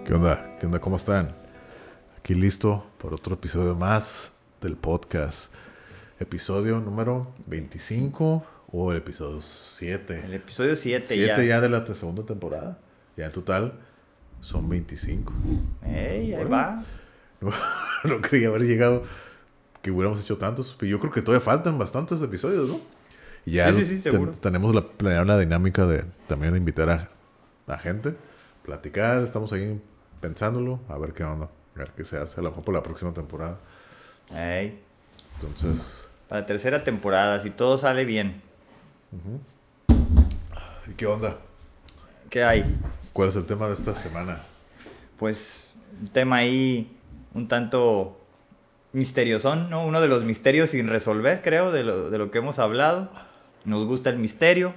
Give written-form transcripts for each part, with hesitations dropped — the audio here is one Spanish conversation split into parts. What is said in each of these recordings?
¿Qué onda? ¿Qué onda? ¿Cómo están? Aquí listo por otro episodio más del podcast. Episodio número 25 o el episodio 7. El episodio 7 7 ya de la segunda temporada. Ya en total son 25. Ey, ahí Órale. va. No creía haber llegado, que hubiéramos hecho tantos. Pero yo creo que todavía faltan bastantes episodios, ¿no? Y ya Sí, seguro. tenemos planear la dinámica de también de invitar a gente, platicar. Estamos ahí pensándolo, a ver qué onda, a ver qué se hace, a lo mejor por la próxima temporada. Ey, Entonces, para la tercera temporada, si todo sale bien. ¿y qué onda? ¿Qué hay? ¿Cuál es el tema de esta semana? Pues un tema ahí un tanto misteriosón, ¿no? Uno de los misterios sin resolver, creo, de lo que hemos hablado. Nos gusta el misterio.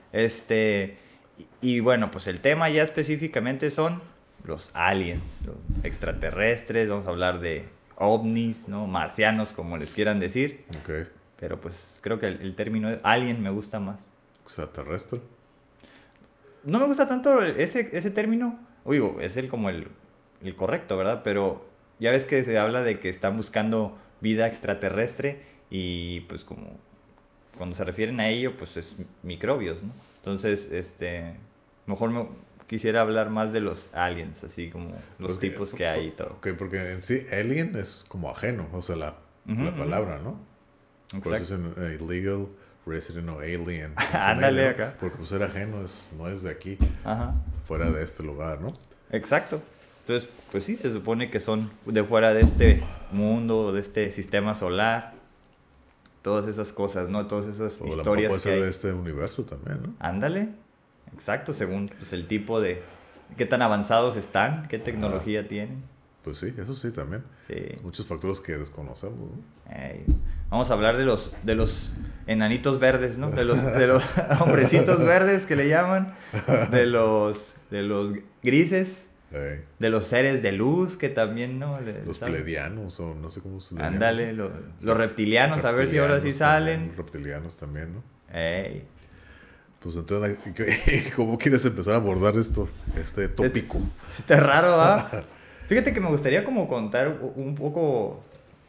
Y bueno, pues el tema ya específicamente son los aliens, los extraterrestres. Vamos a hablar de ovnis, ¿no? Marcianos, como les quieran decir. Ok, Pero pues creo que el término alien me gusta más. extraterrestre. No me gusta tanto ese término. Digo, es como el correcto, ¿verdad? Pero ya ves que se habla de que están buscando vida extraterrestre y pues como cuando se refieren a ello, pues es microbios, ¿no? Entonces, mejor quisiera hablar más de los aliens, así como los tipos que hay y todo. Ok, porque en sí, alien es como ajeno, o sea, la palabra, ¿no? Por eso Exacto. es illegal resident o alien. Ándale acá. Porque pues ser ajeno no es de aquí, Ajá. fuera de este lugar, ¿no? Exacto. Entonces, pues sí, se supone que son de fuera de este mundo, de este sistema solar. Todas esas cosas, ¿no? Todas esas O a lo mejor historias puede que ser hay. de este universo también, ¿no? Ándale. Exacto, según pues, el tipo de... ¿Qué tan avanzados están? ¿Qué tecnología tienen? Pues sí, eso sí también. Sí. Muchos factores que desconocemos, ¿no? Vamos a hablar de los enanitos verdes, ¿no? De los hombrecitos verdes que le llaman. De los grises. Ey, De los seres de luz que también, ¿no? los ¿sabes? pledianos, o no sé cómo se les Ándale, llama. los reptilianos, a ver si ahora sí Reptilianos también, salen. los reptilianos también, ¿no? Ey. Pues entonces, ¿cómo quieres empezar a abordar este tópico? Está raro, ¿ah? Fíjate que me gustaría como contar un poco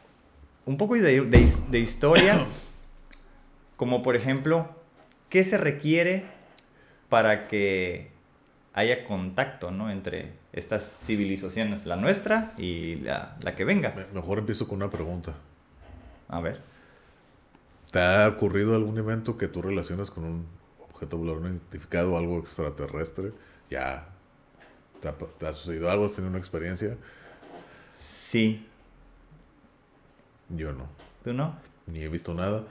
de historia, como por ejemplo, ¿qué se requiere para que haya contacto, ¿no? Entre estas civilizaciones, la nuestra y la que venga? Mejor empiezo con una pregunta. A ver. ¿Te ha ocurrido algún evento que tú relacionas con un objeto volador no identificado o algo extraterrestre? Ya, ¿te ha sucedido algo? ¿Has tenido una experiencia? Sí. Yo no. ¿Tú no? Ni he visto nada.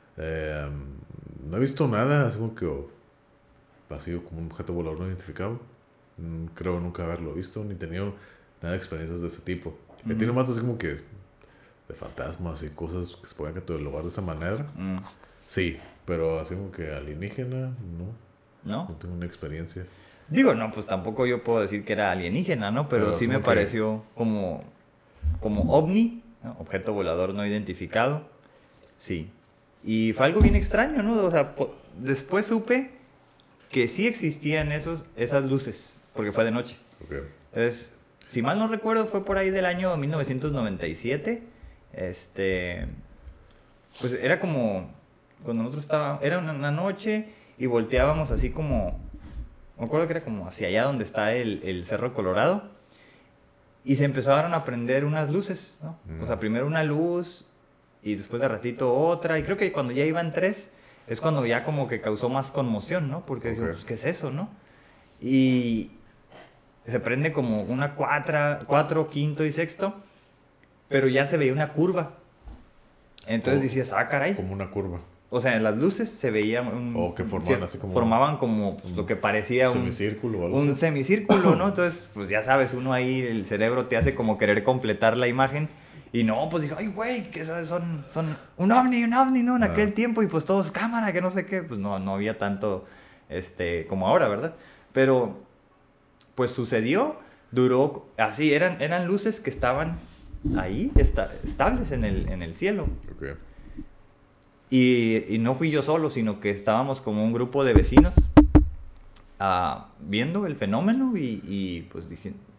No he visto nada, así como que ha sido como un objeto volador no identificado. Creo nunca haberlo visto, ni tenido nada de experiencias de ese tipo. He tenido más así como que de fantasmas y cosas que se pueden catalogar de esa manera. Sí, pero así como que alienígena, no ¿No? tengo una experiencia. Digo, no, pues tampoco yo puedo decir que era alienígena, ¿no? Pero sí me como que- pareció como ovni, ¿no? Objeto volador no identificado. Sí. Y fue algo bien extraño, ¿no? O sea, después supe que sí existían esas luces, porque fue de noche. Ok. Entonces, si mal no recuerdo, fue por ahí del año 1997. Pues era como cuando nosotros estábamos, era una noche y volteábamos así como, me acuerdo que era como hacia allá donde está el Cerro Colorado, y se empezaron a prender unas luces, ¿no? O sea, primero una luz y después de ratito otra, y creo que cuando ya iban tres es cuando ya como que causó más conmoción, ¿no? Porque digo, pues, ¿qué es eso, no? Y se prende como una cuatro, quinto y sexto, pero ya se veía una curva. Entonces decías, caray. Como una curva. O sea, en las luces se veía que formaban así como formaban como pues, lo que parecía un semicírculo o algo un así. semicírculo, ¿no? Entonces, pues ya sabes, uno ahí, el cerebro te hace como querer completar la imagen. Y no, pues dijo, ay, güey, que son un ovni, ¿no? En aquel tiempo, y pues todos cámara, que no sé qué. Pues no había tanto, como ahora, ¿verdad? Pero, pues sucedió, duró, así, eran luces que estaban ahí, estables en el cielo. Ok. Y no fui yo solo, sino que estábamos como un grupo de vecinos viendo el fenómeno y pues dije,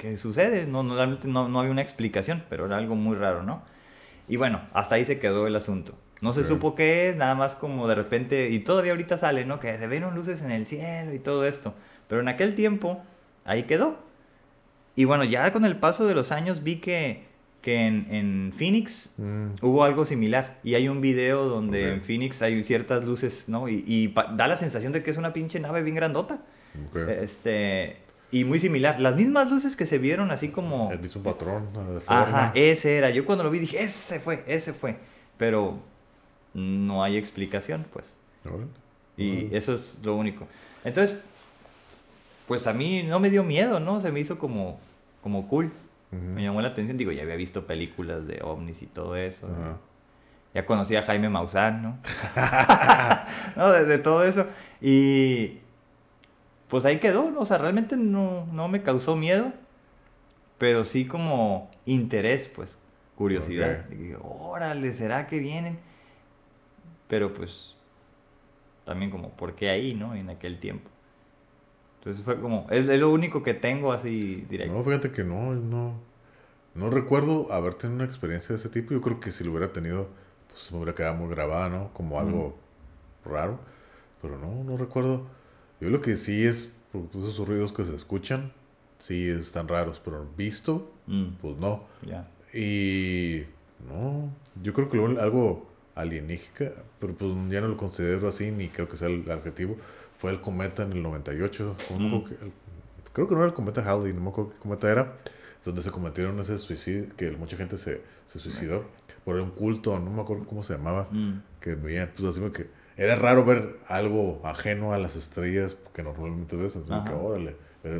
¿qué sucede? Realmente no había una explicación, pero era algo muy raro, ¿no? Y bueno, hasta ahí se quedó el asunto. No se supo qué es, nada más como de repente, y todavía ahorita sale, ¿no? Que se vieron luces en el cielo y todo esto. Pero en aquel tiempo, ahí quedó. Y bueno, ya con el paso de los años vi que en Phoenix hubo algo similar. Y hay un video donde en Phoenix hay ciertas luces, ¿no? Y da la sensación de que es una pinche nave bien grandota. Y muy similar. Las mismas luces que se vieron así como... El mismo patrón de forma. Ajá, ese era. Yo cuando lo vi dije, ese fue. Pero no hay explicación, pues. Y eso es lo único. Entonces, pues a mí no me dio miedo, ¿no? Se me hizo como cool. Me llamó la atención. Digo, ya había visto películas de ovnis y todo eso. Ya conocí a Jaime Maussan, ¿no? No, de todo eso. Y pues ahí quedó, ¿no? O sea, realmente no me causó miedo, pero sí como interés, pues, curiosidad. Y digo, órale, ¿será que vienen? Pero pues, también como, ¿por qué ahí, no? En aquel tiempo. Entonces fue como, es lo único que tengo así directo. No, fíjate que no recuerdo haber tenido una experiencia de ese tipo. Yo creo que si lo hubiera tenido, pues me hubiera quedado muy grabada, ¿no? Como algo raro. Pero no recuerdo. Yo lo que sí es, por esos ruidos que se escuchan, sí están raros, pero visto, pues no. Y no, yo creo que algo alienígena, pero pues ya no lo considero así, ni creo que sea el adjetivo. Fue el cometa en el 98. Creo que no era el cometa Halley, no me acuerdo qué cometa era, donde se cometieron ese suicidio, que mucha gente se suicidó por un culto, no me acuerdo cómo se llamaba, que veía, pues así que era raro ver algo ajeno a las estrellas que normalmente ves, así que órale,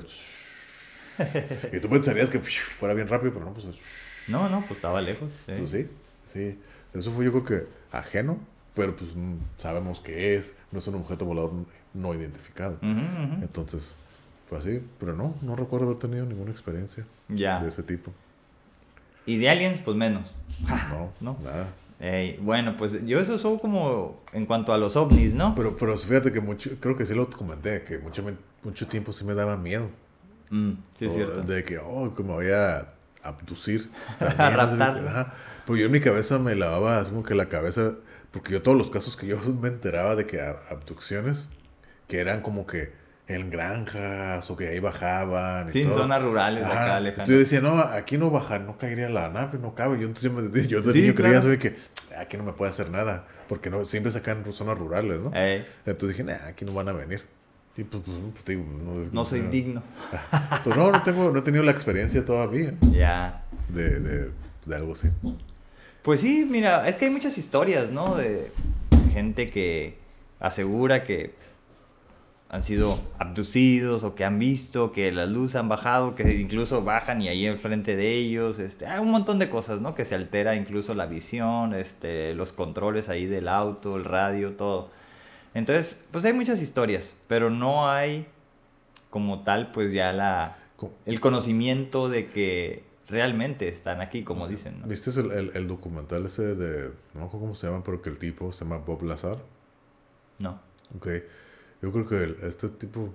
y tú pensarías que fuera bien rápido, pero no, pues no, pues estaba lejos. Pues sí, eso fue yo creo que ajeno, pero pues sabemos que no es un objeto volador no identificado. Entonces, pues así, pero no recuerdo haber tenido ninguna experiencia de ese tipo. Y de aliens, pues menos. No, nada. Bueno, pues yo eso soy como en cuanto a los ovnis, ¿no? Pero fíjate que creo que sí lo comenté, que mucho tiempo sí me daban miedo. Sí, es cierto. De que, que me voy a abducir. A raptar. Pero yo en mi cabeza me lavaba así como que la cabeza, porque yo todos los casos que yo me enteraba de que abducciones, que eran como que en granjas o que ahí bajaban. Sí, en zonas rurales de acá, lejanas. Entonces yo decía, no, aquí no baja, no caería la nave, no cabe. Yo de niño creía, ¿sabes? Que aquí no me puede hacer nada, porque no siempre se acá en zonas rurales, ¿no? Entonces dije, aquí no van a venir. Y pues digo, no soy digno. Pues no he tenido la experiencia todavía. De algo así. Pues sí, mira, es que hay muchas historias, ¿no? De gente que asegura que han sido abducidos o que han visto que las luces han bajado, que incluso bajan y ahí enfrente de ellos, hay un montón de cosas, ¿no? Que se altera incluso la visión, los controles ahí del auto, el radio, todo. Entonces, pues hay muchas historias, pero no hay como tal, pues ya el conocimiento de que realmente están aquí, como dicen, ¿no? ¿Viste el documental ese de, no me acuerdo cómo se llama, pero que el tipo se llama Bob Lazar? No. Ok, yo creo que este tipo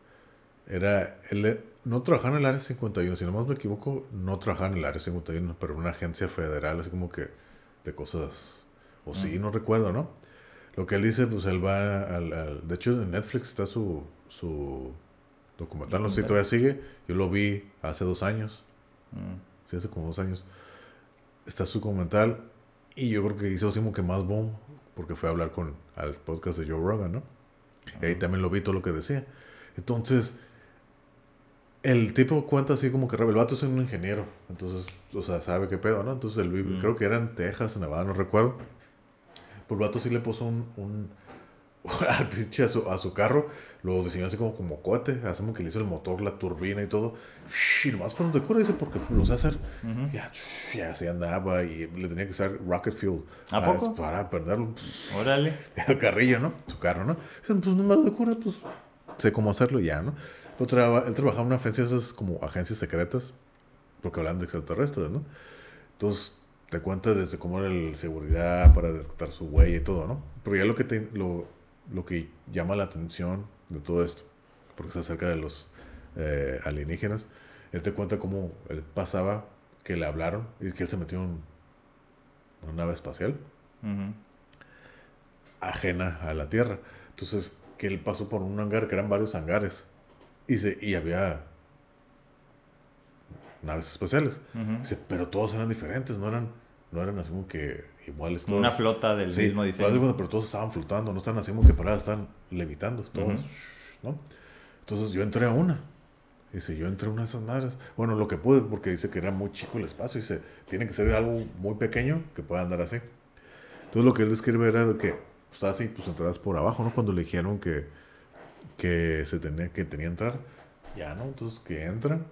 no trabajaba en el Área 51, si no más me equivoco, no trabajaba en el Área 51, pero en una agencia federal, así como que de cosas, o sí, no recuerdo, ¿no? Lo que él dice, pues él va de hecho en Netflix está su documental, no sé si todavía sigue, yo lo vi hace 2 años, sí, hace como 2 años, está su documental, y yo creo que hizo así como que más boom, porque fue a hablar al podcast de Joe Rogan, ¿no? Y ahí también lo vi todo lo que decía. Entonces, el tipo cuenta así como que el vato es un ingeniero, entonces, o sea, sabe qué pedo, ¿no? Entonces, creo que era en Texas, en Nevada, no recuerdo. Pues el vato sí le puso al pinche a su carro, lo diseñó así como cohete, hacemos que le hizo el motor, la turbina y todo, y nomás por donde cura, dice, porque lo sé hacer, ya se andaba y le tenía que usar rocket fuel. ¿A poco? Para prenderlo. Órale. El carrillo, ¿no? Su carro, ¿no? Dice, pues nomás de cura, pues sé cómo hacerlo ya, ¿no? Él trabajaba en una agencia, esas como agencias secretas, porque hablan de extraterrestres, ¿no? Entonces te cuenta desde cómo era la seguridad para detectar su huella y todo, ¿no? Pero ya lo que llama la atención de todo esto, porque se acerca de los alienígenas, Él te cuenta cómo él pasaba, que le hablaron y que él se metió en una nave espacial Ujú. ajena a la Tierra. Entonces, que él pasó por un hangar, que eran varios hangares, y había naves espaciales. Ujú. Dice, pero todos eran diferentes, no eran así como que iguales Como una todos. flota del Sí, mismo pero, haz de diseño. cuenta, pero todos estaban flotando, no estaban así como que paradas, estaban levitando, todas, Ujú. ¿no? Entonces yo entré a una. Dice, yo entré a una de esas madres. Bueno, lo que pude, porque dice que era muy chico el espacio. Dice, tiene que ser algo muy pequeño que pueda andar así. Entonces lo que él describe era de que, pues así, pues entradas por abajo, ¿no? Cuando le dijeron que tenía que entrar, ya, ¿no? Entonces que entran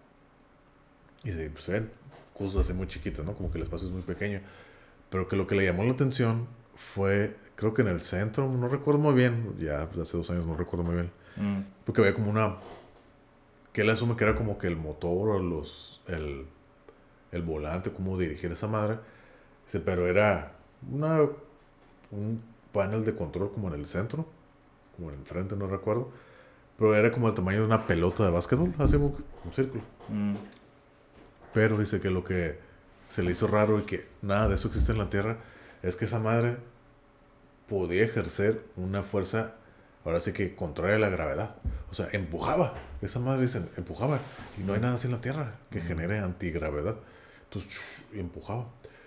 y se, pues ven cosas así muy chiquitas, ¿no? Como que el espacio es muy pequeño. Pero que lo que le llamó la atención fue, creo que en el centro, no recuerdo muy bien, ya pues, hace 2 años no recuerdo muy bien, Mm. porque había como una, que él asume que era como que el motor o el volante, cómo dirigir esa madre. Dice, pero era un panel de control como en el centro, como en el frente, no recuerdo. Pero era como el tamaño de una pelota de básquetbol, así como un círculo. Mm. Pero dice que lo que se le hizo raro y que nada de eso existe en la Tierra es que esa madre podía ejercer una fuerza, ahora sí que contraria a la gravedad. O sea, empujaba. Esa madre dice, empujaba. Y no hay nada así en la Tierra que genere antigravedad. Entonces, empujaba.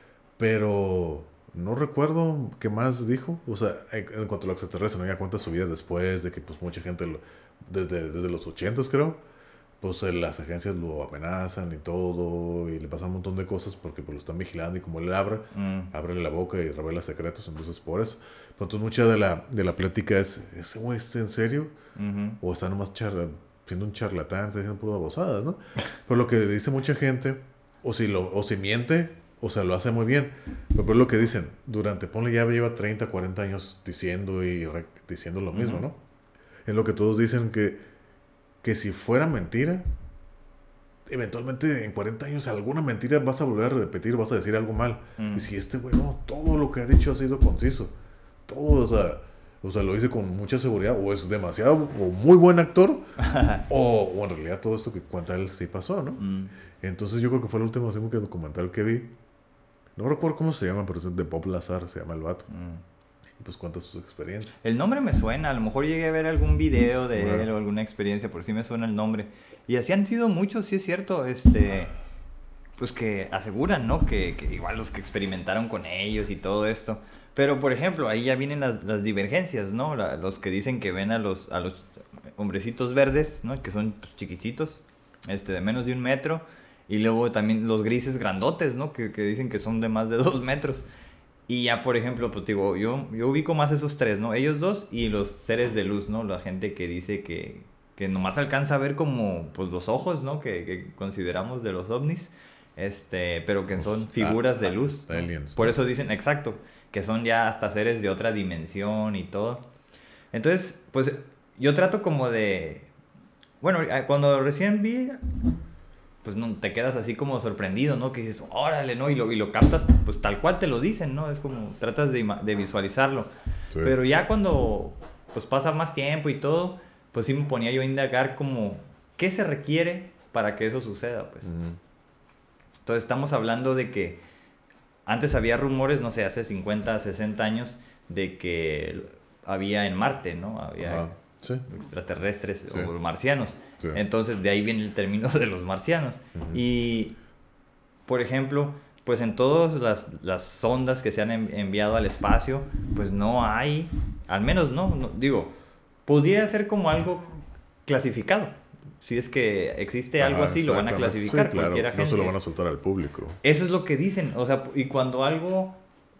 Pero no recuerdo qué más dijo. O sea, en cuanto a lo extraterrestre, no ya cuenta su vida después de que pues mucha gente, desde los 80 creo, pues las agencias lo amenazan y todo, y le pasan un montón de cosas porque pues lo están vigilando y como él abre la boca y revela secretos, entonces por eso. Pero entonces mucha de la plática es, ¿ese güey está en serio? Ujú. O está nomás siendo un charlatán, está diciendo pura babosadas, ¿no? Pero lo que dice mucha gente, o si miente, o sea, lo hace muy bien. Pero lo que dicen, ponle ya lleva 30, 40 años diciendo diciendo lo mismo, Ujú. ¿no? Es lo que todos dicen que si fuera mentira, eventualmente en 40 años alguna mentira vas a volver a repetir, vas a decir algo mal. Mm. Y si este güey, no, todo lo que ha dicho ha sido conciso. Todo, o sea, lo dice con mucha seguridad, o es demasiado, o muy buen actor, o en realidad todo esto que cuenta él sí pasó, ¿no? Mm. Entonces yo creo que fue el último así como que documental que vi. No recuerdo cómo se llama, pero es de Bob Lazar, se llama el vato. Mm. Y pues cuenta sus experiencias. El nombre me suena, a lo mejor llegué a ver algún video de Bueno, él o alguna experiencia, por sí me suena el nombre. Y así han sido muchos, sí es cierto, pues que aseguran, ¿no? Que igual los que experimentaron con ellos y todo esto. Pero, por ejemplo, ahí ya vienen las divergencias, ¿no? Los que dicen que ven a los hombrecitos verdes, ¿no? Que son pues, chiquititos, de menos de 1 metro. Y luego también los grises grandotes, ¿no? Que dicen que son de más de 2 metros. Y ya, por ejemplo, pues digo, yo ubico más esos tres, ¿no? Ellos dos y los seres de luz, ¿no? La gente que dice que nomás alcanza a ver como, pues, los ojos, ¿no? Que consideramos de los ovnis, pero que son figuras de luz, ¿no? aliens, Por ¿no? eso dicen, exacto, que son ya hasta seres de otra dimensión y todo. Entonces, pues, yo trato como de... Bueno, cuando recién vi pues no, te quedas así como sorprendido, ¿no? Que dices, órale, ¿no? Y lo captas, pues tal cual te lo dicen, ¿no? Es como, tratas de visualizarlo. Sí. Pero ya cuando, pues pasa más tiempo y todo, pues sí me ponía yo a indagar como, ¿qué se requiere para que eso suceda, pues? Ujú. Entonces estamos hablando de que antes había rumores, no sé, hace 50, 60 años, de que había en Marte, ¿no? Había Ajá. Sí. extraterrestres Sí. o marcianos. Sí. Entonces de ahí viene el término de los marcianos. Ujú. Y, por ejemplo, pues en todas las sondas que se han enviado al espacio, pues no hay, al menos digo, podría ser como algo clasificado. Si es que existe algo Ajá, así, lo van a exactamente. clasificar Sí, claro. cualquier No se agencia. lo van a soltar al público. Eso es lo que dicen, o sea, y cuando algo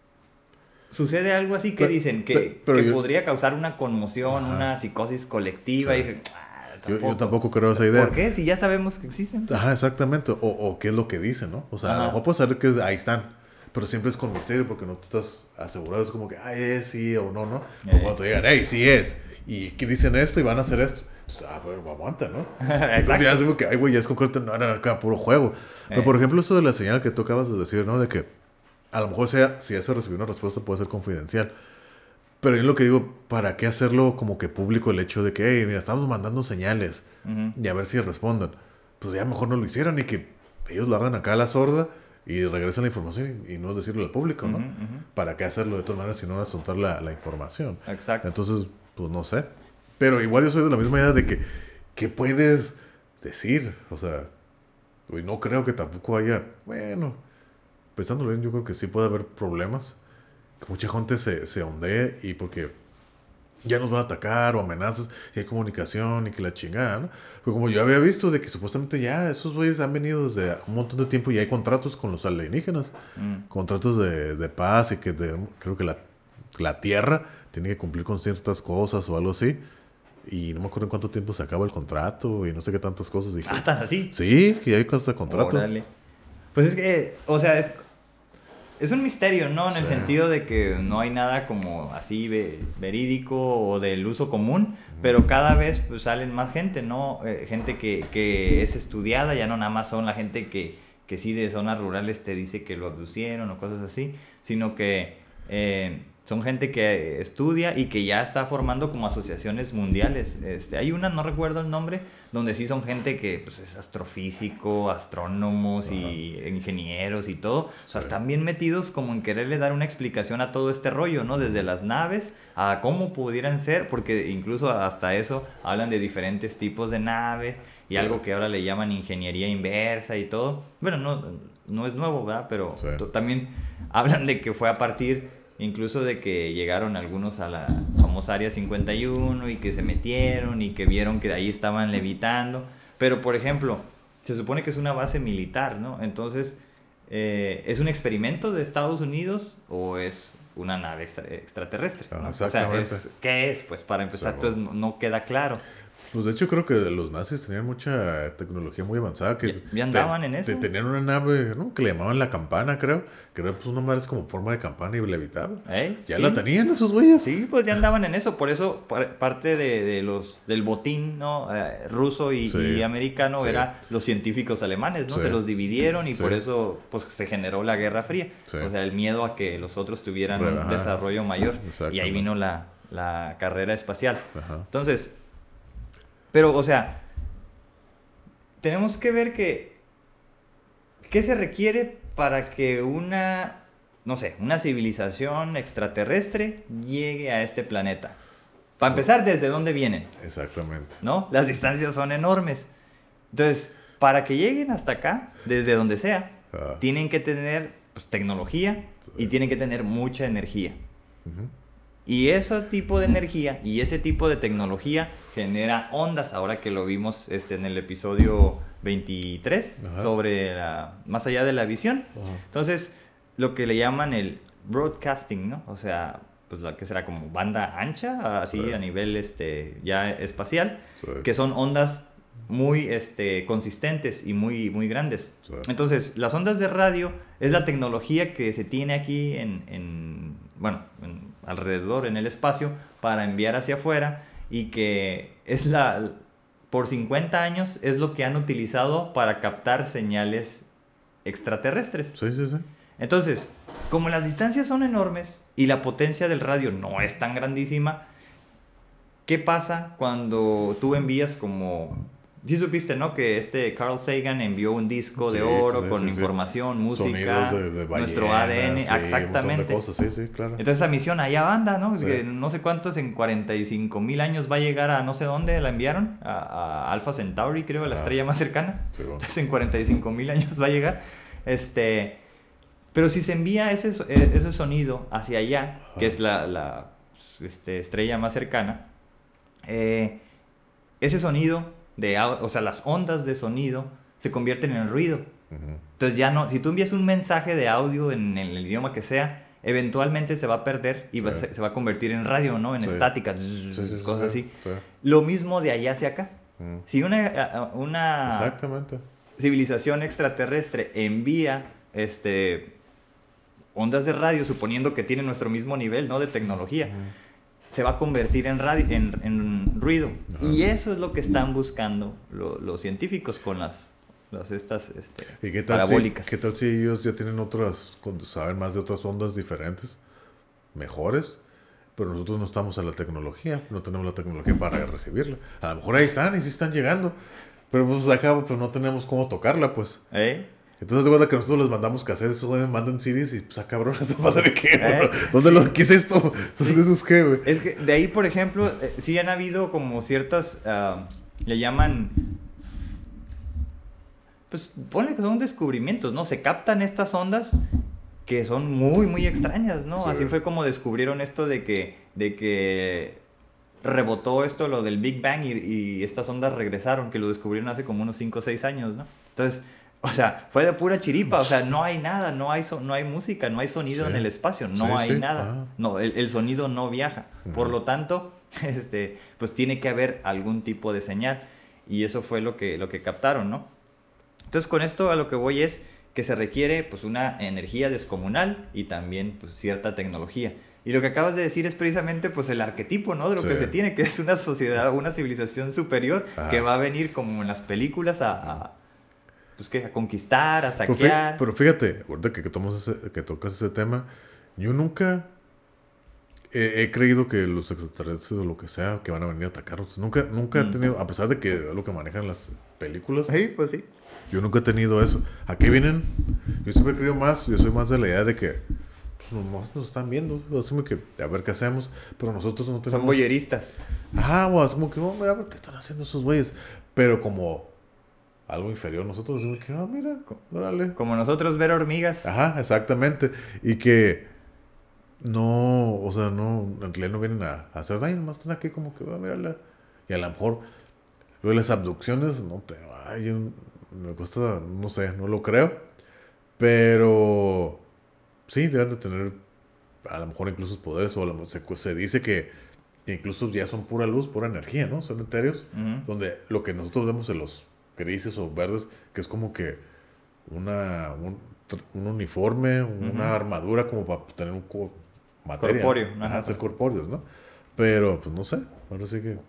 sucede algo así que dicen pero que yo, podría causar una conmoción, ajá, una psicosis colectiva, sí. y dije, yo tampoco creo esa idea. ¿Por qué? Si ya sabemos que existen. Ajá, exactamente. O qué es lo que dicen, ¿no? O sea, a lo Ajá. mejor puedes saber que ahí están, pero siempre es con misterio porque no te estás asegurado. Es como que, ay, es sí o no, ¿no? O cuando te digan, hey, sí es. Y que dicen esto y van a hacer esto. Entonces, bueno, aguanta, ¿no? Entonces ya es como que, ay, güey, ya es concreto, no era acá puro juego. Pero por ejemplo, eso de la señal que tú acabas de decir, ¿no? De que a lo mejor si ya se recibió una respuesta puede ser confidencial. Pero yo lo que digo, ¿para qué hacerlo como que público el hecho de que, hey, mira, estamos mandando señales Ujú. y a ver si responden? pues ya mejor no lo hicieran y que ellos lo hagan acá a la sorda y regresen la información y no decirlo al público, ¿no? ¿Para qué hacerlo de todas maneras si no van a soltar la información? Exacto. Entonces, pues no sé. Pero igual yo soy de la misma idea de que, ¿qué puedes decir? O sea, y no creo que tampoco haya, bueno, pensándolo bien, yo creo que sí puede haber problemas. Que mucha gente se ondee y porque ya nos van a atacar o amenazas y hay comunicación y que la chingada, ¿no? Pero como yo había visto de que supuestamente ya esos güeyes han venido desde un montón de tiempo y hay contratos con los alienígenas, contratos de paz y que creo que la Tierra tiene que cumplir con ciertas cosas o algo así. Y no me acuerdo en cuánto tiempo se acaba el contrato y no sé qué tantas cosas. Dije, ¿Tan así? sí, que hay cosas de contrato. Órale. Pues es que, o sea, es un misterio, ¿no? En el sentido de que no hay nada como así verídico o del uso común, pero cada vez pues, salen más gente, ¿no? Gente que es estudiada, ya no nada más son la gente que sí de zonas rurales te dice que lo abducieron o cosas así, sino que son gente que estudia y que ya está formando como asociaciones mundiales. Hay una, no recuerdo el nombre, donde sí son gente que pues, es astrofísico, astrónomos y ingenieros y todo. O sea, están bien metidos como en quererle dar una explicación a todo este rollo, ¿no? Desde las naves a cómo pudieran ser, porque incluso hasta eso hablan de diferentes tipos de naves y algo que ahora le llaman ingeniería inversa y todo. Bueno, no es nuevo, ¿verdad? Pero también hablan de que fue a partir incluso de que llegaron algunos a la famosa Área 51 y que se metieron y que vieron que ahí estaban levitando. Pero, por ejemplo, se supone que es una base militar, ¿no? Entonces, ¿es un experimento de Estados Unidos o es una nave extraterrestre? ¿No? Exactamente. O sea, ¿qué es? Pues para empezar, entonces no queda claro. Pues de hecho creo que los nazis tenían mucha tecnología muy avanzada. Que ¿Ya andaban en eso? Tenían una nave, ¿no? Que le llamaban la campana, creo. Que era pues una madre como forma de campana y levitaba. Ya ¿Sí? la tenían esos güeyes. Sí, pues ya andaban en eso. Por eso parte del botín, ¿no? Ruso y americano era los científicos alemanes, ¿no? Se los dividieron y por eso pues se generó la Guerra Fría. O sea, el miedo a que los otros tuvieran un desarrollo mayor. Y ahí vino la carrera espacial. Entonces, pero, o sea, tenemos que ver qué se requiere para que una civilización extraterrestre llegue a este planeta. Para empezar, ¿desde dónde vienen? Exactamente. ¿No? Las distancias son enormes. Entonces, para que lleguen hasta acá, desde donde sea, tienen que tener pues, tecnología y tienen que tener mucha energía. Y ese tipo de energía y ese tipo de tecnología genera ondas, ahora que lo vimos en el episodio 23, sobre más allá de la visión. Entonces, lo que le llaman el broadcasting, ¿no? O sea, pues lo que será como banda ancha, así a nivel ya espacial, que son ondas muy consistentes y muy, muy grandes. Entonces, las ondas de radio es la tecnología que se tiene aquí alrededor en el espacio para enviar hacia afuera y que es por 50 años es lo que han utilizado para captar señales extraterrestres. Sí. Entonces, como las distancias son enormes y la potencia del radio no es tan grandísima, ¿qué pasa cuando tú envías como... Sí supiste, ¿no? Que Carl Sagan envió un disco de oro con información, música, de ballena, nuestro ADN, exactamente. Un montón de cosas, sí, claro. Entonces esa misión allá anda, ¿no? Es que no sé cuántos, en 45,000 años va a llegar a no sé dónde la enviaron, a Alpha Centauri, creo, a la estrella más cercana. Entonces en 45,000 años va a llegar. Pero si se envía ese sonido hacia allá, que es la estrella más cercana, ese sonido o sea, las ondas de sonido se convierten en ruido. Entonces ya no, si tú envías un mensaje de audio en el idioma que sea, eventualmente se va a perder y se va a convertir en radio, ¿no? En estática, cosas así. Lo mismo de allá hacia acá. Si una Exactamente. civilización extraterrestre envía ondas de radio, suponiendo que tiene nuestro mismo nivel, ¿no? De tecnología, se va a convertir en ruido. Y eso es lo que están buscando los científicos con estas ¿Y qué tal parabólicas. ¿Qué tal si ellos ya tienen saben más de otras ondas diferentes, mejores? Pero nosotros no estamos a la tecnología, no tenemos la tecnología para recibirla. A lo mejor ahí están y sí están llegando. Pero pues acá pues no tenemos cómo tocarla, pues. ¿Eh? Entonces, de cuenta que nosotros les mandamos cassettes, esos güeyes mandan CDs y, pues, cabrón, esta madre qué, ¿Eh? ¿Dónde Sí. ¿qué es esto? Entonces, Sí. ¿eso es qué, güey? Es que de ahí, por ejemplo, sí han habido como ciertas, le llaman, pues ponle que son descubrimientos, ¿no? Se captan estas ondas que son muy, muy extrañas, ¿no? Sí. Así fue como descubrieron esto de que rebotó esto, lo del Big Bang, y estas ondas regresaron, que lo descubrieron hace como unos 5 o 6 años, ¿no? Entonces, o sea, fue de pura chiripa, o sea, no hay nada, no hay música, no hay sonido Sí. en el espacio, no Sí, hay sí. nada. Ah. No, el sonido no viaja. Por Ujú. lo tanto, pues tiene que haber algún tipo de señal. Y eso fue lo que captaron, ¿no? Entonces, con esto a lo que voy es que se requiere pues una energía descomunal y también pues cierta tecnología. Y lo que acabas de decir es precisamente pues el arquetipo, ¿no? De lo Sí. que se tiene, que es una sociedad, una civilización superior Ajá. que va a venir como en las películas pues, ¿qué? A conquistar, a Pero, saquear. pero fíjate, ahorita que tocas ese tema, yo nunca he creído que los extraterrestres o lo que sea, que van a venir a atacarnos. Nunca he tenido, a pesar de que es lo que manejan las películas, Sí, pues sí. yo nunca he tenido eso. ¿A qué vienen? Yo siempre he creído más, yo soy más de la idea de que pues, nomás nos están viendo, asume que a ver qué hacemos, pero nosotros no tenemos... Son boyeristas. Ajá, o es como que, oh, mira, ¿qué están haciendo esos güeyes? Pero como algo inferior, nosotros decimos que, ah, mira, órale. Como nosotros ver hormigas. Ajá, exactamente. Y que no, o sea, no, en realidad no vienen a hacer daño, nomás están aquí como que, ah, mírala. Y a lo mejor, lo de las abducciones, no te, ay, me cuesta, no sé, no lo creo. Pero sí, deben de tener a lo mejor incluso poderes, o se dice que incluso ya son pura luz, pura energía, ¿no? Son etéreos, Ujú. donde lo que nosotros vemos en los grises o verdes, que es como que un uniforme, una Ujú. armadura como para tener materia. Corpóreo. Ajá, Ajá. ser corpóreos, ¿no? Pero, pues no sé, ahora sí que...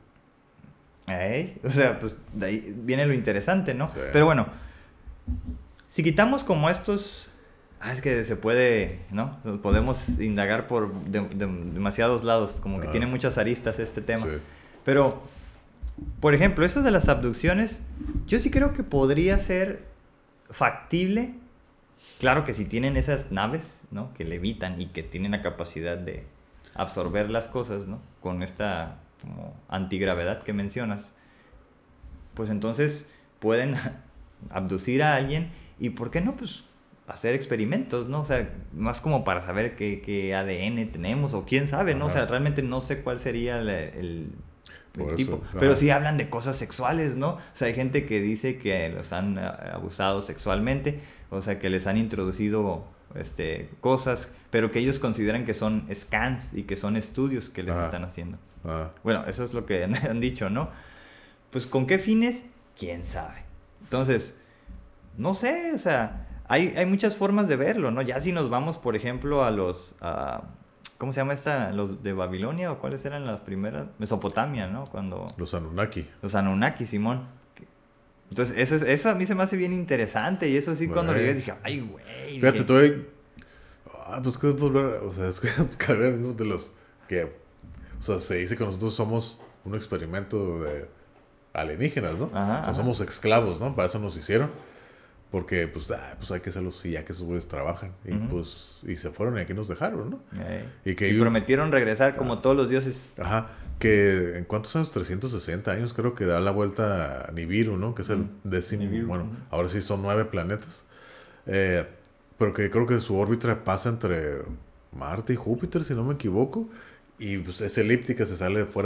O sea, pues de ahí viene lo interesante, ¿no? Sí. Pero bueno, si quitamos como estos... es que se puede, ¿no? Podemos indagar por demasiados lados, como que Ah. tiene muchas aristas este tema. Sí. Pero, por ejemplo, eso de las abducciones, yo sí creo que podría ser factible. Claro que si tienen esas naves, ¿no? Que levitan y que tienen la capacidad de absorber las cosas, ¿no? Con esta como antigravedad que mencionas, pues entonces pueden abducir a alguien y, ¿por qué no? Pues hacer experimentos, ¿no? O sea, más como para saber qué ADN tenemos o quién sabe, ¿no? O sea, Ajá. realmente no sé cuál sería el Por tipo. eso, Pero ajá. sí hablan de cosas sexuales, ¿no? O sea, hay gente que dice que los han abusado sexualmente, o sea, que les han introducido cosas, pero que ellos consideran que son scans y que son estudios que les Ajá. están haciendo. Ah, Bueno, eso es lo que han dicho, ¿no? Pues ¿con qué fines? ¿Quién sabe? Entonces, no sé, o sea, hay muchas formas de verlo, ¿no? Ya si nos vamos, por ejemplo, a ¿cómo se llama esta? ¿Los de Babilonia o cuáles eran las primeras? Mesopotamia, ¿no? Cuando... los Anunnaki. Los Anunnaki, Simón. Entonces, eso a mí se me hace bien interesante y eso sí, cuando lo Güey. llegué dije, ay, güey. Fíjate, dije, todavía... Ah, pues que es volver... O sea, es que caer mismo de los que... O sea, se dice que nosotros somos un experimento de alienígenas, ¿no? Ajá, No ajá. somos esclavos, ¿no? Para eso nos hicieron. Porque, pues hay que hacerlos, y ya que esos güeyes trabajan. Y Ujú. pues, y se fueron y aquí nos dejaron, ¿no? Y que Y ellos- prometieron regresar como todos los dioses. Ajá, que en cuántos años, 360 años, creo que da la vuelta a Nibiru, ¿no? Que es el décimo, Nibiru, bueno, ujú. ahora sí son 9 planetas. Pero que creo que su órbita pasa entre Marte y Júpiter, si no me equivoco. Y pues es elíptica, se sale fuera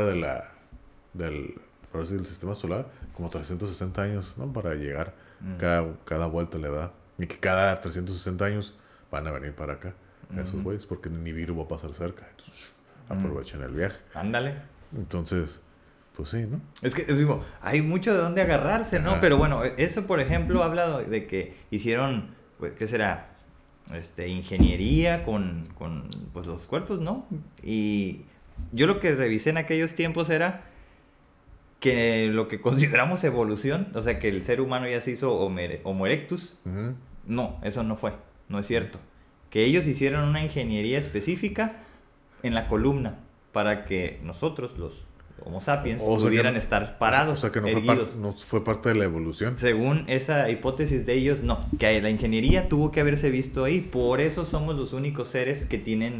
ahora sí, del sistema solar, como 360 años, ¿no? Para llegar, cada vuelta le da. Y que cada 360 años van a venir para acá, esos güeyes, porque Nibiru va a pasar cerca. Entonces, aprovechan el viaje. Ándale. Entonces, pues sí, ¿no? Es que, digo, hay mucho de dónde agarrarse, ¿no? Ajá. Pero bueno, eso, por ejemplo, habla de que hicieron, pues, ¿qué será? Ingeniería con pues, los cuerpos, ¿no? Y yo lo que revisé en aquellos tiempos era que lo que consideramos evolución, o sea, que el ser humano ya se hizo Homo erectus, Ujú. no, eso no fue, no es cierto. Que ellos hicieron una ingeniería específica en la columna para que nosotros, los Homo sapiens O sea que pudieran no- estar parados, O sea que no erguidos. no fue parte de la evolución. Según esa hipótesis de ellos, no, que la ingeniería tuvo que haberse visto ahí, por eso somos los únicos seres que tienen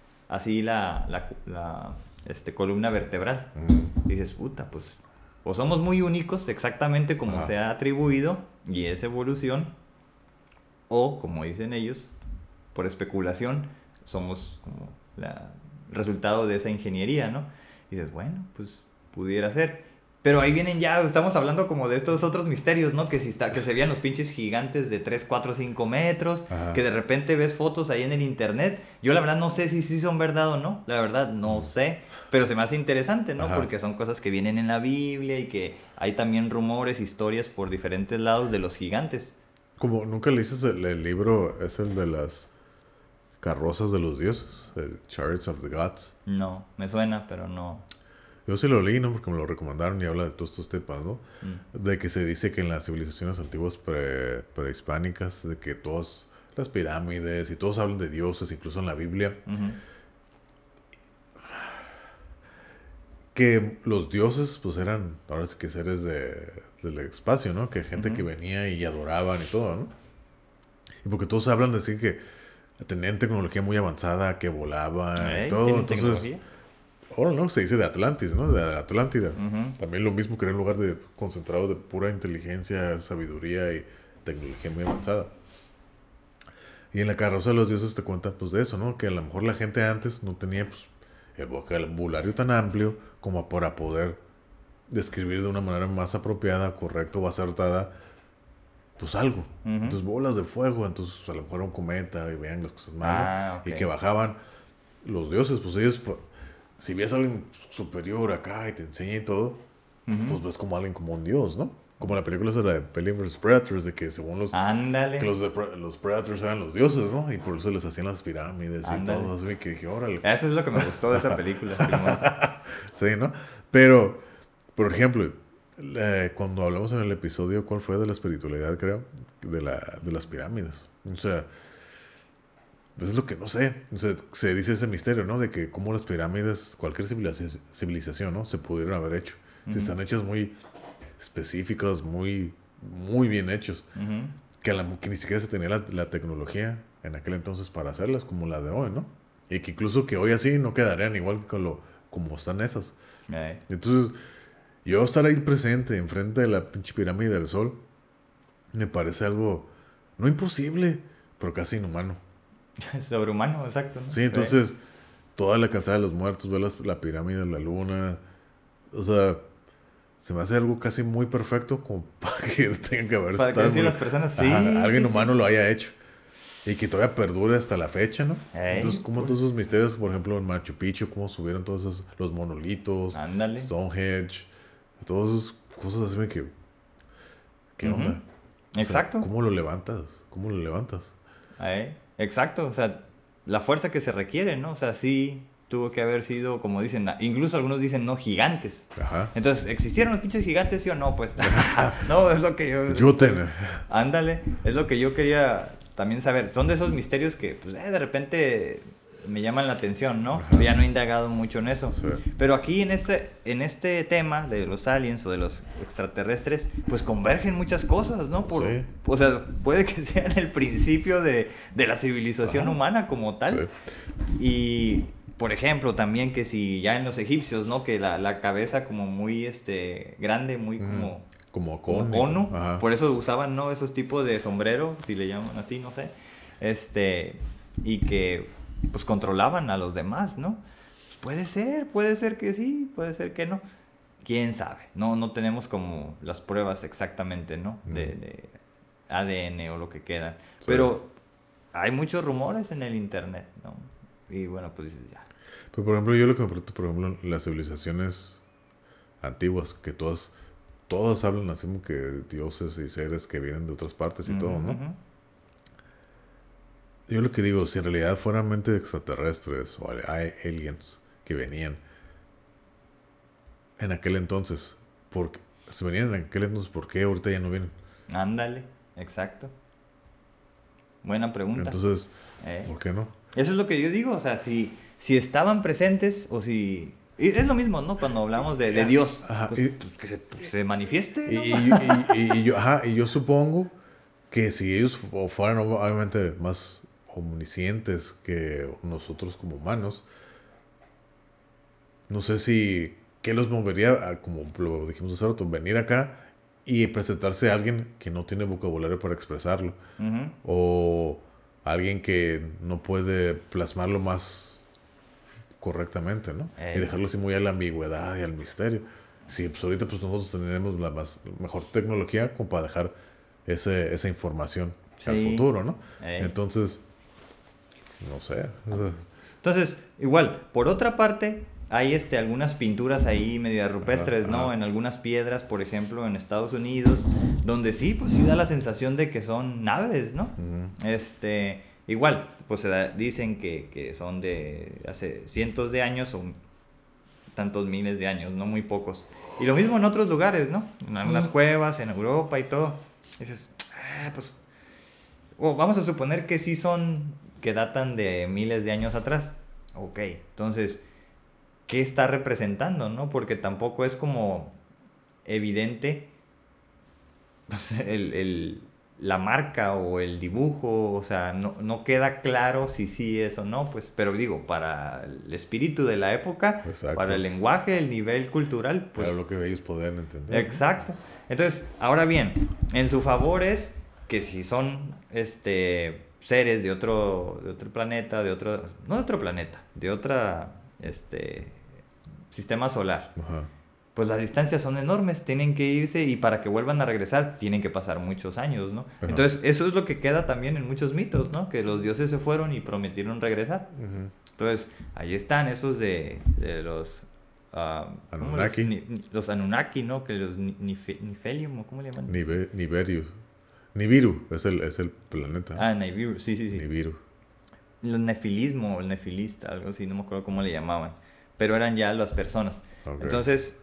columna vertebral. Dices, puta, pues, o somos muy únicos, exactamente como Ajá. se ha atribuido, y es evolución, o, como dicen ellos, por especulación, somos como resultado de esa ingeniería, ¿no? Y dices, bueno, pues, pudiera ser. Pero ahí vienen ya, estamos hablando como de estos otros misterios, ¿no? Que que se veían los pinches gigantes de 3, 4, 5 metros, Ajá. que de repente ves fotos ahí en el internet. Yo la verdad no sé si sí son verdad o no, la verdad no sé, pero se me hace interesante, ¿no? Ajá. Porque son cosas que vienen en la Biblia y que hay también rumores, historias por diferentes lados de los gigantes. Como nunca leíste el libro, es el de las carrozas de los dioses, el Chariots of the Gods. No, me suena, pero no. Yo sí lo leí, ¿no? Porque me lo recomendaron y habla de todos estos temas, ¿no? Mm. De que se dice que en las civilizaciones antiguas prehispánicas, de que todas las pirámides y todos hablan de dioses, incluso en la Biblia, Ujú. que los dioses pues eran, ahora sí que seres del espacio, ¿no? Que gente que Ujú. venía y adoraban y todo, ¿no? Y porque todos hablan de decir que tenían tecnología muy avanzada, que volaban y todo, ¿Tienen entonces... tecnología? Ahora no, se dice de Atlantis, ¿no? De Atlántida. Ujú. También lo mismo que era un lugar concentrado de pura inteligencia, sabiduría y tecnología muy avanzada. Y en la carroza de los dioses te cuentan pues de eso, ¿no? Que a lo mejor la gente antes no tenía pues el vocabulario tan amplio como para poder describir de una manera más apropiada, correcta o acertada pues algo. Ujú. Entonces bolas de fuego, entonces a lo mejor era un cometa y veían las cosas malas. Ah, ok. Y que bajaban los dioses, pues ellos... Si ves a alguien superior acá y te enseña y todo, Ujú. pues ves como alguien como un dios, ¿no? Como la película esa de Alien vs Predators, de que según Ándale. que los Predators eran los dioses, ¿no? Y por eso les hacían las pirámides Ándale. y todo, así que dije, órale. Eso es lo que me gustó de esa película. Simón. Sí, ¿no? Pero, por ejemplo, cuando hablamos en el episodio, ¿cuál fue de la espiritualidad, creo? De las pirámides. O sea, pues es lo que no sé. O sea, se dice ese misterio, ¿no? De que cómo las pirámides, cualquier civilización, ¿no? Se pudieron haber hecho. Si Ujú. están hechas muy específicas, muy, muy bien hechos. Ujú. Que ni siquiera se tenía la tecnología en aquel entonces para hacerlas como la de hoy, ¿no? Y que incluso que hoy así no quedarían igual que como están esas. Entonces, yo estar ahí presente, enfrente de la pinche pirámide del Sol, me parece algo, no imposible, pero casi inhumano. Sobrehumano, exacto, ¿no? Sí, entonces, toda la calzada de los muertos, ver la pirámide de la luna, o sea, se me hace algo casi muy perfecto como para que tengan que haber Para que estado decir las personas, sí, ajá, alguien sí, humano sí. lo haya hecho. Y que todavía perdure hasta la fecha, ¿no? Entonces, como todos esos misterios, por ejemplo, en Machu Picchu, cómo subieron todos los monolitos, Ándale. Stonehenge, todas esas cosas así que... ¿Qué Ujú. onda? O sea, Exacto. ¿cómo lo levantas? ¿Cómo lo levantas? Exacto, o sea, la fuerza que se requiere, ¿no? O sea, sí tuvo que haber sido, como dicen, incluso algunos dicen, no, gigantes. Ajá. Entonces, ¿existieron los pinches gigantes, sí o no? Pues, no, es lo que yo... Yuten. Ándale, es lo que yo quería también saber. Son de esos misterios que, pues, de repente me llaman la atención, ¿no? Ajá. Ya no he indagado mucho en eso. Sí. Pero aquí en este tema de los aliens o de los extraterrestres, pues convergen muchas cosas, ¿no? Sí. O sea, puede que sean el principio de la civilización Ajá. humana como tal. Sí. Y, por ejemplo, también que si ya en los egipcios, ¿no? Que la cabeza como muy grande, muy Ujú. como Como cono. Ajá. Por eso usaban, ¿no? Esos tipos de sombrero, si le llaman así, no sé. Y que pues controlaban a los demás, ¿no? Puede ser que sí, puede ser que no. ¿Quién sabe? No tenemos como las pruebas exactamente, ¿no? De ADN o lo que quedan. Sí. Pero hay muchos rumores en el internet, ¿no? Y bueno, pues dices ya. Pero por ejemplo, yo lo que me pregunto, por ejemplo, las civilizaciones antiguas, que todas hablan así como que dioses y seres que vienen de otras partes y todo, ¿no? Ujú. Yo lo que digo, si en realidad fueran mentes extraterrestres o hay aliens que venían en aquel entonces, si venían en aquel entonces, ¿por qué ahorita ya no vienen? Ándale, exacto. Buena pregunta. Entonces, ¿Eh? ¿por qué no? Eso es lo que yo digo, o sea, si estaban presentes o si Y es lo mismo, ¿no? Cuando hablamos de Dios, Ajá, pues, que se manifieste, ¿no? y yo supongo que si ellos fueran obviamente más omniscientes que nosotros como humanos, no sé si qué los movería a, como lo dijimos hace rato, venir acá y presentarse a alguien que no tiene vocabulario para expresarlo, Ujú. o alguien que no puede plasmarlo más correctamente, ¿no? Y Ey. dejarlo así muy a la ambigüedad y al misterio. Sí, pues ahorita pues nosotros tenemos la mejor tecnología como para dejar esa información al Sí. futuro, ¿no? Ey. Entonces, no sé. Entonces, igual, por otra parte, hay algunas pinturas ahí medio rupestres, Ajá, ¿no? ajá. En algunas piedras, por ejemplo, en Estados Unidos, donde sí, pues sí da la sensación de que son naves, ¿no? Ujú. Igual, pues dicen que son de hace cientos de años o tantos miles de años, no muy pocos. Y lo mismo en otros lugares, ¿no? En algunas cuevas, en Europa y todo. Dices, pues, vamos a suponer que sí son, que datan de miles de años atrás. Ok, entonces, ¿qué está representando, no? Porque tampoco es como evidente pues, la marca o el dibujo, o sea, no queda claro si sí es o no, pues, pero digo, para el espíritu de la época, para el Exacto. lenguaje, el nivel cultural, pues, Era lo que ellos podían entender, ¿no? exacto. Entonces, ahora bien, en su favor es que si son, seres de otro planeta, no de otro planeta, de otra, sistema solar, Ajá. pues las distancias son enormes, tienen que irse y para que vuelvan a regresar tienen que pasar muchos años, ¿no? Ajá. Entonces, eso es lo que queda también en muchos mitos, ¿no? Que los dioses se fueron y prometieron regresar. Ujú. Entonces, ahí están esos de los... ¿cómo Anunnaki. los Anunnaki, ¿no? Que los Nifelium, ¿o ¿cómo le llaman? Nibiru. Nibiru es el planeta. Nibiru, sí, sí, sí. Nibiru. Los nefilismo, el nefilista, algo así, no me acuerdo cómo le llamaban. Pero eran ya las personas. Ok. Entonces,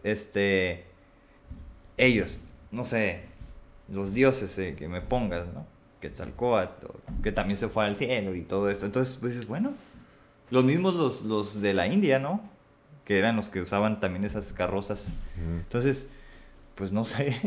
ellos, no sé, los dioses que me pongas, ¿no? Quetzalcóatl, que también se fue al cielo y todo esto. Entonces, pues dices, bueno, los mismos los de la India, ¿no? Que eran los que usaban también esas carrozas. Ujú. Entonces, pues no sé,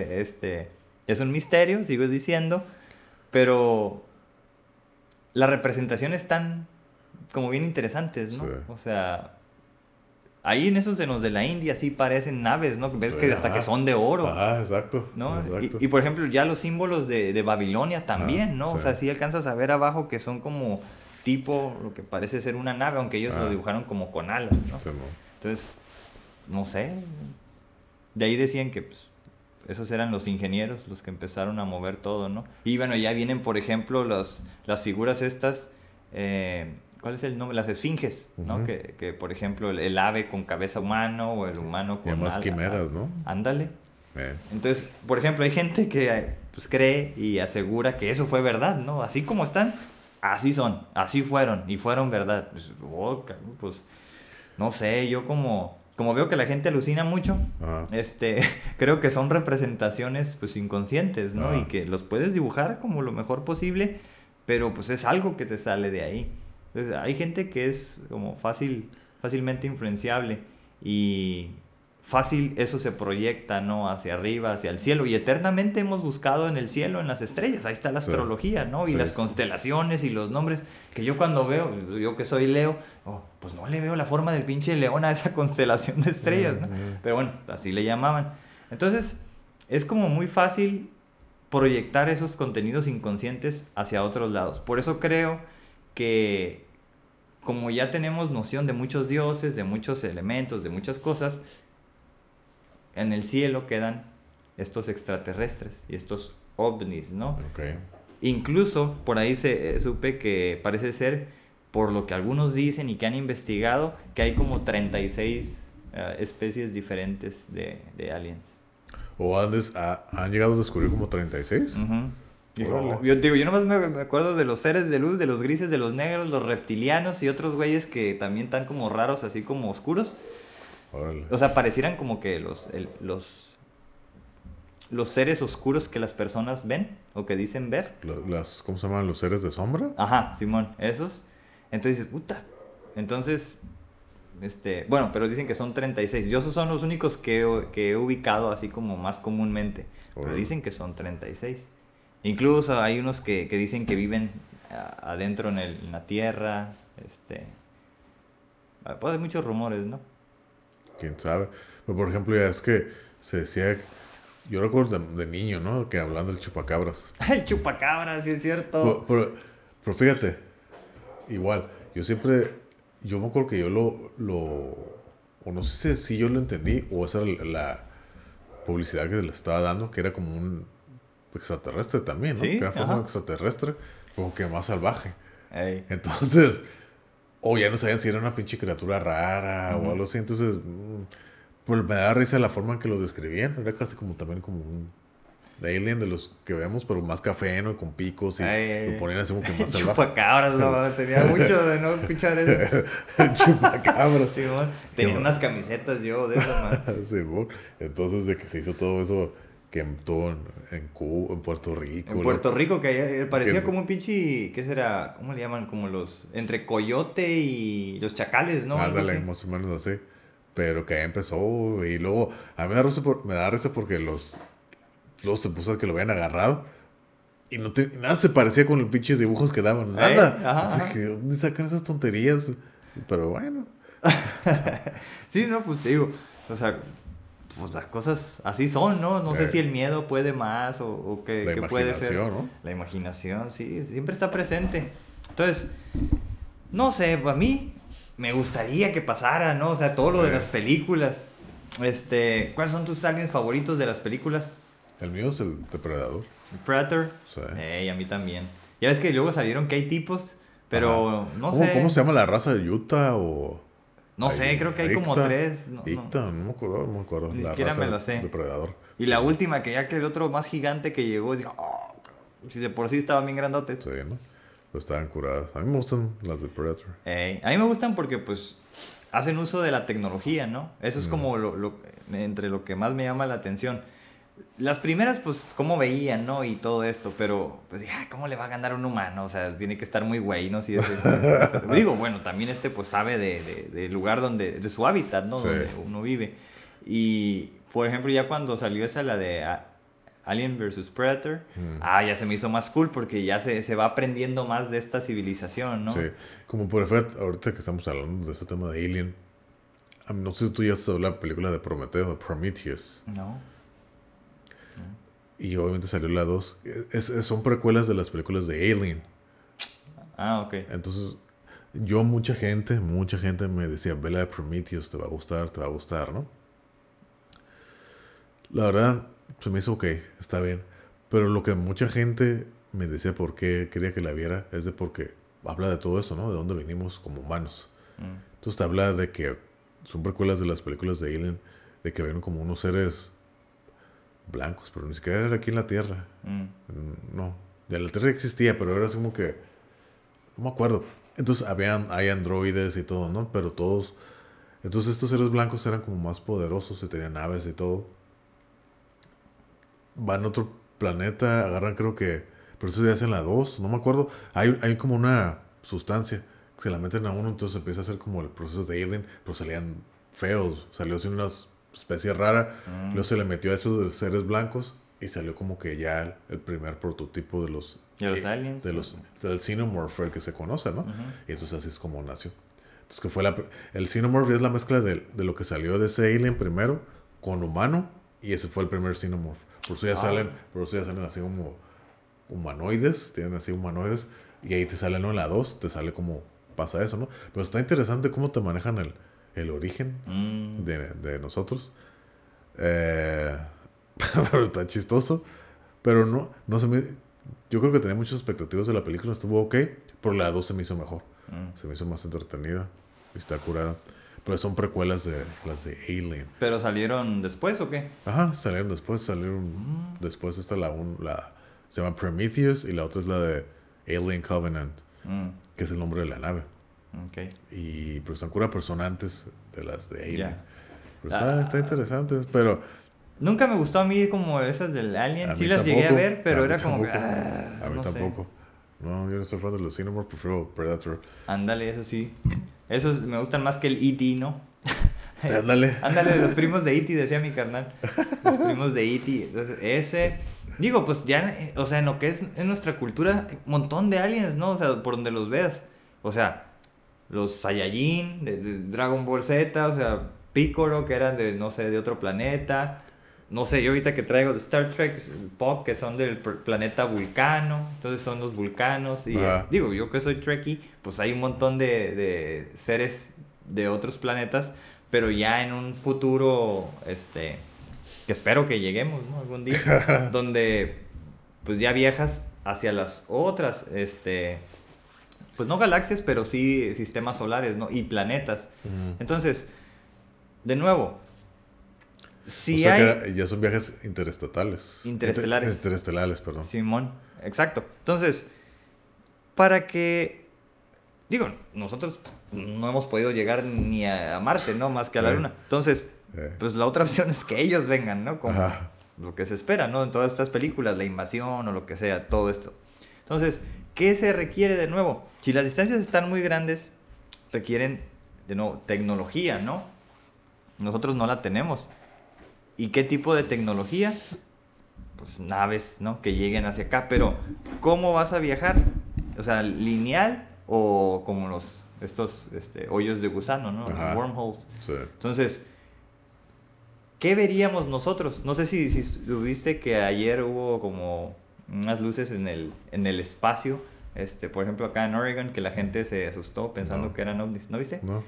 es un misterio, sigo diciendo, pero las representaciones están como bien interesantes, ¿no? Sí. O sea, ahí en esos de los de la India sí parecen naves, ¿no? Ves que hasta Ajá. que son de oro, Ajá, exacto. ¿no? Exacto. Y por ejemplo, ya los símbolos de Babilonia también, Ajá, ¿no? sí. O sea, sí alcanzas a ver abajo que son como tipo lo que parece ser una nave, aunque ellos lo Ah. dibujaron como con alas, ¿no? Sí, mo. Entonces, no sé. De ahí decían que pues, esos eran los ingenieros los que empezaron a mover todo, ¿no? Y bueno, ya vienen, por ejemplo, las figuras estas, ¿cuál es el nombre? Las esfinges, ¿no? Ujú. Que, por ejemplo, el ave con cabeza humano o el humano Y con además quimeras, ¿no? Ándale. Eh. Entonces, por ejemplo, hay gente que pues, cree y asegura que eso fue verdad, ¿no? Así como están, así son, así fueron y fueron verdad. Pues no sé, yo como veo que la gente alucina mucho, Ajá. creo que son representaciones pues inconscientes, ¿no? Ajá. Y que los puedes dibujar como lo mejor posible, pero pues es algo que te sale de ahí. Entonces, hay gente que es como fácilmente influenciable y fácil eso se proyecta, ¿no? Hacia arriba, hacia el cielo. Y eternamente hemos buscado en el cielo, en las estrellas. Ahí está la Sí. astrología, ¿no? Y Sí, las sí. constelaciones y los nombres. Que yo cuando veo, yo que soy Leo, pues no le veo la forma del pinche león a esa constelación de estrellas, ¿no? Ujú. Pero bueno, así le llamaban. Entonces, es como muy fácil proyectar esos contenidos inconscientes hacia otros lados. Por eso creo que como ya tenemos noción de muchos dioses, de muchos elementos, de muchas cosas, en el cielo quedan estos extraterrestres y estos ovnis, ¿no? Ok. Incluso por ahí supe que parece ser, por lo que algunos dicen y que han investigado, que hay como 36 especies diferentes de aliens. ¿O han llegado a descubrir como 36? Ujú. Órale. Yo nomás me acuerdo de los seres de luz, de los grises, de los negros, los reptilianos y otros güeyes que también están como raros, así como oscuros. Órale. O sea, parecieran como que los seres oscuros que las personas ven o que dicen ver. ¿Cómo se llaman? ¿Los seres de sombra? Ajá, Simón, esos. Entonces dices, puta. Entonces, Bueno, pero dicen que son 36. Yo esos son los únicos que he ubicado así como más comúnmente. Pero dicen que son 36. Incluso hay unos que dicen que viven adentro en la tierra. Pues hay muchos rumores, ¿no? Quién sabe. Pero por ejemplo, ya es que se decía, yo recuerdo de niño, ¿no? Que hablando del chupacabras. El chupacabras, sí es cierto. Pero fíjate, igual, yo me acuerdo que yo o no sé si yo lo entendí, o esa era la publicidad que le estaba dando, que era como un extraterrestre también, ¿no? Sí, Que era forma ajá. extraterrestre, como que más salvaje. Ey. Entonces, o ya no sabían si era una pinche criatura rara o Ujú. algo así, entonces, pues me da risa la forma en que lo describían, era casi como también como un alien de los que vemos, pero más café, ¿no? Con picos y lo ponían así como que más salvaje. Chupacabras, no, tenía mucho de no escuchar eso. Chupacabras. Sí, bueno, tenía unas camisetas yo de esas, man. Sí, bueno. Entonces, de que se hizo todo eso, que todo en Cuba, en Puerto Rico. En Puerto Rico, que parecía que- como un pinche, ¿qué será? ¿Cómo le llaman? Como entre coyote y los chacales, ¿no? Algo Ándale, así. más o menos así. Pero que ahí empezó, y luego, a mí me da risa porque luego se puso a que lo habían agarrado. Y nada se parecía con los pinches dibujos que daban, nada. Ajá, Entonces, ajá. ¿de dónde sacan esas tonterías? Pero bueno, Sí, no, pues te digo, o sea, pues las cosas así son, ¿no? No sé si el miedo puede más o la qué puede ser. imaginación, ¿no? La imaginación, sí, siempre está presente. Entonces, no sé, a mí me gustaría que pasara, ¿no? O sea, todo lo de las películas. ¿Cuáles son tus aliens favoritos de las películas? El mío es el depredador. Predator. Sí. A mí también. Ya ves que luego salieron que hay tipos, pero Ajá. no ¿Cómo, sé. cómo se llama la raza de Utah o...? No sé, creo que hay como Icta, 3. No, Icta, no me acuerdo. ni La siquiera raza me lo sé. depredador. Y Sí, la última, que ya que el otro más gigante que llegó, dije, oh, si de por sí estaban bien grandotes. sí, ¿no? Pero estaban curadas. A mí me gustan las de Predator. A mí me gustan porque, pues, hacen uso de la tecnología, ¿no? Eso es como entre lo que más me llama la atención. Las primeras, pues, cómo veían, ¿no? Y todo esto, pero, pues, ¿cómo le va a ganar un humano? O sea, tiene que estar muy güey, ¿no? Si digo, bueno, también pues, sabe del lugar de su hábitat, ¿no? Sí. Donde uno vive. Y, por ejemplo, ya cuando salió la de Alien vs. Predator, ya se me hizo más cool porque ya se va aprendiendo más de esta civilización, ¿no? Sí. Como por ejemplo, ahorita que estamos hablando de este tema de Alien, no sé si tú ya has hablado de la película de Prometeo, de Prometheus. No. Y obviamente salió la 2. Son precuelas de las películas de Alien. Ah, ok. Entonces, mucha gente me decía, ve la de Prometheus, te va a gustar, ¿no? La verdad, se me hizo ok, está bien. Pero lo que mucha gente me decía por qué quería que la viera es de porque habla de todo eso, ¿no? De dónde venimos como humanos. Entonces te habla de que son precuelas de las películas de Alien, de que ven como unos seres blancos, pero ni siquiera era aquí en la Tierra. No, de la Tierra existía, pero era así como que no me acuerdo. Entonces hay androides y todo, ¿no? Pero todos, entonces estos seres blancos eran como más poderosos y tenían naves y todo. Van a otro planeta, agarran creo que, pero eso ya es en la 2, no me acuerdo. Hay como una sustancia que se la meten a uno, entonces empieza a hacer como el proceso de Alien, pero salían feos, salió así una especie rara, luego se le metió a esos de seres blancos y salió como que ya el primer prototipo de los aliens. Del Xenomorph, el que se conoce, ¿no? Y entonces así es como nació. Entonces que fue el Xenomorph es la mezcla de lo que salió de ese alien primero con humano, y ese fue el primer Xenomorph. Por eso ya salen así como humanoides, tienen así humanoides, y ahí te sale, ¿no? En la 2 te sale como pasa eso, ¿no? Pero está interesante cómo te manejan el origen de nosotros. Pero está chistoso. Pero no se me... Yo creo que tenía muchas expectativas de la película, estuvo ok, pero la 2 se me hizo mejor. Se me hizo más entretenida y está curada. Pero son precuelas de las de Alien. ¿Pero salieron después o qué? Ajá, salieron después está se llama Prometheus, y la otra es la de Alien Covenant, que es el nombre de la nave. Okay. Pero están cura, pero son antes de las de Alien. Yeah. Pero está interesante, pero... Nunca me gustó a mí como esas del Alien. Sí las llegué a ver, pero era como que... a mí no tampoco. sé. No, yo no estoy fan de los Xenomorphs, prefiero Predator. Ándale, eso sí. Me gustan más que el E.T., ¿no? Ándale. Ándale, los primos de E.T., decía mi carnal. Los primos de E.T. Entonces, ese... Digo, pues ya, o sea, en lo que es en nuestra cultura, un montón de aliens, ¿no? O sea, por donde los veas. O sea, los Saiyajin, de Dragon Ball Z, o sea, Piccolo, que eran de, no sé, de otro planeta. No sé, yo ahorita que traigo de Star Trek, Spock, que son del planeta Vulcano, entonces son los vulcanos. Y digo, yo que soy Trekkie, pues hay un montón de seres de otros planetas, pero ya en un futuro, que espero que lleguemos, ¿no? Algún día, donde pues ya viajas hacia las otras, pues no galaxias, pero sí sistemas solares, ¿no? Y planetas. Entonces, de nuevo, si o sea hay... que ya son viajes interestatales. Interestelares. Interestelares, perdón. Simón, exacto. Entonces, para que... Digo, nosotros no hemos podido llegar ni a Marte, ¿no? Más que a la Luna. Entonces, pues la otra opción es que ellos vengan, ¿no? Como lo que se espera, ¿no? En todas estas películas, la invasión o lo que sea, todo esto. Entonces, ¿qué se requiere de nuevo? Si las distancias están muy grandes, requieren, de nuevo, tecnología, ¿no? Nosotros no la tenemos. ¿Y qué tipo de tecnología? Pues naves, ¿no? Que lleguen hacia acá. Pero, ¿cómo vas a viajar? O sea, ¿lineal o como estos hoyos de gusano, ¿no? Wormholes. Sí. Entonces, ¿qué veríamos nosotros? No sé si viste que ayer hubo como unas luces en el espacio. Por ejemplo, acá en Oregon, que la gente se asustó pensando que eran ovnis. ¿No viste? No.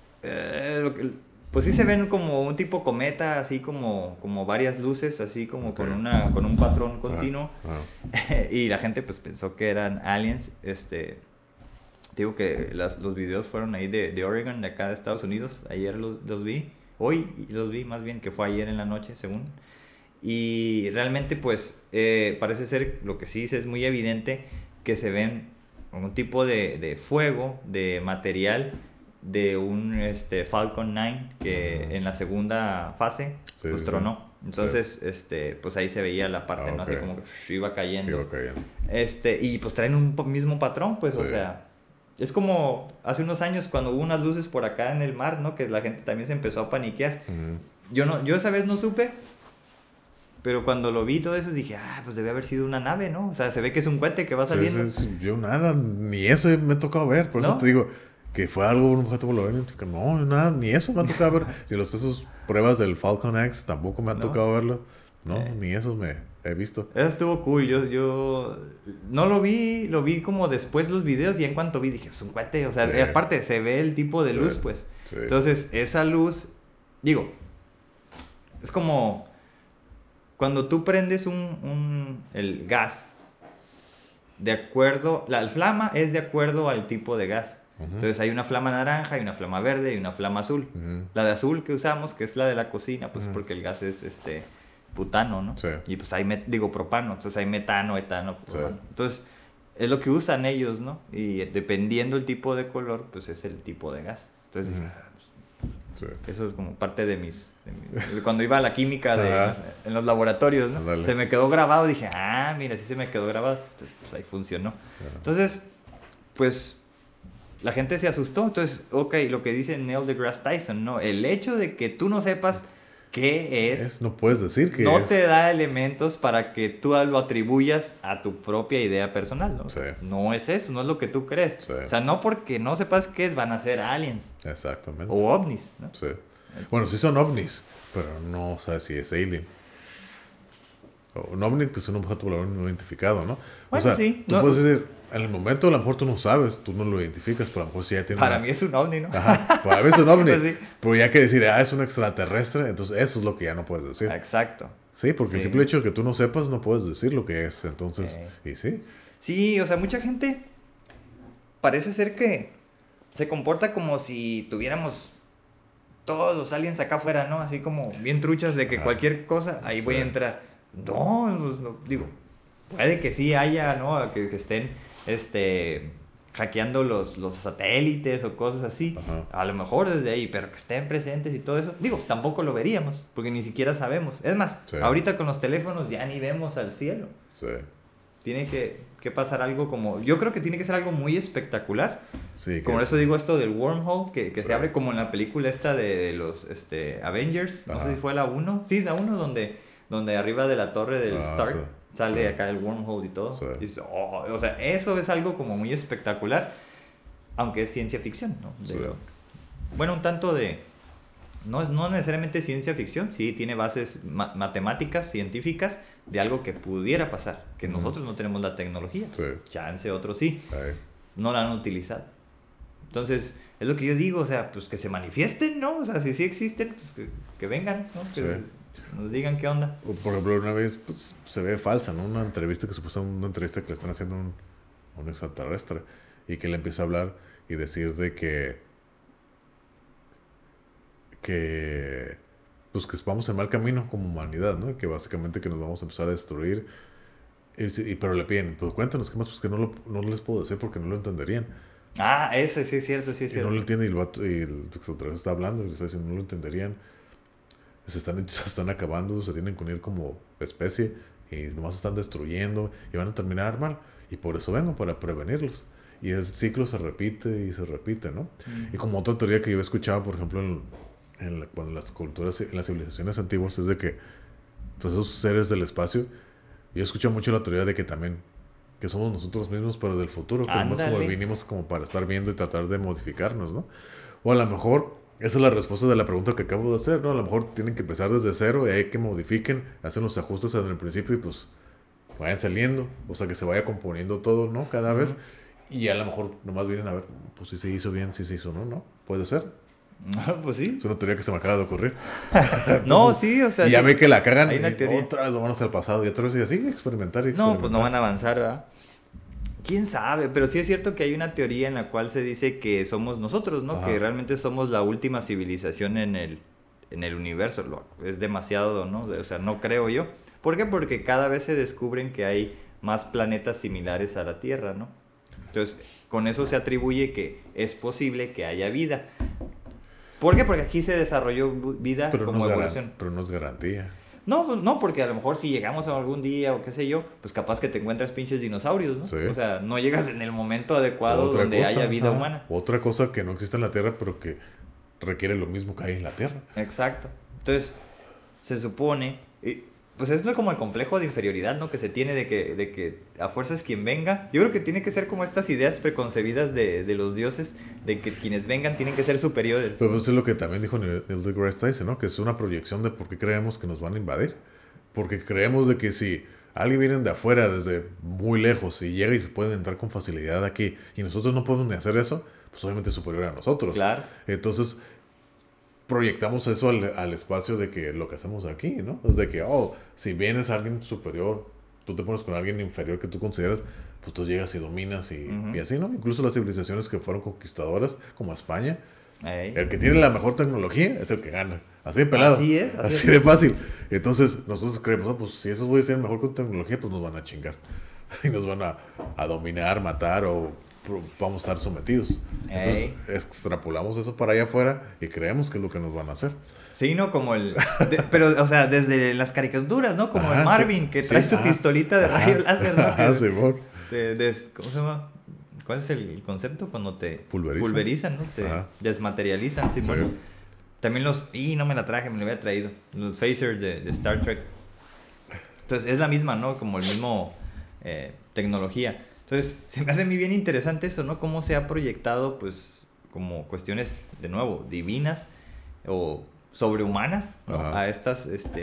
Pues sí se ven como un tipo cometa, así como varias luces, así como con un patrón continuo. Y la gente pues pensó que eran aliens. Digo que los videos fueron ahí de Oregon, de acá de Estados Unidos. Ayer los vi. Hoy los vi más bien, que fue ayer en la noche, según. Y realmente pues parece ser, lo que sí es muy evidente, que se ven un tipo de fuego, de material de un Falcon 9 que en la segunda fase pues tronó. Entonces, pues ahí se veía la parte, ¿no? Así como que iba cayendo. Y pues traen un mismo patrón, pues, o sea, es como hace unos años cuando hubo unas luces por acá en el mar, ¿no? Que la gente también se empezó a paniquear. Yo esa vez no supe, pero cuando lo vi todo eso dije, pues debe haber sido una nave, ¿no? O sea, se ve que es un cohete que va saliendo. Yo nada, ni eso me ha tocado ver, por eso te digo que fue algo, un objeto volador identificado. No, nada, ni eso me ha tocado ver. Si esos pruebas del Falcon X tampoco me ha tocado verlo. No, ni eso me he visto. Eso estuvo cool. Yo no lo vi como después los videos y en cuanto vi dije, es un cohete. O sea, aparte se ve el tipo de luz, pues. Entonces, esa luz, digo, es como cuando tú prendes el gas, de acuerdo, la flama es de acuerdo al tipo de gas. Entonces hay una flama naranja, hay una flama verde y una flama azul. La de azul que usamos, que es la de la cocina, pues porque el gas es butano, ¿no? Y pues hay, propano, entonces hay metano, etano, propano. Entonces es lo que usan ellos, ¿no? Y dependiendo el tipo de color, pues es el tipo de gas. Entonces eso es como parte de cuando iba a la química en los laboratorios, ¿no? Se me quedó grabado, dije, mira, sí se me quedó grabado. Entonces pues ahí funcionó. Entonces, pues la gente se asustó. Entonces, lo que dice Neil deGrasse Tyson, ¿no? El hecho de que tú no sepas qué es no puedes decir que no te da elementos para que tú lo atribuyas a tu propia idea personal, ¿no? No es eso, no es lo que tú crees. O sea, no porque no sepas qué es, van a ser aliens. Exactamente. O ovnis, ¿no? Bueno, sí son ovnis, pero no sabes si es alien. Un ovni, pues es un objeto volador no identificado, ¿no? Bueno, o sea, tú puedes decir, en el momento a lo mejor tú no sabes, tú no lo identificas, pero a lo mejor sí ya tiene Para mí es un ovni, ¿no? Para mí es un ovni. Pues pero ya que decir, es un extraterrestre, entonces eso es lo que ya no puedes decir. Exacto. Sí, porque el simple hecho de que tú no sepas, no puedes decir lo que es. Entonces, y sí. Sí, o sea, mucha gente parece ser que se comporta como si tuviéramos todos los aliens acá afuera, ¿no? Así como bien truchas de que cualquier cosa, ahí voy a entrar. No, digo, puede que sí haya, ¿no? Que estén, hackeando los satélites o cosas así. A lo mejor desde ahí, pero que estén presentes y todo eso. Digo, tampoco lo veríamos, porque ni siquiera sabemos. Es más, ahorita con los teléfonos ya ni vemos al cielo. Tiene que pasar algo como... Yo creo que tiene que ser algo muy espectacular. Sí, Como eso digo esto del wormhole, que sí. se abre como en la película esta de los Avengers. No sé si fue la 1. Sí, la 1 donde arriba de la torre del Stark sí, sale sí. acá el wormhole y todo. Sí. Y dices, oh, o sea, eso es algo como muy espectacular, aunque es ciencia ficción, ¿no? Sí. Bueno, un tanto de... No necesariamente ciencia ficción, sí tiene bases matemáticas, científicas, de algo que pudiera pasar, que nosotros no tenemos la tecnología. Sí. Chance, otros sí. Ahí. No la han utilizado. Entonces, es lo que yo digo, o sea, pues que se manifiesten, ¿no? O sea, si sí existen, pues que vengan, ¿no? Que nos digan qué onda. O, por ejemplo, una vez pues, se ve falsa, ¿no? Una entrevista una entrevista que le están haciendo un extraterrestre y que le empieza a hablar y decir de pues que vamos en mal camino como humanidad, ¿no? Que básicamente que nos vamos a empezar a destruir. Pero le piden, pues cuéntanos qué más, pues que no les puedo decir porque no lo entenderían. Ah, ese sí es cierto, sí es Y cierto. no lo entiende y el extraterrestre está hablando y le está diciendo, no lo entenderían. Se están acabando, se tienen que unir como especie y nomás se están destruyendo y van a terminar mal. Y por eso vengo, para prevenirlos. Y el ciclo se repite y se repite, ¿no? Y como otra teoría que yo he escuchado, por ejemplo, cuando las culturas, en las civilizaciones antiguas, es de que pues esos seres del espacio, yo he escuchado mucho la teoría de que también, que somos nosotros mismos, pero del futuro, que nomás como vinimos como para estar viendo y tratar de modificarnos, ¿no? O a lo mejor, esa es la respuesta de la pregunta que acabo de hacer, ¿no? A lo mejor tienen que empezar desde cero y hay que modifiquen, hacen los ajustes en el principio y pues vayan saliendo, o sea, que se vaya componiendo todo, ¿no? Cada vez. Y a lo mejor nomás vienen a ver, pues si se hizo bien, si se hizo, ¿no? Puede ser. Pues sí. Es una teoría que se me acaba de ocurrir. Entonces, no, sí, o sea... y ya sí, ve que la cagan hay una y teoría. otra vez vamos al pasado y otra vez y así, experimentar y experimentar. No, pues no van a avanzar, ¿verdad? ¿Quién sabe? Pero sí es cierto que hay una teoría en la cual se dice que somos nosotros, ¿no? Ajá. Que realmente somos la última civilización en el universo. Es demasiado, ¿no? O sea, no creo yo. ¿Por qué? Porque cada vez se descubren que hay más planetas similares a la Tierra, ¿no? Entonces, con eso se atribuye que es posible que haya vida. ¿Por qué? Porque aquí se desarrolló vida como evolución. Pero no es garantía. No, porque a lo mejor si llegamos a algún día o qué sé yo, pues capaz que te encuentras pinches dinosaurios, ¿no? Sí. O sea, no llegas en el momento adecuado donde haya vida humana. Otra cosa que no existe en la Tierra, pero que requiere lo mismo que hay en la Tierra. Exacto. Entonces, se supone, pues es como el complejo de inferioridad, ¿no? Que se tiene de que a fuerzas quien venga. Yo creo que tiene que ser como estas ideas preconcebidas de los dioses, de que quienes vengan tienen que ser superiores. Pero eso es lo que también dijo Neil deGrasse Tyson, ¿no? Que es una proyección de por qué creemos que nos van a invadir. Porque creemos de que si alguien viene de afuera, desde muy lejos, y llega y puede entrar con facilidad aquí, y nosotros no podemos ni hacer eso, pues obviamente es superior a nosotros. Claro. Entonces, proyectamos eso al espacio de que lo que hacemos aquí, ¿no? Es de que, si vienes a alguien superior, tú te pones con alguien inferior que tú consideras, pues tú llegas y dominas y así, ¿no? Incluso las civilizaciones que fueron conquistadoras, como España, el que tiene la mejor tecnología es el que gana. Así de pelado. Así es. Así de fácil. Entonces, nosotros creemos, pues si esos güeyes tienen mejor tecnología, pues nos van a chingar. Y nos van a dominar, matar o vamos a estar sometidos. Entonces, extrapolamos eso para allá afuera y creemos que es lo que nos van a hacer. Sí, ¿no? Como pero, o sea, desde las caricaturas, ¿no? Como el Marvin, que trae su pistolita de rayo láser, ¿no? Sí, ¿cómo se llama? ¿Cuál es el concepto? Cuando te pulverizan, ¿no? Te desmaterializan, sí. También no me la traje, me la había traído. Los phasers de Star Trek. Entonces, es la misma, ¿no? Como el mismo tecnología. Entonces, se me hace muy bien interesante eso, ¿no? Cómo se ha proyectado, pues, como cuestiones, de nuevo, divinas o sobrehumanas, ¿no? A estas,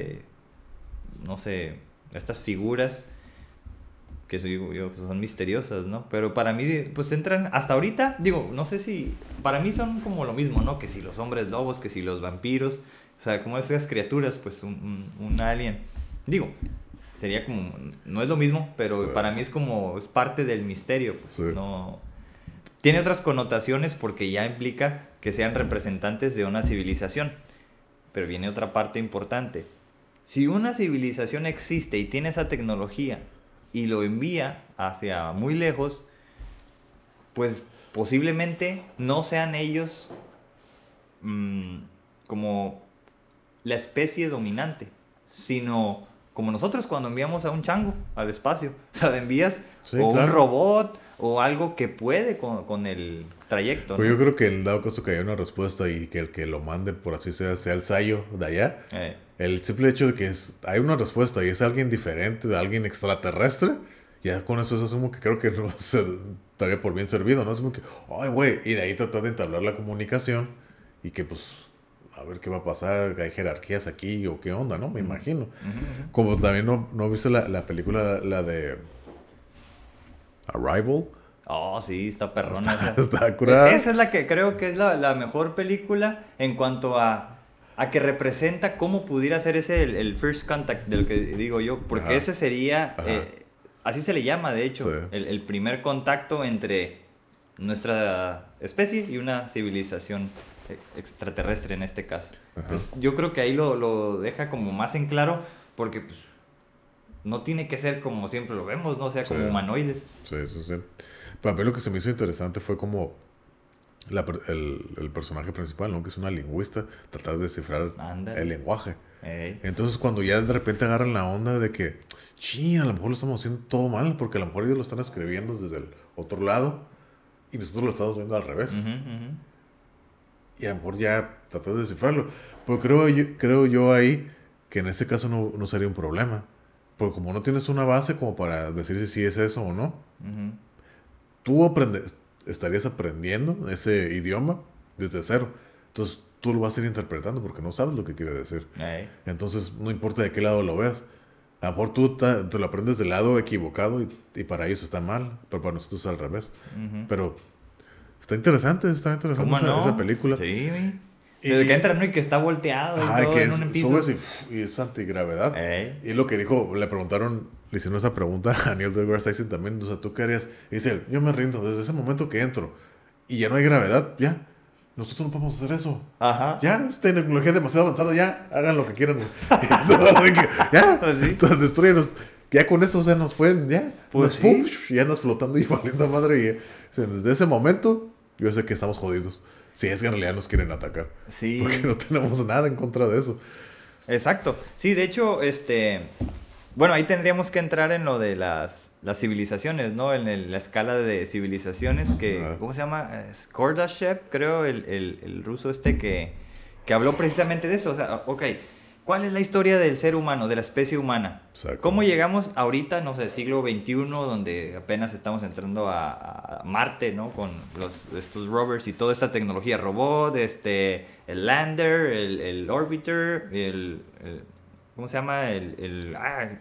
no sé, estas figuras que son misteriosas, ¿no? Pero para mí, pues entran, hasta ahorita, digo, no sé si, para mí son como lo mismo, ¿no? Que si los hombres lobos, que si los vampiros, o sea, como esas criaturas, pues un alien. Digo, sería como, no es lo mismo, pero para mí es como, es parte del misterio, pues, no... Tiene otras connotaciones porque ya implica que sean representantes de una civilización. Pero viene otra parte importante. Si una civilización existe y tiene esa tecnología y lo envía hacia muy lejos, pues posiblemente no sean ellos como la especie dominante, sino como nosotros cuando enviamos a un chango al espacio. O sea, envías Sí, o claro. un robot o algo que puede con el trayecto, Pues ¿no? yo creo que en dado caso que haya una respuesta y que el que lo mande, por así sea el Sayo de allá, el simple hecho de que hay una respuesta y es alguien diferente, alguien extraterrestre, ya con eso es como que creo que no se estaría por bien servido, ¿no? Es como que, ay, güey, y de ahí tratar de entablar la comunicación y que pues, a ver qué va a pasar, hay jerarquías aquí o qué onda, ¿no? Me imagino. Ujú. Como también no viste la película, la de Arrival. Oh, sí, está perrona esa. Está curada. Esa es la que creo que es la mejor película en cuanto a que representa cómo pudiera ser ese el first contact del que digo yo. Porque Ajá. ese sería, Ajá. así se le llama de hecho, Sí. el primer contacto entre nuestra especie y una civilización extraterrestre en este caso. Ajá. Entonces, yo creo que ahí lo deja como más en claro porque pues, no tiene que ser como siempre lo vemos, ¿no? O sea, como Sí. humanoides. Sí, eso sí. Para mí lo que se me hizo interesante fue como el personaje principal, ¿no? Que es una lingüista, tratar de descifrar Ándale. el lenguaje. Ey. Entonces cuando ya de repente agarran la onda de que, a lo mejor lo estamos haciendo todo mal, porque a lo mejor ellos lo están escribiendo desde el otro lado y nosotros lo estamos viendo al revés. Ujú, ujú. Y a lo mejor ya tratar de descifrarlo. Pero creo yo ahí que en ese caso no sería un problema. Porque como no tienes una base como para decir si sí es eso o no, Ujú. tú estarías aprendiendo ese idioma desde cero. Entonces tú lo vas a ir interpretando porque no sabes lo que quiere decir. Ey. Entonces no importa de qué lado lo veas. A lo mejor tú te lo aprendes del lado equivocado y para ellos está mal, pero para nosotros es al revés. Ujú. Pero está interesante ¿Cómo esa, no? esa película. Sí, güey. Y- Desde que entra, ¿no? Y que está volteado y Ajá, todo que en un piso. subes y es antigravedad. Ey. Y lo que dijo, le preguntaron, le hicieron esa pregunta a Neil deGrasse Tyson también, o sea, ¿tú qué harías? Y dice él, yo me rindo, desde ese momento que entro y ya no hay gravedad, ya, nosotros no podemos hacer eso. Ajá. Ya, es tecnología demasiado avanzada, ya, hagan lo que quieran. Y eso, así que, ya, Pues sí. entonces destruyenos. Ya con eso, o sea, nos pueden, ya, Pues nos, sí. pum, ya andas flotando y valiendo madre. Y, o sea, desde ese momento, yo sé que estamos jodidos. Si es que en realidad nos quieren atacar. Sí. Porque no tenemos nada en contra de eso. Exacto. Sí, de hecho, bueno, ahí tendríamos que entrar en lo de las civilizaciones, ¿no? La escala de civilizaciones que, Ajá. ¿cómo se llama? Es Kardashev, creo, el ruso que habló precisamente de eso. O sea, ok, ¿cuál es la historia del ser humano, de la especie humana? Exacto. ¿Cómo llegamos ahorita, no sé, siglo XXI, donde apenas estamos entrando a Marte, ¿no? Con estos rovers y toda esta tecnología, robot, el lander, el orbiter, ¿cómo se llama? El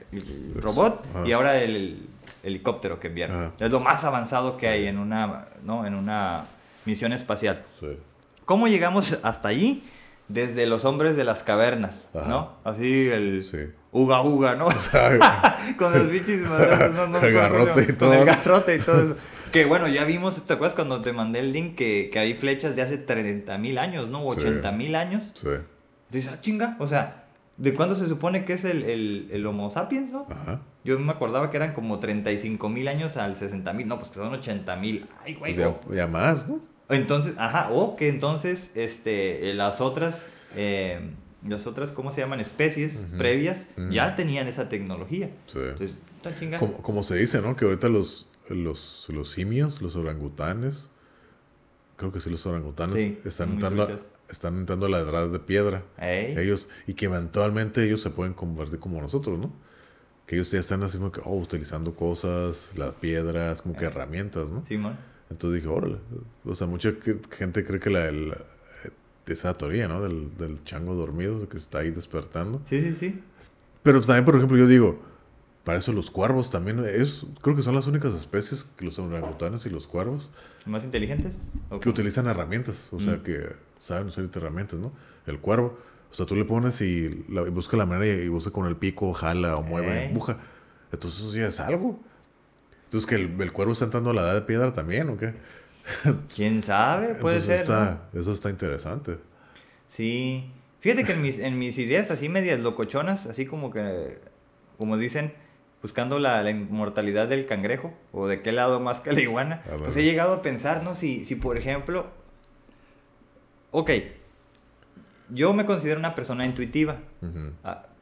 robot Ajá. y ahora el helicóptero que enviaron. Ajá. Es lo más avanzado que hay en una, ¿no? En una misión espacial. Sí. ¿Cómo llegamos hasta allí? Desde los hombres de las cavernas, Ajá. ¿no? Así el Sí. uga uga, ¿no? con los bichis madrazos, no, El garrote y con todo. el garrote y todo eso. Que bueno, ya vimos, ¿te acuerdas cuando te mandé el link que hay flechas de hace 30,000 años, ¿no? Sí. 80,000 años. Sí. Dices, ah, chinga, o sea, ¿de cuándo se supone que es el Homo sapiens, no? Ajá. Yo me acordaba que eran como 35,000 años al 60,000, no, pues que son 80,000. Ay, güey, Pues ya más, ¿no? entonces, ajá, o que entonces las otras, ¿cómo se llaman? Especies Ujú. previas Ujú. ya tenían esa tecnología. Sí. Entonces, está chingando. Como se dice, ¿no? Que ahorita los simios, los orangutanes, creo que sí, los orangutanes, Sí, están muy entrando, truchas. están entrando a la edad de piedra. Ey. Ellos, y que eventualmente ellos se pueden convertir como nosotros, ¿no? Que ellos ya están así como que, utilizando cosas, las piedras, como que herramientas, ¿no? Simón. Entonces dije, órale. O sea, mucha gente cree que esa teoría, ¿no? Del chango dormido que está ahí despertando. Sí, sí, sí. Pero también, por ejemplo, yo digo, para eso los cuervos también, creo que son las únicas especies, que los orangutanes y los cuervos, ¿Más inteligentes? ¿O que cómo? utilizan herramientas. O sea, Mm. que saben usar herramientas, ¿no? El cuervo, o sea, tú le pones y busca la manera y busca con el pico, jala o mueve, empuja. Entonces eso ya es algo. Entonces que el cuervo está entrando a la edad de piedra también, ¿o qué? ¿Quién sabe? Puede Entonces ser, ¿no? eso está interesante. Sí. Fíjate que en mis ideas así medias locochonas, así como que, como dicen, buscando la inmortalidad del cangrejo, o de qué lado más que la iguana, A ver. pues he llegado a pensar, ¿no? Si por ejemplo, ok, yo me considero una persona intuitiva, Ujú.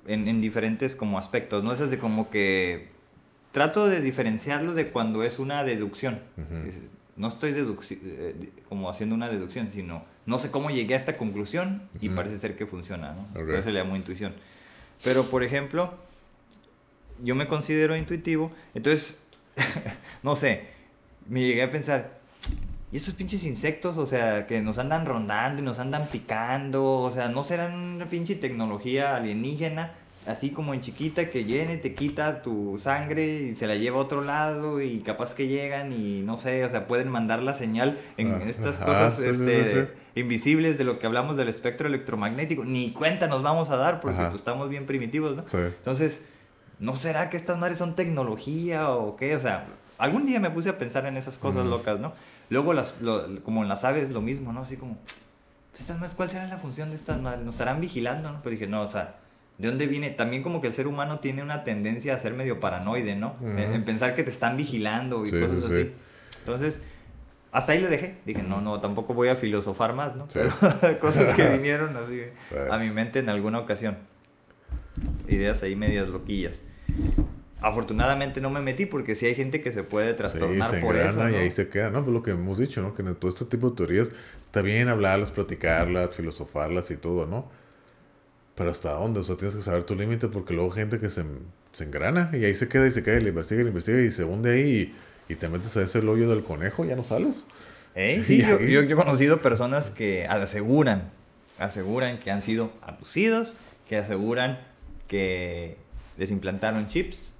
en diferentes como aspectos, ¿no? Esas de como que trato de diferenciarlos de cuando es una deducción. No estoy como haciendo una deducción, sino no sé cómo llegué a esta conclusión y parece ser que funciona, ¿no? Por eso le llamo intuición. Pero, por ejemplo, yo me considero intuitivo, entonces, no sé, me llegué a pensar, ¿y esos pinches insectos, o sea, que nos andan rondando y nos andan picando, o sea, no serán una pinche tecnología alienígena, así como en chiquita, que viene, te quita tu sangre y se la lleva a otro lado y capaz que llegan y no sé, o sea, pueden mandar la señal en estas cosas sí. invisibles de lo que hablamos del espectro electromagnético? Ni cuenta nos vamos a dar porque pues estamos bien primitivos, ¿no? Sí. Entonces, ¿no será que estas madres son tecnología o qué? O sea, algún día me puse a pensar en esas cosas locas, ¿no? Luego, como en las aves, lo mismo, ¿no? Así como, estas madres, ¿cuál será la función de estas madres? ¿Nos estarán vigilando, no? Pero dije, no, o sea, ¿de dónde viene? También como que el ser humano tiene una tendencia a ser medio paranoide, ¿no? En pensar que te están vigilando y cosas así. Entonces, hasta ahí le dejé. Dije, no, tampoco voy a filosofar más, ¿no? Pero cosas que vinieron así a mi mente en alguna ocasión. Ideas ahí medias loquillas. Afortunadamente no me metí porque sí hay gente que se puede trastornar por eso, ¿no? Y ahí se queda, ¿no? Pues lo que hemos dicho, ¿no? Que en todo este tipo de teorías está bien hablarlas, platicarlas, filosofarlas y todo, ¿no? Pero ¿hasta dónde? O sea, tienes que saber tu límite porque luego hay gente que se engrana y ahí se queda y le investiga y se hunde ahí y te metes a ese hoyo del conejo, ya no sales. Sí, yo he conocido personas que aseguran que han sido abducidos, que aseguran que les implantaron chips,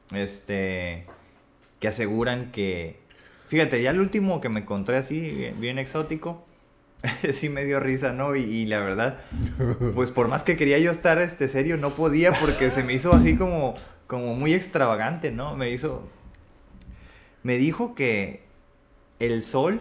que aseguran que... Fíjate, ya el último que me encontré así, bien exótico, sí me dio risa, ¿no? Y la verdad, pues por más que quería yo estar serio, no podía porque se me hizo así como muy extravagante, ¿no? Me dijo que el sol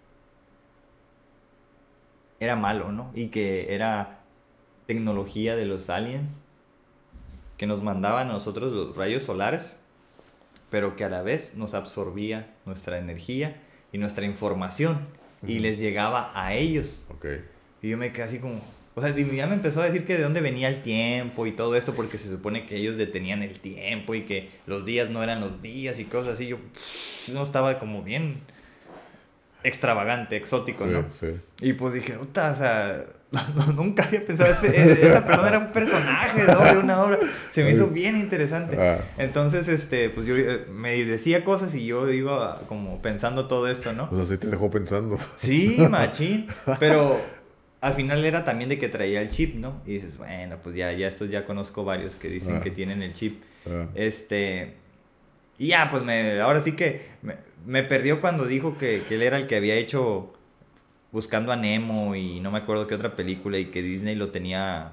era malo, ¿no? Y que era tecnología de los aliens que nos mandaban a nosotros los rayos solares, pero que a la vez nos absorbía nuestra energía y nuestra información y les llegaba a ellos. Y yo me quedé así como... O sea, ya me empezó a decir que de dónde venía el tiempo y todo esto, porque se supone que ellos detenían el tiempo y que los días no eran los días y cosas así. Yo no estaba como bien extravagante, exótico, ¿no? Sí. Y pues dije, puta, o sea, nunca había pensado, esa persona era un personaje, ¿no? De una obra. Se me hizo bien interesante. Entonces, pues yo me decía cosas y yo iba como pensando todo esto, ¿no? Pues así te dejó pensando. Sí, machín. Pero al final era también de que traía el chip, ¿no? Y dices, bueno, pues ya estos ya conozco varios que dicen que tienen el chip. Y ya, pues ahora sí que me perdió cuando dijo que él era el que había hecho Buscando a Nemo y no me acuerdo qué otra película y que Disney lo tenía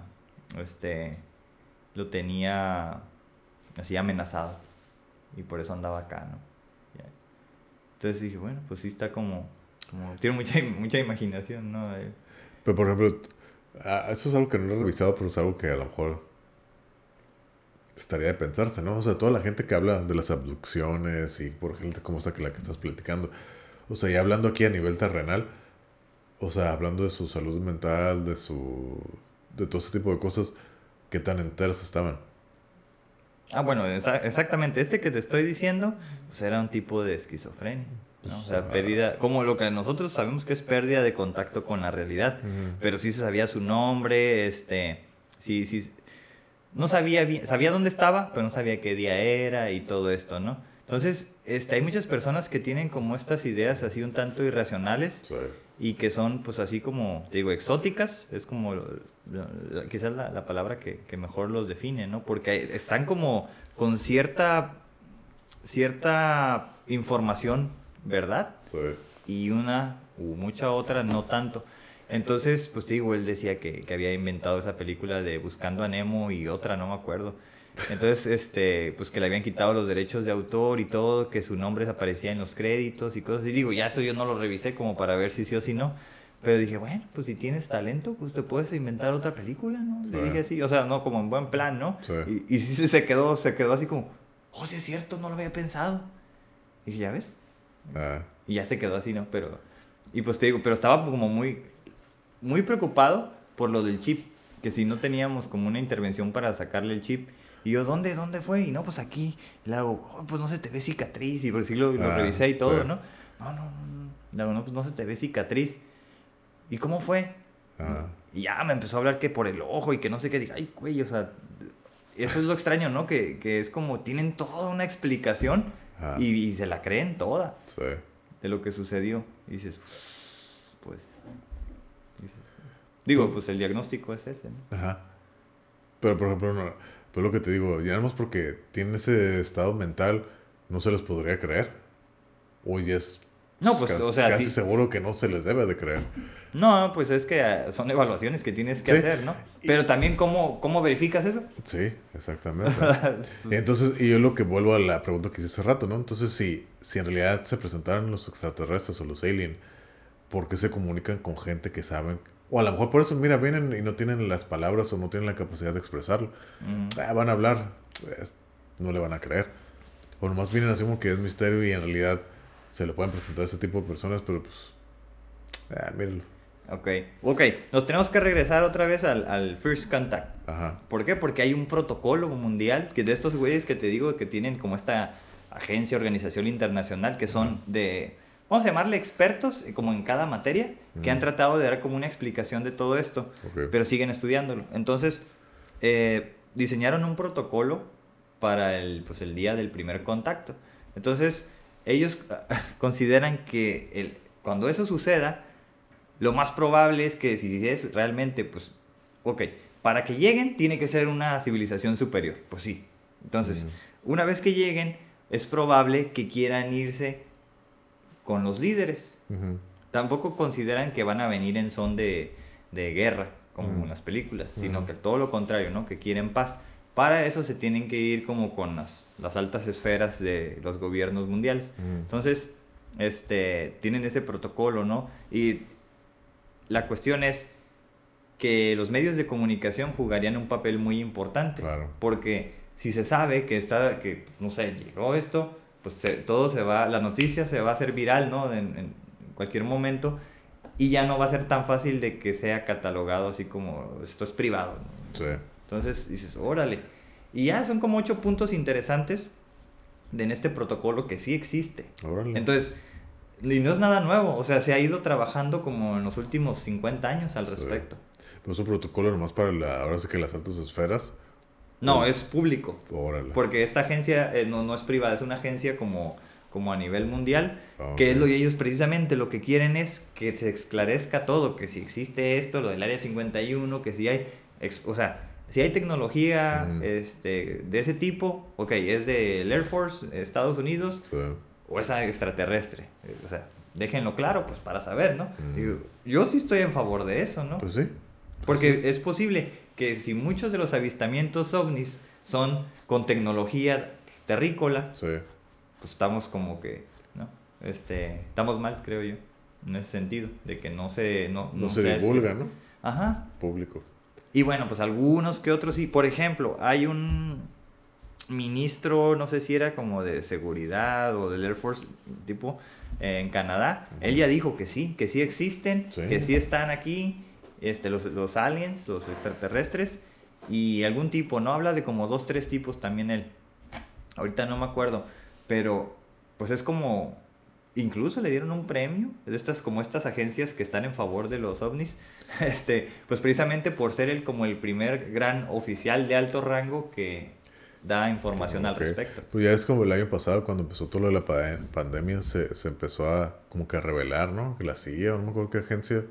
así amenazado y por eso andaba acá, ¿no? Ya. Entonces dije, bueno, pues sí está como tiene mucha imaginación, ¿no? Pero por ejemplo, eso es algo que no he revisado, pero es algo que a lo mejor estaría de pensarse, ¿no? O sea, toda la gente que habla de las abducciones y por gente como esta que la que estás platicando, o sea, y hablando aquí a nivel terrenal, o sea, hablando de su salud mental, de todo ese tipo de cosas, ¿qué tan enteras estaban? Bueno, exactamente. Que te estoy diciendo, pues era un tipo de esquizofrenia, ¿no? O sea, pérdida, como lo que nosotros sabemos que es pérdida de contacto con la realidad, pero sí se sabía su nombre, sí, no sabía bien, sabía dónde estaba, pero no sabía qué día era y todo esto, ¿no? Entonces, hay muchas personas que tienen como estas ideas así un tanto irracionales. Sí. Y que son, pues así como, te digo, exóticas, es como quizás la palabra que mejor los define, ¿no? Porque están como con cierta información, ¿verdad? Sí. Y mucha otra no tanto. Entonces, pues te digo, él decía que había inventado esa película de Buscando a Nemo y otra, no me acuerdo. Entonces, pues que le habían quitado los derechos de autor y todo, que su nombre aparecía en los créditos y cosas. Y digo, ya eso yo no lo revisé como para ver si sí o si no. Pero dije, bueno, pues si tienes talento, pues te puedes inventar otra película, ¿no? Le dije así, o sea, no, como en buen plan, ¿no? Sí. Y sí se quedó así como, oh, sí es cierto, no lo había pensado. Y dije, ¿ya ves? Y ya se quedó así, ¿no? Y pues te digo, pero estaba como muy, muy preocupado por lo del chip. que si no teníamos como una intervención para sacarle el chip. Y yo, ¿dónde fue? Y no, pues aquí. Y le hago, oh, pues no se te ve cicatriz. Y por si lo revisé y todo, sí. ¿no? No. Le hago, no, pues no se te ve cicatriz. ¿Y cómo fue? Ajá. Y ya me empezó a hablar que por el ojo y que no sé qué. Dije, ay, güey, o sea, eso es lo extraño, ¿no? Que es como, tienen toda una explicación y se la creen toda Sí. de lo que sucedió. Y dices, pues... Digo, pues el diagnóstico es ese, ¿no? Ajá. Pero, por ejemplo, no, pues lo que te digo, ya nada más porque tienen ese estado mental, no se les podría creer. O ya es No, pues, casi, o sea, casi sí. seguro que no se les debe de creer. No, pues es que son evaluaciones que tienes que Sí. hacer, ¿no? Pero también, ¿cómo verificas eso? Sí, exactamente. Entonces, y yo lo que vuelvo a la pregunta que hice hace rato, ¿no? Entonces, si en realidad se presentaran los extraterrestres o los aliens, ¿por qué se comunican con gente que saben? O a lo mejor por eso, mira, vienen y no tienen las palabras o no tienen la capacidad de expresarlo. Van a hablar, pues, no le van a creer. O nomás vienen así como que es misterio y en realidad se le pueden presentar a ese tipo de personas, pero pues, mírenlo. Ok, nos tenemos que regresar otra vez al First Contact. Ajá. ¿Por qué? Porque hay un protocolo mundial que de estos güeyes que te digo que tienen como esta agencia, organización internacional, que son de, vamos a llamarle expertos, como en cada materia, que han tratado de dar como una explicación de todo esto, pero siguen estudiándolo. Entonces, diseñaron un protocolo para el día del primer contacto. Entonces, ellos consideran que cuando eso suceda, lo más probable es que si es realmente, pues, ok, para que lleguen tiene que ser una civilización superior, pues sí. Entonces, una vez que lleguen, es probable que quieran irse con los líderes. Tampoco consideran que van a venir en son de guerra, como en las películas, sino que todo lo contrario, ¿no? Que quieren paz. Para eso se tienen que ir como con las altas esferas de los gobiernos mundiales. Entonces, tienen ese protocolo, ¿no? Y la cuestión es que los medios de comunicación jugarían un papel muy importante. Claro. Porque si se sabe que no sé, llegó esto, pues todo se va, la noticia se va a hacer viral, ¿no? En cualquier momento. Y ya no va a ser tan fácil de que sea catalogado así como esto es privado, ¿no? Sí. Entonces dices, órale. Y ya son como 8 puntos interesantes en este protocolo que sí existe. Órale. Entonces, y no es nada nuevo. O sea, se ha ido trabajando como en los últimos 50 años al respecto. Pues un protocolo nomás para ahora sí que las altas esferas. No, es público. Órale. Porque esta agencia no es privada, es una agencia como a nivel mundial, que es lo que ellos precisamente lo que quieren es que se esclarezca todo, que si existe esto, lo del Área 51, que si hay, o sea, si hay tecnología de ese tipo, ok, es del Air Force, Estados Unidos, o es extraterrestre, o sea, déjenlo claro, pues para saber, ¿no? Yo sí estoy en favor de eso, ¿no? Pues sí. Porque es posible que si muchos de los avistamientos ovnis son con tecnología terrícola, pues estamos como que, ¿no? Estamos mal, creo yo, en ese sentido, de que no se divulga, ¿no? Ajá. Público. Y bueno, pues algunos que otros sí. Por ejemplo, hay un ministro, no sé si era como de seguridad o del Air Force, tipo, en Canadá. Él ya dijo que sí existen, que sí están aquí, los aliens, los extraterrestres, y algún tipo, ¿no? Habla de como 2, 3 tipos también él. Ahorita no me acuerdo, pero pues es como, incluso le dieron un premio de estas agencias que están en favor de los ovnis, pues precisamente por ser como el primer gran oficial de alto rango que da información al respecto. Pues ya es como el año pasado cuando empezó todo lo de la pandemia, se empezó a como que a revelar, ¿no? Que la CIA, no me acuerdo qué agencia,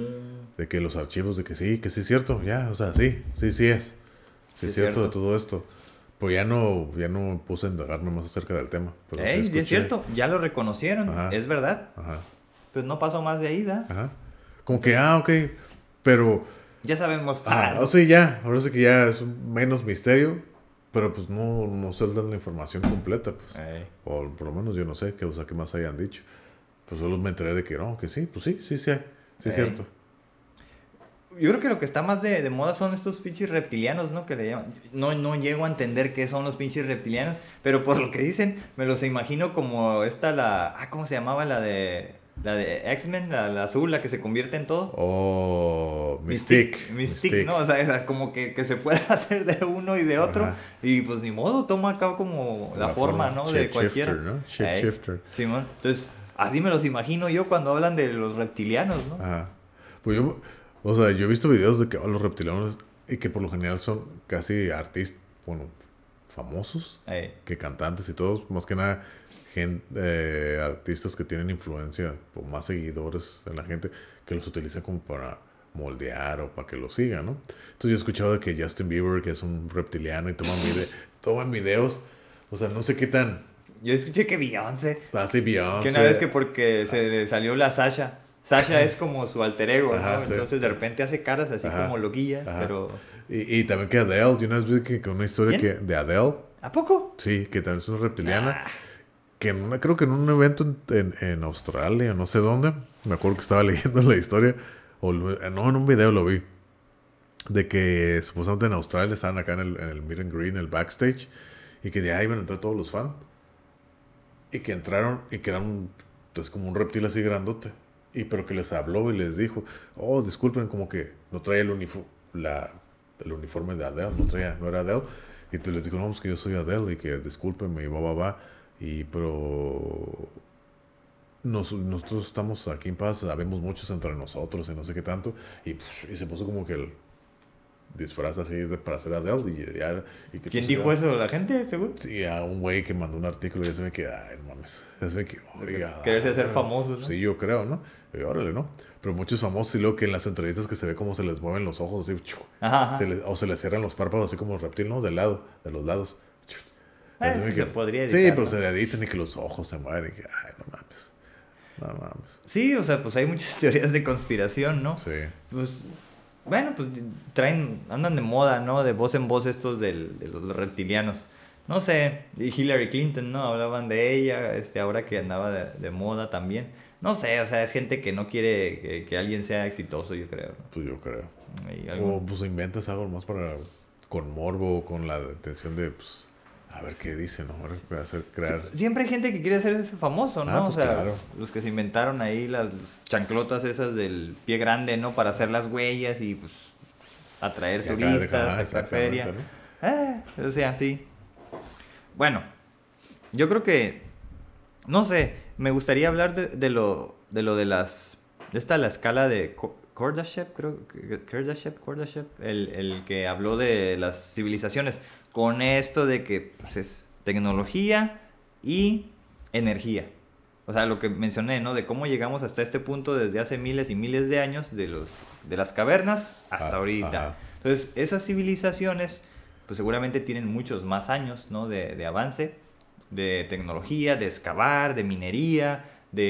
de que los archivos, de que sí es cierto, ya, o sea, sí es cierto de todo esto. Pues ya no me puse a indagarme más acerca del tema. Pero sí es cierto, ya lo reconocieron, es verdad. Ajá. Pues no pasó más de ahí, ¿verdad? Ajá. Como que, ok, pero... Ya sabemos. O sea, ya, ahora sí que ya es menos misterio, pero pues no sueltan la información completa, pues. O por lo menos yo no sé, qué más hayan dicho. Pues solo me enteré de que no, que sí, pues sí hay, sí es cierto. Yo creo que lo que está más de moda son estos pinches reptilianos, ¿no? Que le llaman. No llego a entender qué son los pinches reptilianos, pero por lo que dicen, me los imagino como ¿cómo se llamaba la de La de X-Men, la azul, la que se convierte en todo. Oh, Mystique. Mystique, ¿no? O sea, como que se puede hacer de uno y de otro. Ajá. Y pues ni modo, toma acá como la forma, ¿no? De cualquiera. ¿No? Shapeshifter. Simón. Entonces, así me los imagino yo cuando hablan de los reptilianos, ¿no? Ajá. Pues yo, o sea, yo he visto videos de que los reptilianos y que por lo general son casi artistas, bueno, famosos, que cantantes y todos, más que nada artistas que tienen influencia o más seguidores en la gente que los utiliza como para moldear o para que los sigan, ¿no? Entonces yo he escuchado de que Justin Bieber, que es un reptiliano y toman videos, o sea, no sé qué tan... Yo escuché que Beyoncé. Sí, Beyoncé. Que una vez que porque se le salió la Sasha. Sasha es como su alter ego, Ajá, ¿no? sí. Entonces de repente hace caras así como loquillas, pero... Y también que Adele, yo una vez vi que una historia de Adele. ¿A poco? Sí, que también es una reptiliana. Que creo que en un evento en Australia, no sé dónde, me acuerdo que estaba leyendo la historia, no, en un video lo vi, de que supuestamente en Australia estaban acá en el meet and greet, en el backstage, y que de ahí iban a entrar todos los fans, y que entraron, y que eran pues, como un reptil así grandote, pero que les habló y les dijo, oh, disculpen, como que no traía el uniforme de Adele, no era Adele, y tú les dijo, no, pues que yo soy Adele, y que discúlpenme, y va. Pero nosotros estamos aquí en paz, sabemos muchos entre nosotros y no sé qué tanto, y se puso como que el disfraz así para hacer Adele y que ¿Quién dijo eso? ¿La gente, seguro? Sí, a un güey que mandó un artículo y ya se me queda, ay, no mames, ya se me queda, oiga, quererse hacer famoso, ¿no? Sí, yo creo, ¿no? Y órale, ¿no? Pero muchos famosos y luego que en las entrevistas que se ve cómo se les mueven los ojos así, ajá. o se les cierran los párpados así como reptil, ¿no? De los lados. Se podría editar, sí, pero ¿no? se editan y que los ojos se mueven y que, ay, no mames. Sí, o sea, pues hay muchas teorías de conspiración, ¿no? Sí. Pues, bueno, pues andan de moda, ¿no? De voz en voz estos de los reptilianos. No sé, y Hillary Clinton, ¿no? Hablaban de ella, ahora que andaba de moda también. No sé, o sea, es gente que no quiere que alguien sea exitoso, yo creo, ¿no? Pues yo creo. O pues inventas algo más con morbo, con la intención de, pues, a ver qué dice, ¿no? Crear. Siempre hay gente que quiere hacerse famoso, ¿no? Pues o sea, claro. Los que se inventaron ahí las chanclotas esas del pie grande, ¿no? Para hacer las huellas y pues atraer turistas, sacar feria. ¿No? O sea, sí. Bueno, yo creo que, no sé, me gustaría hablar de la escala de Kardashev, creo que Kardashev, el que habló de las civilizaciones, con esto de que pues, es tecnología y energía. O sea, lo que mencioné, ¿no? De cómo llegamos hasta este punto desde hace miles y miles de años, de las cavernas hasta ahorita. Ajá. Entonces, esas civilizaciones, pues seguramente tienen muchos más años, ¿no? De avance, de tecnología, de excavar, de minería,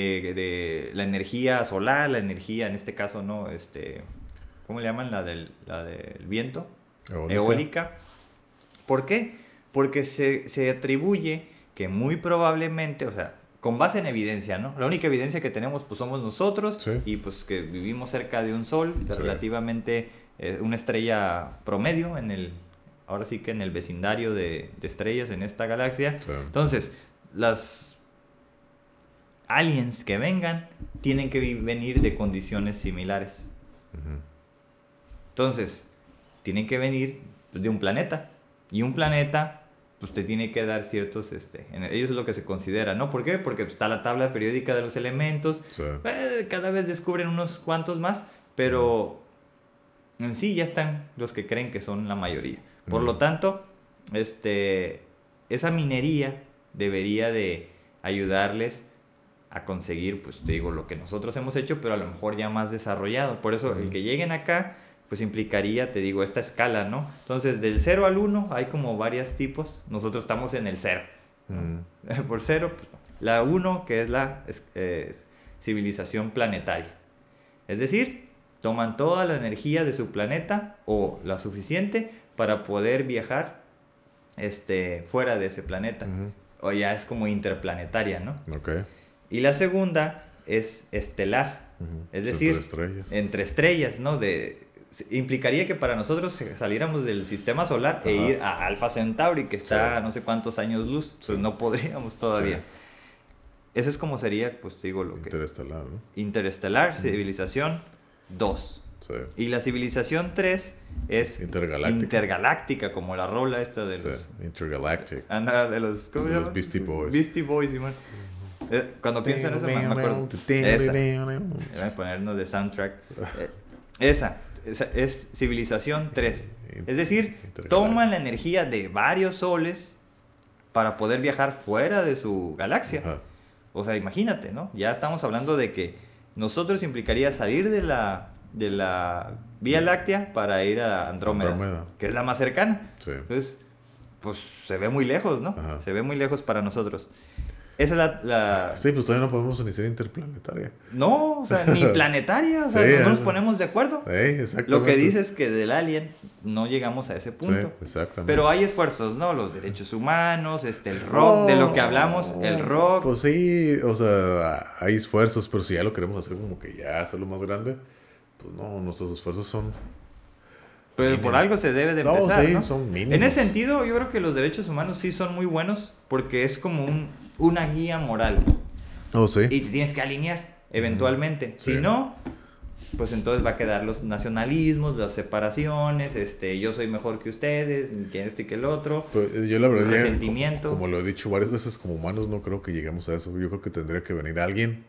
de la energía solar, la energía, en este caso, ¿no? ¿Cómo le llaman? La del viento. Eólica. ¿Por qué? Porque se atribuye que muy probablemente, o sea, con base en evidencia, ¿no? La única evidencia que tenemos, pues, somos nosotros, sí. Y, pues, que vivimos cerca de un sol, sí. Relativamente una estrella promedio ahora sí que en el vecindario de estrellas en esta galaxia. Sí. Entonces, las aliens que vengan tienen que venir de condiciones similares. Uh-huh. Entonces, tienen que venir de un planeta. Y un planeta, pues te tiene que dar ciertos, ellos es lo que se considera, ¿no? ¿Por qué? Porque está la tabla periódica de los elementos. Sí. Cada vez descubren unos cuantos más, pero en sí ya están los que creen que son la mayoría. Por lo tanto, esa minería debería de ayudarles a conseguir, pues te digo, lo que nosotros hemos hecho, pero a lo mejor ya más desarrollado. Por eso, el que lleguen acá, pues implicaría, te digo, esta escala, ¿no? Entonces, del 0 al 1 hay como varios tipos. Nosotros estamos en el 0. Por 0, pues, la 1, que es la civilización planetaria. Es decir, toman toda la energía de su planeta o la suficiente para poder viajar fuera de ese planeta. O ya es como interplanetaria, ¿no? Okay. Y la segunda es estelar. Es decir, entre estrellas, ¿no? Implicaría que para nosotros saliéramos del sistema solar e ir a Alpha Centauri, que está a no sé cuántos años luz. Pues no podríamos todavía. Eso es como sería, pues te digo lo que... Interestelar, ¿no? Interestelar, civilización 2. Sí. Y la civilización 3 es intergaláctica, como la rola esta de los... Intergalactic. Anda, de los... ¿Cómo se llama? Los Beastie Boys. Beastie Boys, Simón. Cuando pienso en eso me acuerdo. Esa. Voy a ponernos de soundtrack. Esa es civilización 3. Es decir, toman la energía de varios soles para poder viajar fuera de su galaxia. Ajá. O sea, imagínate, ¿no? Ya estamos hablando de que nosotros implicaría salir de la Vía Láctea para ir a Andrómeda, que es la más cercana. Sí. Entonces, pues se ve muy lejos, ¿no? Ajá. Se ve muy lejos para nosotros. Esa es la... Sí, pues todavía no podemos ni ser interplanetaria. No, o sea, ni planetaria, o sea, Sí, no nos ponemos de acuerdo. Exactamente. Lo que dice es que del alien no llegamos a ese punto. Sí, exactamente. Pero hay esfuerzos, ¿no? Los derechos humanos, el rock, de lo que hablamos, el rock. Pues sí, o sea, hay esfuerzos, pero si ya lo queremos hacer como que ya hacerlo más grande, pues no, nuestros esfuerzos son... Pero mínimos. por algo se debe de empezar, sí, ¿no? son mínimos. En ese sentido, yo creo que los derechos humanos sí son muy buenos porque es como una guía moral. Oh, sí. Y te tienes que alinear eventualmente. Sí. Si no, pues entonces va a quedar los nacionalismos, las separaciones, yo soy mejor que ustedes, que este y que el otro. Pero yo la verdad ya, resentimiento. como lo he dicho varias veces, como humanos no creo que lleguemos a eso. Yo creo que tendría que venir alguien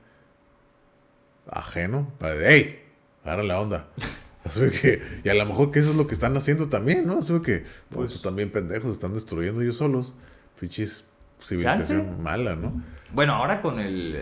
ajeno para decir, hey, agarra la onda. Así que, y a lo mejor que eso es lo que están haciendo también, ¿no? Así que, pues también pendejos, están destruyendo ellos solos. Fichis, civilización ¿Chance? mala, ¿no? Bueno, ahora con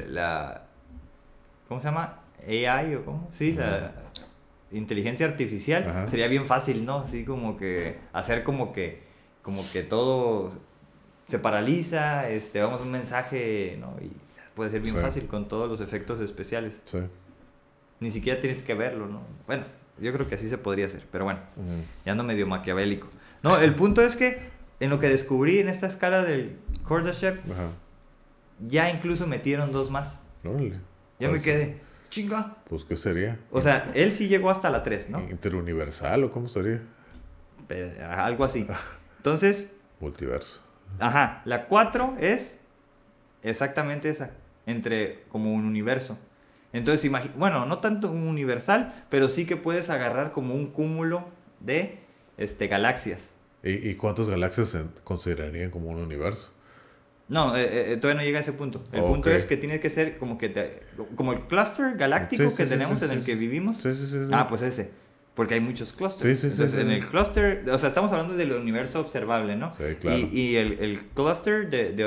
¿cómo se llama? AI o cómo? Sí, la inteligencia artificial. Ajá. Sería bien fácil, ¿no? Así como que hacer como que todo se paraliza, vamos a un mensaje, ¿no? Y puede ser bien fácil con todos los efectos especiales. Sí. Ni siquiera tienes que verlo, ¿no? Bueno, yo creo que así se podría hacer, pero bueno, ya ando medio maquiavélico. No, el punto es que en lo que descubrí en esta escala del Kardashev, Ajá. ya incluso metieron 2 más. Órale. Ya me quedé, chinga. Pues, ¿qué sería? O sea, él sí llegó hasta la 3, ¿no? ¿Interuniversal o cómo sería? Pero, algo así. Entonces, Multiverso. ajá, la 4 es exactamente esa, como un universo. Entonces, bueno, no tanto un universal, pero sí que puedes agarrar como un cúmulo de galaxias. ¿Y cuántas galaxias se considerarían como un universo? No, todavía no llega a ese punto. El punto es que tiene que ser como el clúster galáctico que tenemos en el que vivimos. Sí. Ah, pues ese. Porque hay muchos clústeres. Sí. Entonces, en el clúster, o sea, estamos hablando del universo observable, ¿no? Sí, claro. Y el clúster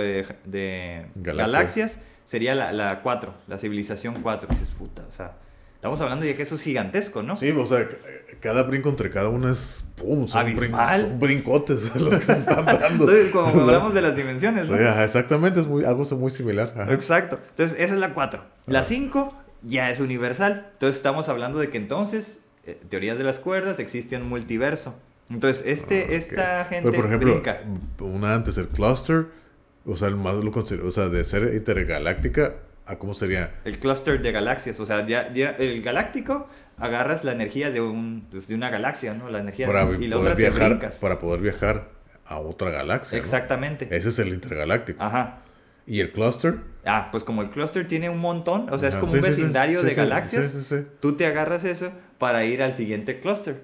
de galaxias sería la 4, la civilización 4. Dices, puta, o sea, estamos hablando de que eso es gigantesco, ¿no? Sí, o sea, cada brinco entre cada una es... ¡Pum! Son brincotes los que se están dando. Entonces, como hablamos de las dimensiones, ¿no? Sí, exactamente, es algo muy similar. Ajá. Exacto. Entonces, esa es la 4. La 5 ya es universal. Entonces, estamos hablando de que entonces, teorías de las cuerdas, existe un multiverso. Entonces, esta gente pero, por ejemplo, brinca. Una antes, el cluster, o sea, el más lo considero, o sea, de ser intergaláctica, ¿a cómo sería? El clúster de galaxias. O sea, ya el galáctico agarras la energía de una galaxia, ¿no? La energía y la otra te brincas. Para poder viajar a otra galaxia. Exactamente. ¿No? Ese es el intergaláctico. Ajá. ¿Y el cluster? Ah, pues como el clúster tiene un montón, o sea, es como un vecindario de galaxias, sí. Tú te agarras eso para ir al siguiente clúster.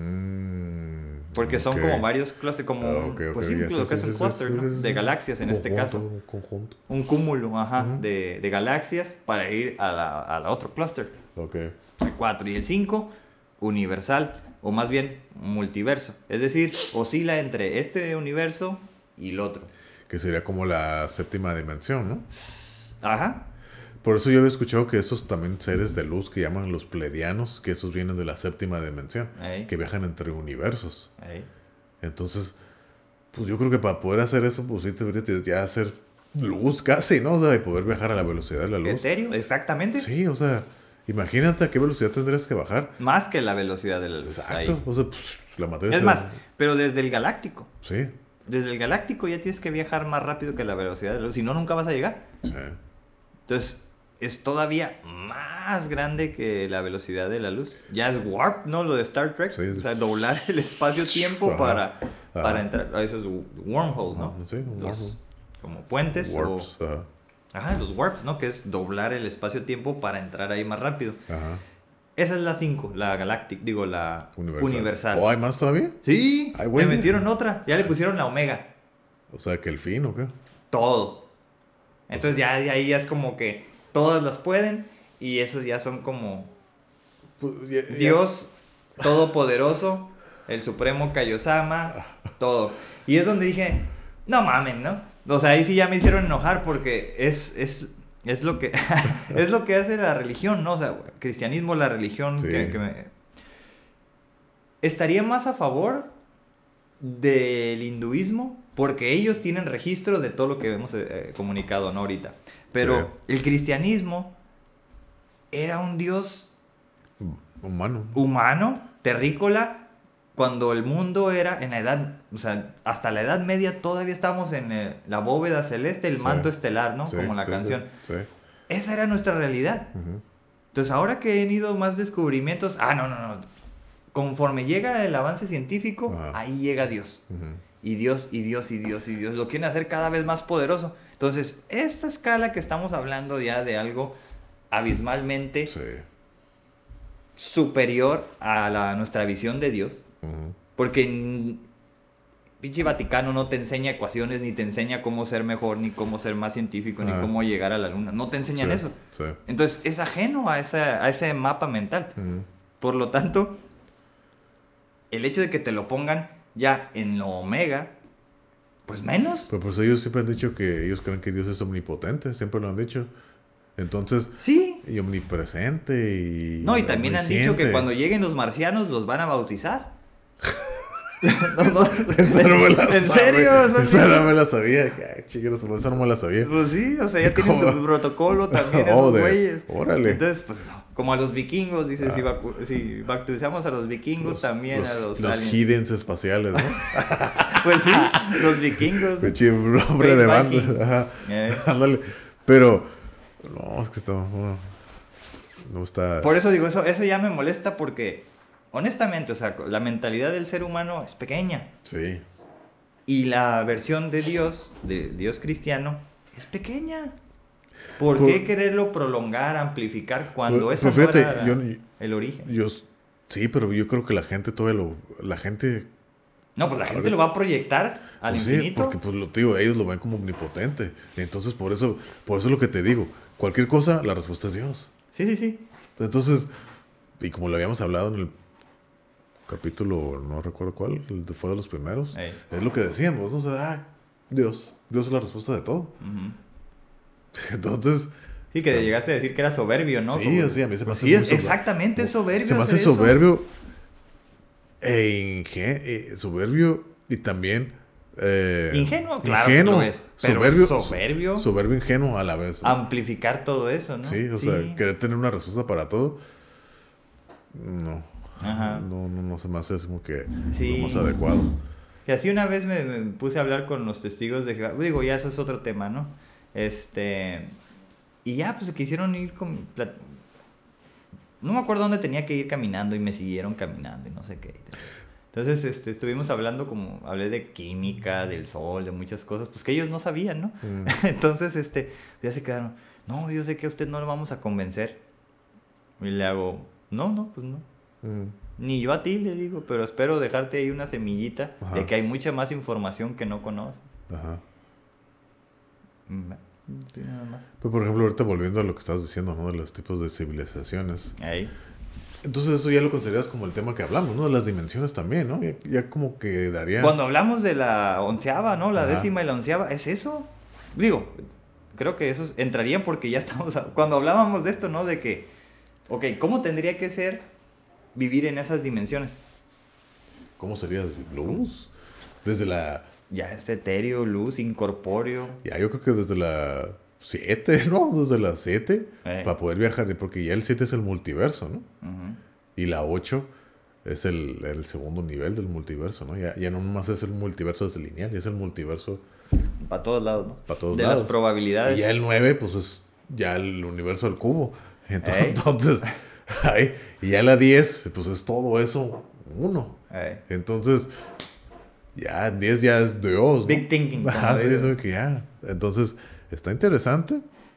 Porque son como varios clústeres, como pues sí, lo que es un clúster, ¿no? De galaxias en este caso. Un conjunto. Un cúmulo, de galaxias para ir a la otro clúster. Ok. El 4 y el 5, universal, o más bien multiverso. Es decir, oscila entre este universo y el otro. Que sería como la séptima dimensión, ¿no? Ajá. Por eso yo había escuchado que esos también seres de luz que llaman los pleiadianos, que esos vienen de la séptima dimensión, que viajan entre universos. Entonces, pues yo creo que para poder hacer eso, pues sí deberías ya hacer luz casi, ¿no? O sea, y poder viajar a la velocidad de la luz. ¿Etéreo? Exactamente. Sí, o sea, imagínate a qué velocidad tendrías que bajar. Más que la velocidad de la luz. Exacto. O sea, pues la materia... Es más, pero desde el galáctico. Sí. Desde el galáctico ya tienes que viajar más rápido que la velocidad de la luz, si no, nunca vas a llegar. Sí. Entonces, es todavía más grande que la velocidad de la luz. Ya es warp, ¿no? Lo de Star Trek. Sí. O sea, doblar el espacio-tiempo para entrar. Eso es wormhole, ¿no? Sí, un wormhole. Como puentes Warps, Ajá, los warps, ¿no? Que es doblar el espacio-tiempo para entrar ahí más rápido. Ajá. Esa es la 5, la Galactic, digo, la Universal. ¿O hay más todavía? Sí, Ay, le güey. metieron otra. Ya le pusieron la Omega. O sea, que el fin, ¿o qué? Todo. Entonces ya de ahí ya es como que todas las pueden y esos ya son como Dios Todopoderoso, el Supremo Kaiosama, todo. Y es donde dije, no mamen, ¿no? O sea, ahí sí ya me hicieron enojar porque es lo que es lo que hace la religión, ¿no? O sea, cristianismo, la religión Sí. estaría más a favor del hinduismo porque ellos tienen registro de todo lo que hemos comunicado, ¿no? Ahorita. Pero el cristianismo era un Dios humano, terrícola, cuando el mundo era en la edad, o sea, hasta la Edad Media todavía estábamos en la bóveda celeste, el manto estelar, ¿no? Como la canción. Sí. Esa era nuestra realidad. Uh-huh. Entonces, ahora que han ido más descubrimientos, no. Conforme llega el avance científico, ahí llega Dios. Uh-huh. Y Dios. Lo quieren hacer cada vez más poderoso. Entonces, esta escala que estamos hablando ya de algo abismalmente superior a nuestra visión de Dios. Uh-huh. Porque pinche Vaticano no te enseña ecuaciones, ni te enseña cómo ser mejor, ni cómo ser más científico, ni cómo llegar a la luna. No te enseñan eso. Sí. Entonces, es ajeno a ese mapa mental. Uh-huh. Por lo tanto, el hecho de que te lo pongan ya en lo omega, pues menos. Pero pues ellos siempre han dicho que ellos creen que Dios es omnipotente, siempre lo han dicho. Entonces, sí. Y omnipresente y... No, y también han dicho que cuando lleguen los marcianos los van a bautizar. Esa no me la ¿En serio? Esa no me la sabía. Ay, chiqueros, esa no me la sabía. Pues sí, o sea, ya tienen su protocolo también esos güeyes. Órale. Entonces, pues, como a los vikingos, dice, si bautizamos a los vikingos, también a los hidens espaciales, ¿no? Pues sí, los vikingos. Nombre de banda. Ajá. Ándale. Pero, no, es que está... no está... Por eso digo, eso ya me molesta porque... Honestamente, o sea, la mentalidad del ser humano es pequeña. Sí. Y la versión de Dios cristiano, es pequeña. ¿Por qué quererlo prolongar, amplificar cuando eso no era el origen? Sí, pero yo creo que la gente todavía la gente... No, pues la gente lo va a proyectar al infinito. Sí, porque pues ellos lo ven como omnipotente. Entonces, por eso es lo que te digo. Cualquier cosa, la respuesta es Dios. Sí. Entonces, y como lo habíamos hablado en el capítulo, no recuerdo cuál, fue de los primeros, es lo que decíamos, ¿no? O sea, Dios es la respuesta de todo. Uh-huh. Entonces... Sí, que llegaste a decir que era soberbio, ¿no? Sí, como... sí, a mí se me hace muy soberbio. Exactamente, es soberbio. Se me hace soberbio soberbio y también... ingenuo, claro que lo es. Pero soberbio. Soberbio, ingenuo a la vez, ¿no? Amplificar todo eso, ¿no? Sí, o sea, querer tener una respuesta para todo, no. Ajá. No se me hace como que lo más adecuado. Que así una vez me puse a hablar con los testigos de Jehová. Digo, ya eso es otro tema, ¿no? Y ya, pues quisieron ir con... No me acuerdo dónde tenía que ir caminando y me siguieron caminando y no sé qué. Entonces, estuvimos hablando hablé de química, del sol, de muchas cosas, pues que ellos no sabían, ¿no? Entonces, ya se quedaron, no, yo sé que a usted no le vamos a convencer. Y le hago, no, pues no. Ni yo a ti, le digo, pero espero dejarte ahí una semillita de que hay mucha más información que no conoces. Ajá. Sí, nada más. Pues, por ejemplo, ahorita volviendo a lo que estabas diciendo, ¿no? De los tipos de civilizaciones. Ahí. Entonces eso ya lo consideras como el tema que hablamos, ¿no? De las dimensiones también, ¿no? Ya como que daría... Cuando hablamos de la 11ª, ¿no? La 10ª y la 11ª, ¿es eso? Digo, creo que esos entrarían porque ya estamos... Cuando hablábamos de esto, ¿no? De que, ok, ¿cómo tendría que ser vivir en esas dimensiones? ¿Cómo sería luz? Desde la... Ya es etéreo, luz, incorpóreo. Ya, yo creo que desde la 7, ¿no? Desde la 7, para poder viajar, porque ya el 7 es el multiverso, ¿no? Uh-huh. Y la 8 es el segundo nivel del multiverso, ¿no? Ya no más es el multiverso desde lineal, ya es el multiverso... Para todos lados, ¿no? Para todos lados. De las probabilidades. Y ya el 9, pues es ya el universo del cubo. Entonces, y ya la 10, pues es todo eso, uno. Entonces... Ya, en 10 ya es Dios, ¿no? Big thinking. Sí, eso que ya. Entonces, está interesante.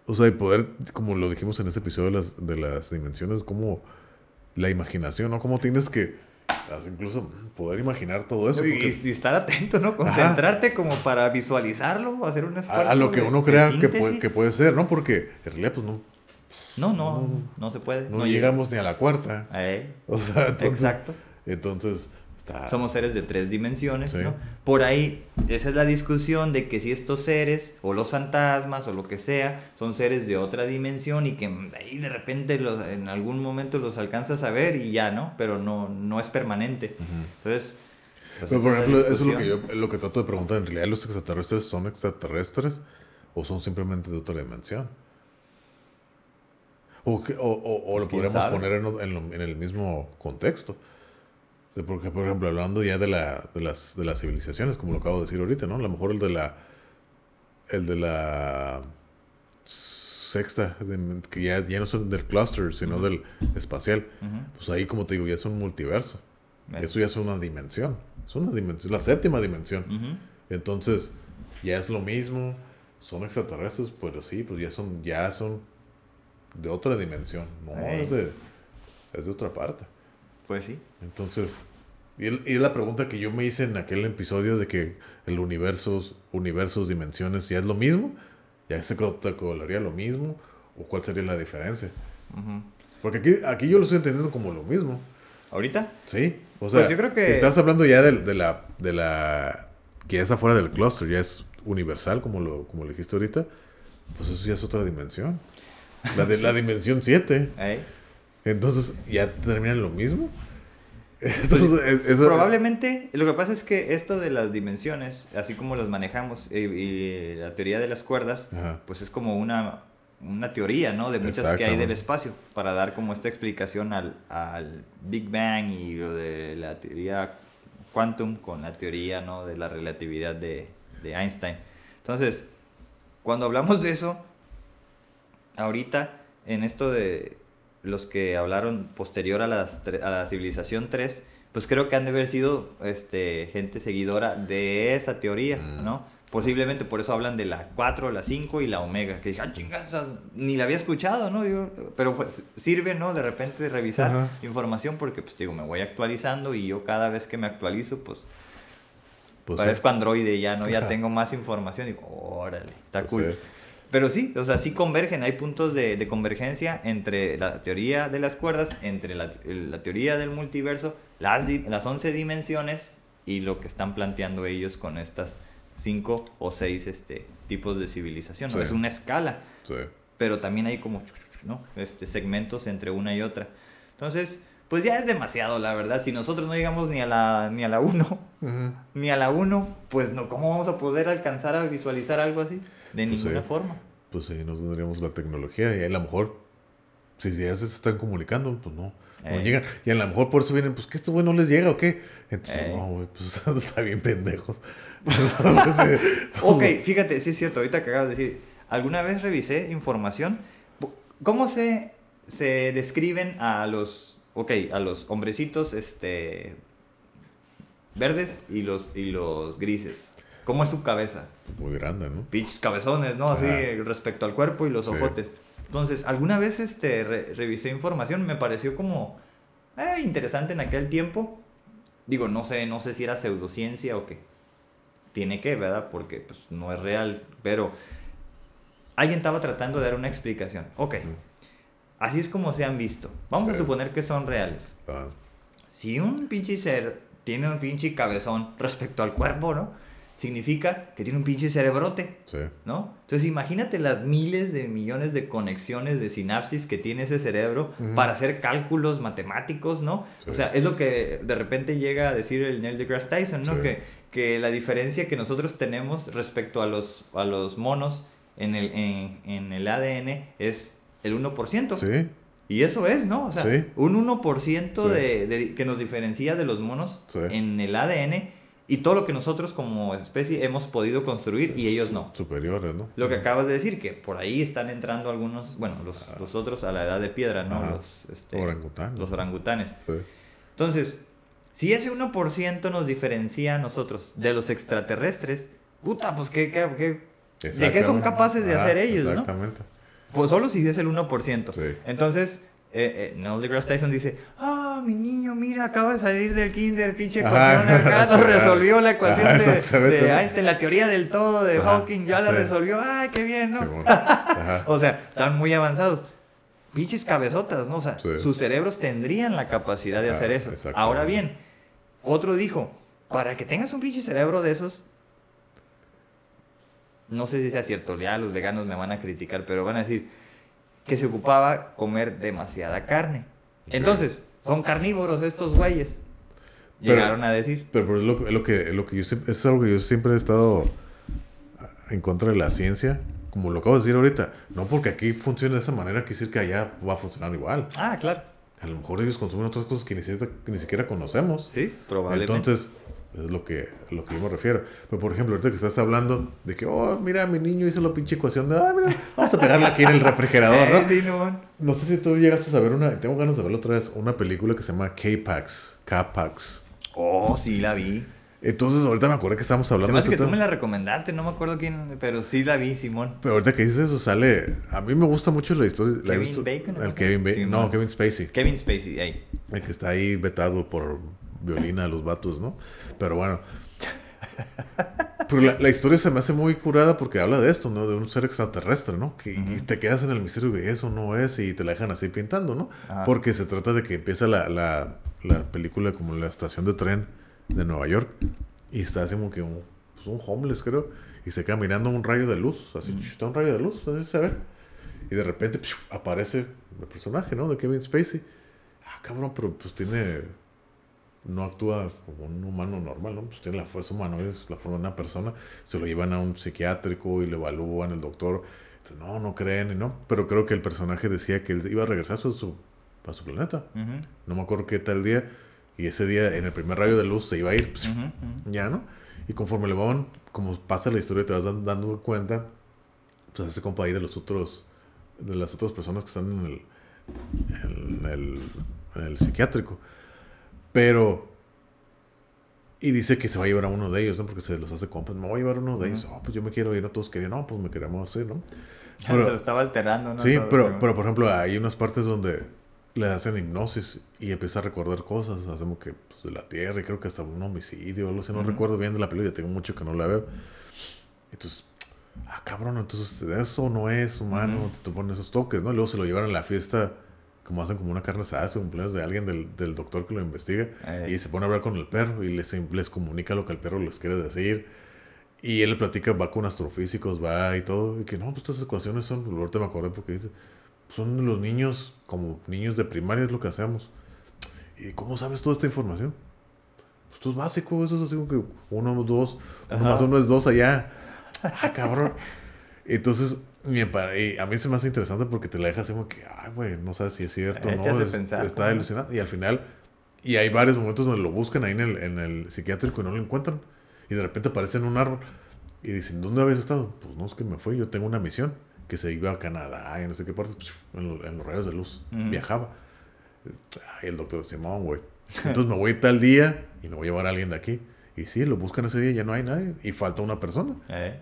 O sea, y poder, como lo dijimos en ese episodio de las dimensiones, como la imaginación, ¿no? Cómo tienes que incluso poder imaginar todo eso. Y estar atento, ¿no? Concentrarte como para visualizarlo, hacer un esfuerzo. A lo que uno crea que puede ser, ¿no? Porque en realidad, pues no se puede. No llegamos ni a la cuarta. O sea, exacto. Entonces, somos seres de 3 dimensiones, sí. ¿no? Por ahí, esa es la discusión de que si estos seres, o los fantasmas, o lo que sea, son seres de otra dimensión y que ahí de repente en algún momento los alcanzas a ver y ya, ¿no? Pero no es permanente. Entonces, pues pero por ejemplo, eso es lo que trato de preguntar. ¿En realidad los extraterrestres son extraterrestres o son simplemente de otra dimensión? O pues lo podríamos poner en el mismo contexto. Porque, por ejemplo, hablando ya de las civilizaciones, como lo acabo de decir ahorita, ¿no? A lo mejor el de la sexta, que ya no son del cluster, sino del espacial. Pues ahí, como te digo, ya es un multiverso. Eso ya es una dimensión. Es una dimensión, la 7ª dimensión. Entonces, ya es lo mismo. Son extraterrestres, pero sí, pues ya son de otra dimensión. No, es de otra parte. Pues sí. Entonces, y es la pregunta que yo me hice en aquel episodio de que el universos, dimensiones, ¿ya es lo mismo? ¿Ya se calcularía lo mismo? ¿O cuál sería la diferencia? Porque aquí yo lo estoy entendiendo como lo mismo. ¿Ahorita? Sí. O sea, pues yo creo que... si estás hablando ya de la que ya es afuera del cluster, ya es universal, como lo dijiste ahorita, pues eso ya es otra dimensión. La dimensión 7. Entonces, ¿ya terminan lo mismo? Entonces, probablemente, lo que pasa es que esto de las dimensiones, así como las manejamos, y la teoría de las cuerdas, pues es como una teoría, ¿no? De muchas que hay del espacio, para dar como esta explicación al Big Bang y lo de la teoría quantum con la teoría, ¿no? De la relatividad de Einstein. Entonces, cuando hablamos de eso, ahorita, en esto de los que hablaron posterior a la civilización 3, pues creo que han de haber sido gente seguidora de esa teoría, ¿no? Posiblemente por eso hablan de la 4, la 5 y la omega, que dije, chingas, ni la había escuchado, ¿no? Pero pues, sirve, ¿no? De repente de revisar información porque, pues digo, me voy actualizando y yo cada vez que me actualizo, pues parezco androide ya, ¿no? Ya tengo más información y digo, órale, está cool. Sí. Pero sí, o sea, sí convergen, hay puntos de convergencia entre la teoría de las cuerdas, entre la teoría del multiverso, las 11 dimensiones y lo que están planteando ellos con estas 5 o 6 tipos de civilización. ¿No? Es una escala, pero también hay como ¿no? Segmentos entre una y otra. Entonces, pues ya es demasiado, la verdad. Si nosotros no llegamos ni a la 1, ni a la 1, pues no, ¿cómo vamos a poder alcanzar a visualizar algo así? De ninguna forma. Pues sí, no tendríamos la tecnología y a lo mejor, si ya se están comunicando, pues no llegan. Y a lo mejor por eso vienen, pues que esto güey no les llega o qué. Entonces, no, güey, pues está bien pendejos. Ok, fíjate, sí es cierto, ahorita que acabas de decir, alguna vez revisé información. ¿Cómo se describen a los hombrecitos verdes y los grises? ¿Cómo es su cabeza? Muy grande, ¿no? Pinches cabezones, ¿no? Así respecto al cuerpo y los ojotes. Entonces, alguna vez revisé información, me pareció como interesante en aquel tiempo. Digo, no sé si era pseudociencia o qué. Tiene que, ¿verdad? Porque pues, no es real. Pero alguien estaba tratando de dar una explicación. Ok, así es como se han visto. Vamos a suponer que son reales. Si un pinche ser tiene un pinche cabezón respecto al cuerpo, ¿no? Significa que tiene un pinche cerebrote, ¿no? Entonces imagínate las miles de millones de conexiones de sinapsis que tiene ese cerebro para hacer cálculos matemáticos, ¿no? O sea, es lo que de repente llega a decir el Neil deGrasse Tyson, ¿no? Que la diferencia que nosotros tenemos respecto a los monos en el ADN es el 1%. Sí. Y eso es, ¿no? O sea, un 1% que nos diferencia de los monos en el ADN y todo lo que nosotros como especie hemos podido construir y ellos no. Superiores, ¿no? Lo que acabas de decir, que por ahí están entrando algunos, bueno, los otros a la edad de piedra, ¿no? Los orangutanes. Sí. Entonces, si ese 1% nos diferencia a nosotros de los extraterrestres, puta, pues ¿de qué son capaces de hacer ellos, exactamente. Pues solo si es el 1%. Sí. Entonces, Neil deGrasse Tyson dice, mi niño, mira, acaba de salir del kinder, pinche ecuación acá, nos resolvió la ecuación de Einstein, la teoría del todo de Hawking, ya la resolvió, ¡ay, qué bien!, ¿no? Sí, bueno. O sea, están muy avanzados. Pinches cabezotas, ¿no? O sea, sus cerebros tendrían la capacidad de hacer eso. Ahora bien, otro dijo, para que tengas un pinche cerebro de esos, no sé si sea cierto, ya los veganos me van a criticar, pero van a decir que se ocupaba comer demasiada carne. Entonces, son carnívoros estos güeyes. Llegaron a decir. Pero es lo que yo siempre, es algo que yo siempre he estado en contra de la ciencia. Como lo acabo de decir ahorita. No porque aquí funcione de esa manera, quiere decir que allá va a funcionar igual. Claro. A lo mejor ellos consumen otras cosas que ni siquiera conocemos. Sí, probablemente. Entonces, es lo que yo me refiero. Pero, por ejemplo, ahorita que estás hablando de que, mira, mi niño hizo la pinche ecuación de, mira, vamos a pegarla aquí en el refrigerador, ¿no? Sí, no sé si tú llegaste a ver tengo ganas de verla otra vez, una película que se llama K-Pax. Sí, la vi. Entonces, ahorita me acuerdo que estábamos hablando de eso. Que tú me la recomendaste, no me acuerdo quién, pero sí la vi, Simón. Pero ahorita que dices eso, sale... A mí me gusta mucho la historia... ¿Kevin Bacon? Kevin Bacon. No, Kevin Spacey. Kevin Spacey, ahí. El que está ahí vetado por violina a los vatos, ¿no? Pero bueno... Pero la historia se me hace muy curada porque habla de esto, ¿no? De un ser extraterrestre, ¿no? Y te quedas en el misterio de eso no es y te la dejan así pintando, ¿no? Porque se trata de que empieza la película como la estación de tren de Nueva York y está así como que un homeless, creo, y se queda mirando un rayo de luz, así, está un rayo de luz, así se ve. Y de repente aparece el personaje, ¿no? De Kevin Spacey. Cabrón, pero pues no actúa como un humano normal, ¿no? Pues tiene la fuerza humana, es la forma de una persona. Se lo llevan a un psiquiátrico y le evalúan el doctor. Entonces, no creen, ¿no? Pero creo que el personaje decía que él iba a regresar a su planeta. No me acuerdo qué tal día. Y ese día, en el primer rayo de luz, se iba a ir. Ya, ¿no? Y conforme le van, como pasa la historia, te vas dando cuenta, pues ese compa ahí de las otras personas que están en el psiquiátrico. Pero, y dice que se va a llevar a uno de ellos, ¿no? Porque se los hace compas. Me voy a llevar a uno de ellos. Pues yo me quiero ir. No todos querían. No, pues me queremos hacer, ¿no? Pero, se lo estaba alterando, ¿no? Sí, pero por ejemplo, hay unas partes donde le hacen hipnosis y empieza a recordar cosas. Hacemos que, pues, de la Tierra, y creo que hasta un homicidio o algo así. No recuerdo bien de la película. Tengo mucho que no la veo. Entonces, cabrón, entonces eso no es humano. Te ponen esos toques, ¿no? Y luego se lo llevan a la fiesta, como hacen como una carne asada, su cumpleaños de alguien del doctor que lo investiga, y se pone a hablar con el perro y les comunica lo que el perro les quiere decir, y él le platica, va con astrofísicos, va y todo, y que no, pues estas ecuaciones son, ahorita me acordé porque dice, son los niños, como niños de primaria es lo que hacemos. ¿Y cómo sabes toda esta información? Pues esto es básico, eso es así como que 1 2, 1 más 1 es 2 allá. Cabrón. Entonces, y a mí se me hace interesante porque te la dejas así como que, güey, no sabes si es cierto o no. Está ilusionado. Y al final, y hay varios momentos donde lo buscan ahí en el psiquiátrico y no lo encuentran. Y de repente aparece en un árbol. Y dicen, ¿dónde habías estado? Pues no, es que me fui. Yo tengo una misión que se iba a Canadá y no sé qué partes. En los rayos de luz. Viajaba. Y el doctor decía, Simón, güey. Entonces me voy tal día y me voy a llevar a alguien de aquí. Y sí, lo buscan ese día y ya no hay nadie. Y falta una persona.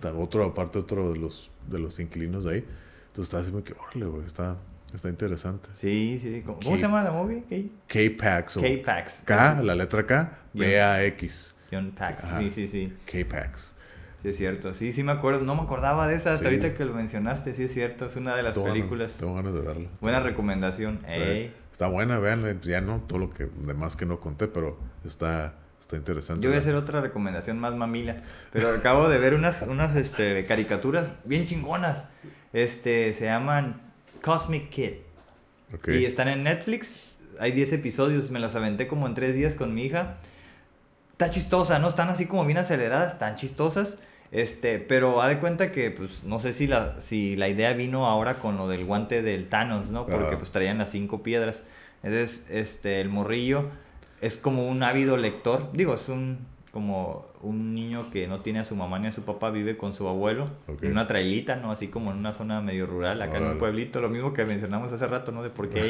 Otro de los inquilinos de ahí. Entonces está así como que, órale, güey, está interesante. Sí. ¿Cómo se llama la movie? K-Pax. K-Pax. K, la letra K, B-A-X. John Pax. Sí. K-Pax. Sí, es cierto. Sí, me acuerdo. No me acordaba de esa hasta ahorita que lo mencionaste. Sí, es cierto. Es una de las películas. Tengo ganas de verla. Buena recomendación. Sí. Está buena, vean. Ya no todo lo que demás que no conté, pero está interesante. Yo voy a hacer otra recomendación más mamila, pero acabo de ver unas caricaturas bien chingonas. Se llaman Cosmic Kid. Okay. Y están en Netflix. Hay 10 episodios, me las aventé como en 3 días con mi hija. Está chistosa, ¿no? Están así como bien aceleradas, están chistosas. Pero haz de cuenta que, pues, no sé si la idea vino ahora con lo del guante del Thanos, ¿no? Porque pues traían las 5 piedras. Entonces, el morrillo es como un ávido lector. Digo, es como un niño que no tiene a su mamá ni a su papá, vive con su abuelo en una trailita, ¿no? Así como en una zona medio rural, acá en un pueblito, lo mismo que mencionamos hace rato, ¿no? De por qué ahí.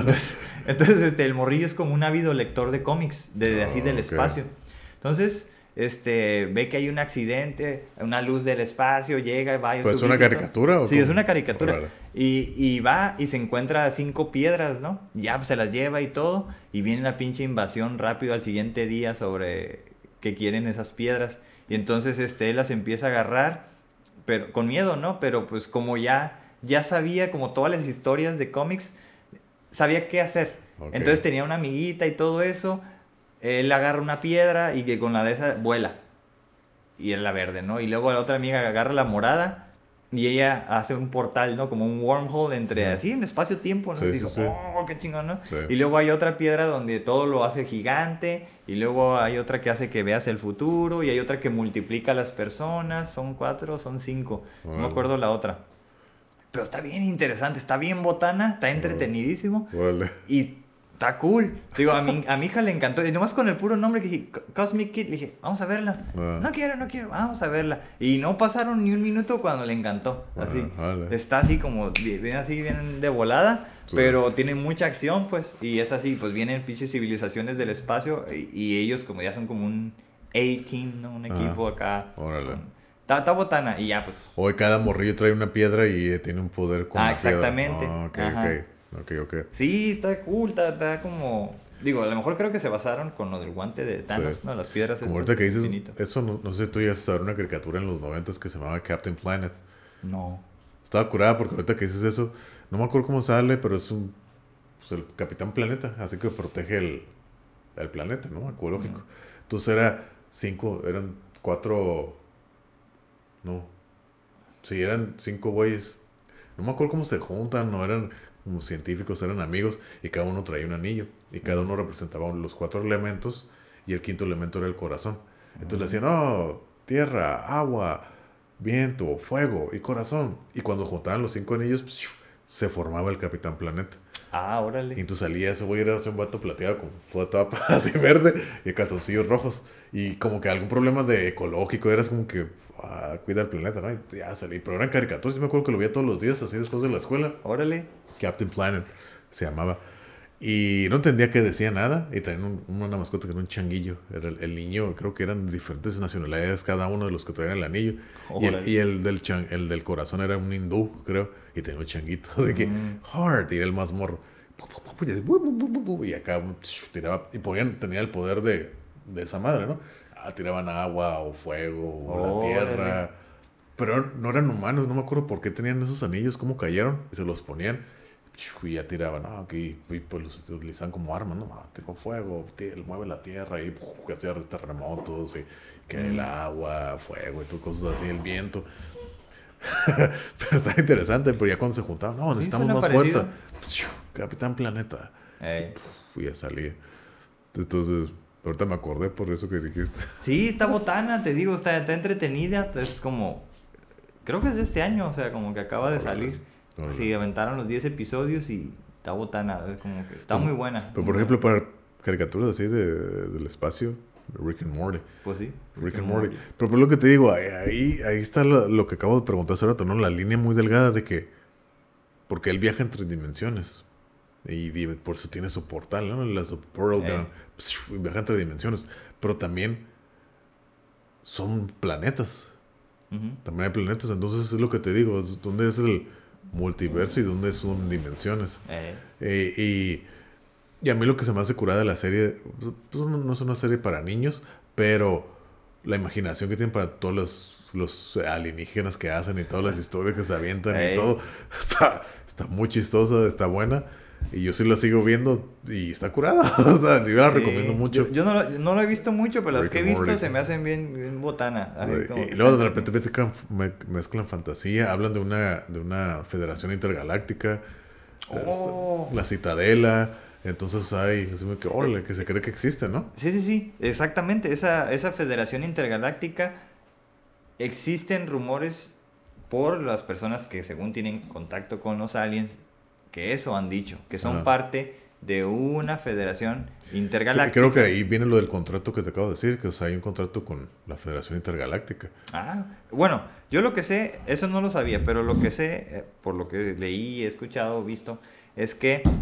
Entonces el morrillo es como un ávido lector de cómics, así del espacio. Entonces, ve que hay un accidente, una luz del espacio, llega y va. ¿Pues es una caricatura? ¿O sí, cómo? es una caricatura. Órale. Y va y se encuentra 5 piedras, ¿no? Ya pues, se las lleva y todo. Y viene la pinche invasión rápido al siguiente día sobre que quieren esas piedras. Y entonces él las empieza a agarrar, pero con miedo, ¿no? Pero pues como ya sabía, como todas las historias de cómics, sabía qué hacer. Ok. Entonces tenía una amiguita y todo eso. Él agarra una piedra y que con la de esa vuela. Y es la verde, ¿no? Y luego la otra amiga agarra la morada y ella hace un portal, ¿no? Como un wormhole entre así, en espacio-tiempo, ¿no? Sí, Y sí, digo, sí. oh, qué chingón, ¿no? Sí. Y luego hay otra piedra donde todo lo hace gigante. Y luego hay otra que hace que veas el futuro. Y hay otra que multiplica a las personas. Son 4, son 5. No me Órale. acuerdo la otra. Pero está bien interesante, está bien botana, está entretenidísimo. Órale. Y está cool. Digo, a mi hija le encantó. Y nomás con el puro nombre que dije, Cosmic Kid, le dije, vamos a verla. Ah. No quiero, vamos a verla. Y no pasaron ni un minuto cuando le encantó. Así. Vale. Está así como, bien así, bien de volada. Sí. Pero tiene mucha acción, pues. Y es así, pues vienen pinches civilizaciones del espacio. Y ellos como ya son como un A-team, ¿no? Un equipo acá. Órale. Está botana. Y ya, pues. Hoy cada morrillo trae una piedra y tiene un poder con la exactamente. piedra. Ok, Ajá. ok. Sí, está cool, está como... Digo, a lo mejor creo que se basaron con lo del guante de Thanos, Sí. ¿no? Las piedras Como estas ahorita que dices, infinito. eso no sé si tú ya sabes una caricatura en los 90s que se llamaba Captain Planet. No. Estaba curada porque ahorita que dices eso, no me acuerdo cómo sale, pero es pues el Capitán Planeta, así que protege el planeta, ¿no? Ecológico. Entonces eran 4, no, sí, eran 5 güeyes. No me acuerdo cómo se juntan, no eran como científicos, eran amigos, y cada uno traía un anillo, y cada uno representaba los 4 elementos, y el quinto elemento era el corazón. Entonces le decían, oh, tierra, agua, viento, fuego y corazón. Y cuando juntaban los 5 anillos, se formaba el Capitán Planeta. Ah, Y órale. entonces salía ese güey, era un vato plateado con flat top así verde y calzoncillos rojos. Y como que algún problema de ecológico, eras como que cuida el planeta, ¿no? Y ya salí. Pero eran caricaturas, yo me acuerdo que lo veía todos los días, así después de la escuela. Órale. Captain Planet se llamaba. Y no entendía que decía nada. Y traían una mascota que era un changuillo. Era el niño, creo que eran diferentes nacionalidades cada uno de los que traían el anillo. Órale. Y el del corazón era un hindú, creo. Y tenía un changuito. De que, Heart, y era el más morro. Y acá tiraba. Y tenía el poder de esa madre, ¿no? Tiraban agua o fuego o la tierra. Órale. Pero no eran humanos, no me acuerdo por qué tenían esos anillos, cómo cayeron. Y se los ponían. Y ya tiraban, ¿no? Aquí, y pues los utilizaban como armas, ¿no? Tipo fuego, mueve la tierra y hacía terremotos y que el agua, fuego y todo, cosas así, el viento. Pero estaba interesante, pero ya cuando se juntaban, no, necesitamos suena más parecido. fuerza. Capitán Planeta. Ey. Y ya salía. Entonces, ahorita me acordé por eso que dijiste. Sí, está botana, te digo, está entretenida. Es como... Creo que es de este año, o sea, como que acaba de salir. Órale. Sí, aventaron los 10 episodios y está botana. Es como que está muy buena. Pero muy por buena. ejemplo, para caricaturas así del espacio, Rick and Morty. Pues sí. Rick and Morty. Pero por lo que te digo, ahí está lo que acabo de preguntar hace rato, ¿no? La línea muy delgada de que... Porque él viaja entre dimensiones. Y por eso tiene su portal, ¿no? La su portal gun. Viaja entre dimensiones. Pero también son planetas. Ujú. También hay planetas. Entonces es lo que te digo. ¿Dónde es el multiverso y dónde son dimensiones? Y a mí lo que se me hace curada de la serie, pues no es una serie para niños, pero la imaginación que tienen para todos los alienígenas que hacen y todas las historias que se avientan y todo, está muy chistosa, está buena. Y yo sí la sigo viendo y está curada. O sea, yo la recomiendo mucho. Yo no lo he visto mucho, pero las Rick que he and visto Morty. se me hacen bien botana. Así como Y que luego de están- repente mezclan fantasía, hablan de una federación intergaláctica, Oh. la Citadela. Entonces hay, así como que, órale, que se cree que existe, ¿no? Sí, exactamente. Esa federación intergaláctica, existen rumores por las personas que según tienen contacto con los aliens, que eso han dicho, que son Ajá. parte de una federación intergaláctica. Creo que ahí viene lo del contrato que te acabo de decir, que o sea, hay un contrato con la Federación Intergaláctica. Bueno, yo lo que sé, eso no lo sabía, pero lo que sé, por lo que leí, he escuchado, visto, es que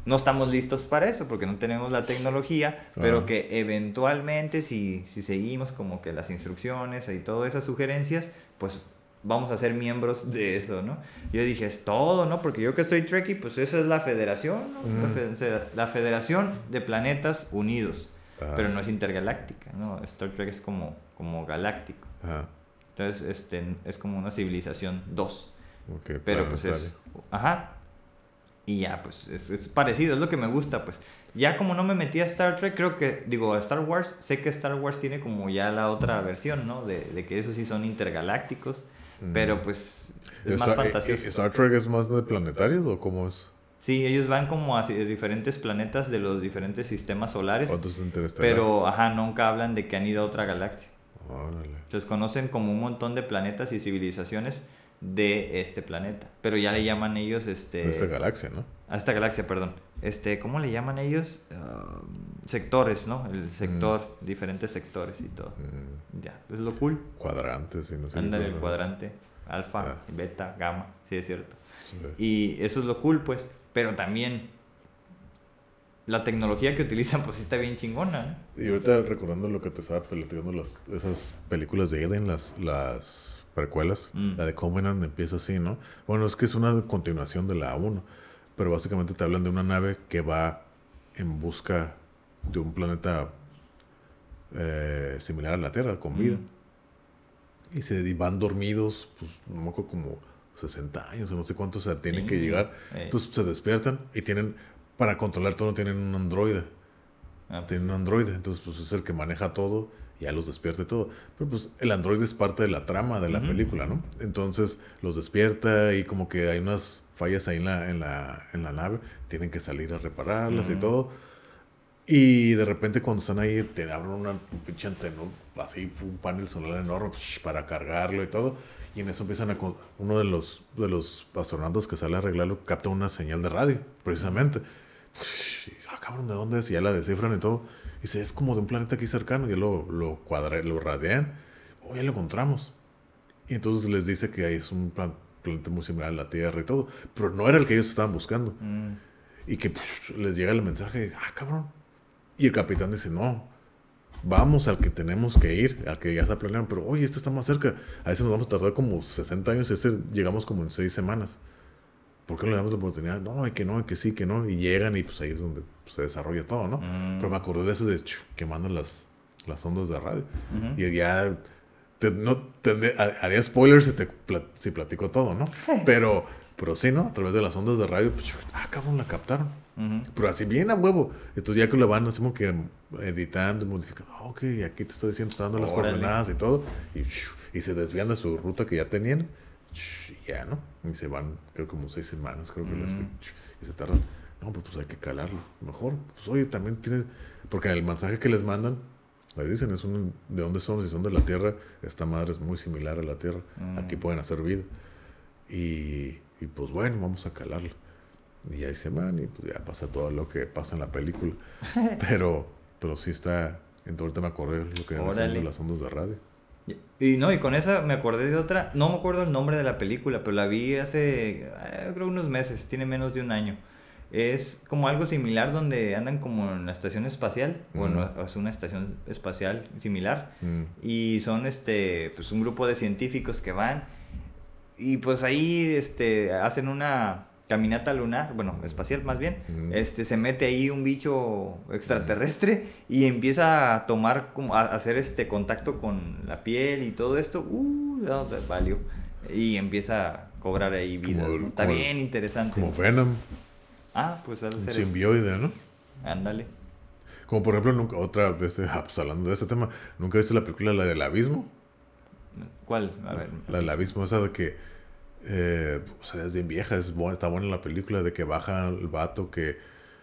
no estamos listos para eso porque no tenemos la tecnología, pero que eventualmente si seguimos como que las instrucciones y todas esas sugerencias, pues vamos a ser miembros de eso, ¿no? Yo dije, es todo, ¿no? Porque yo que soy Trekkie, pues esa es la federación, ¿no? La Federación de Planetas Unidos, pero no es intergaláctica, ¿no? Star Trek es como galáctico. Entonces, es como una civilización 2. Okay, pero pues es... Ajá. Y ya, pues es parecido, es lo que me gusta, pues. Ya como no me metí a Star Trek, creo que, digo, a Star Wars, sé que Star Wars tiene como ya la otra versión, ¿no? De que esos sí son intergalácticos, pero pues es más fantasioso. ¿Star Trek es más de planetarios o cómo es? Sí, ellos van como a diferentes planetas de los diferentes sistemas solares, ¿Cuántos interestelares? pero, ajá, nunca hablan de que han ido a otra galaxia. Órale. Entonces conocen como un montón de planetas y civilizaciones de este planeta, pero ya le llaman ellos De esta galaxia, ¿no? a esta galaxia, perdón. ¿Cómo le llaman ellos? Sectores, ¿no? El sector, diferentes sectores y todo. Ya, es lo cool. Cuadrantes y no sé. Ándale, el cuadrante, alfa, beta, gamma, sí es cierto. Sí. Y eso es lo cool, pues. Pero también la tecnología que utilizan, pues sí está bien chingona, ¿no? Y ahorita recordando lo que te estaba platicando, esas películas de Alien, las precuelas, la de Covenant empieza así, ¿no? Bueno, es que es una continuación de la 1, pero básicamente te hablan de una nave que va en busca de un planeta similar a la Tierra, con vida. Y van dormidos, pues no me acuerdo, como 60 años o no sé cuántos, o sea, tienen que llegar. Entonces se despiertan y para controlar todo, tienen un androide. Tienen un androide, entonces pues es el que maneja todo, ya los despierta y todo. Pero pues el androide es parte de la trama de la película, ¿no? Entonces los despierta y como que hay unas fallas ahí en la nave, tienen que salir a repararlas y todo. Y de repente cuando están ahí te abren un pinche antena, así un panel solar enorme para cargarlo y todo. Y en eso empiezan uno de los astronautas que sale a arreglarlo capta una señal de radio, precisamente. Y dice, cabrón, ¿de dónde es? Y ya la descifran y todo. Y dice, es como de un planeta aquí cercano. Y ya lo radian. Ya lo encontramos. Y entonces les dice que es un planeta muy similar a la Tierra y todo. Pero no era el que ellos estaban buscando. Y que les llega el mensaje y dice, cabrón. Y el capitán dice, no, vamos al que tenemos que ir, al que ya está planeado. Pero, oye, este está más cerca. A ese nos vamos a tardar como 60 años. Llegamos como en 6 semanas. ¿Por qué no le damos la oportunidad? No, y que sí, que no. Y llegan y pues ahí es donde se desarrolla todo, ¿no? Pero me acordé de eso de quemando las ondas de radio. Y ya haría spoilers si platico todo, ¿no? Pero sí, ¿no? A través de las ondas de radio, pues, cabrón, la captaron. Pero así bien a huevo. Entonces ya que lo van así como que editando y modificando. Ok, aquí te estoy diciendo, está dando las coordenadas y todo. Y se desvían de su ruta que ya tenían. Y ya, ¿no? Y se van, creo como 6 semanas, creo que y se tardan. No, pues hay que calarlo. Mejor, pues oye, también tienes... Porque en el mensaje que les mandan, les dicen, ¿de dónde son? Si son de la Tierra, esta madre es muy similar a la Tierra. Aquí pueden hacer vida. Y pues bueno, vamos a calarlo. Y ahí se van y pues ya pasa todo lo que pasa en la película. pero sí está... Entonces me acordé de lo que hacen de las ondas de radio. Y con esa me acordé de otra, no me acuerdo el nombre de la película, pero la vi hace, creo unos meses, tiene menos de un año. Es como algo similar donde andan como en la estación espacial, bueno, es una estación espacial similar, y son pues un grupo de científicos que van, y pues ahí hacen una caminata lunar, bueno, espacial más bien, se mete ahí un bicho extraterrestre y empieza a tomar, como a hacer contacto con la piel y todo esto, no, valió, y empieza a cobrar ahí vida, ¿no? Está bien interesante. Como Venom. Pues ha de ser un simbioide, ¿no? Ándale. Como por ejemplo, otra vez, pues hablando de ese tema, ¿nunca viste la película, la del abismo? ¿Cuál? A ver. La del abismo, esa de que o sea, es bien vieja, está buena la película, de que baja el vato que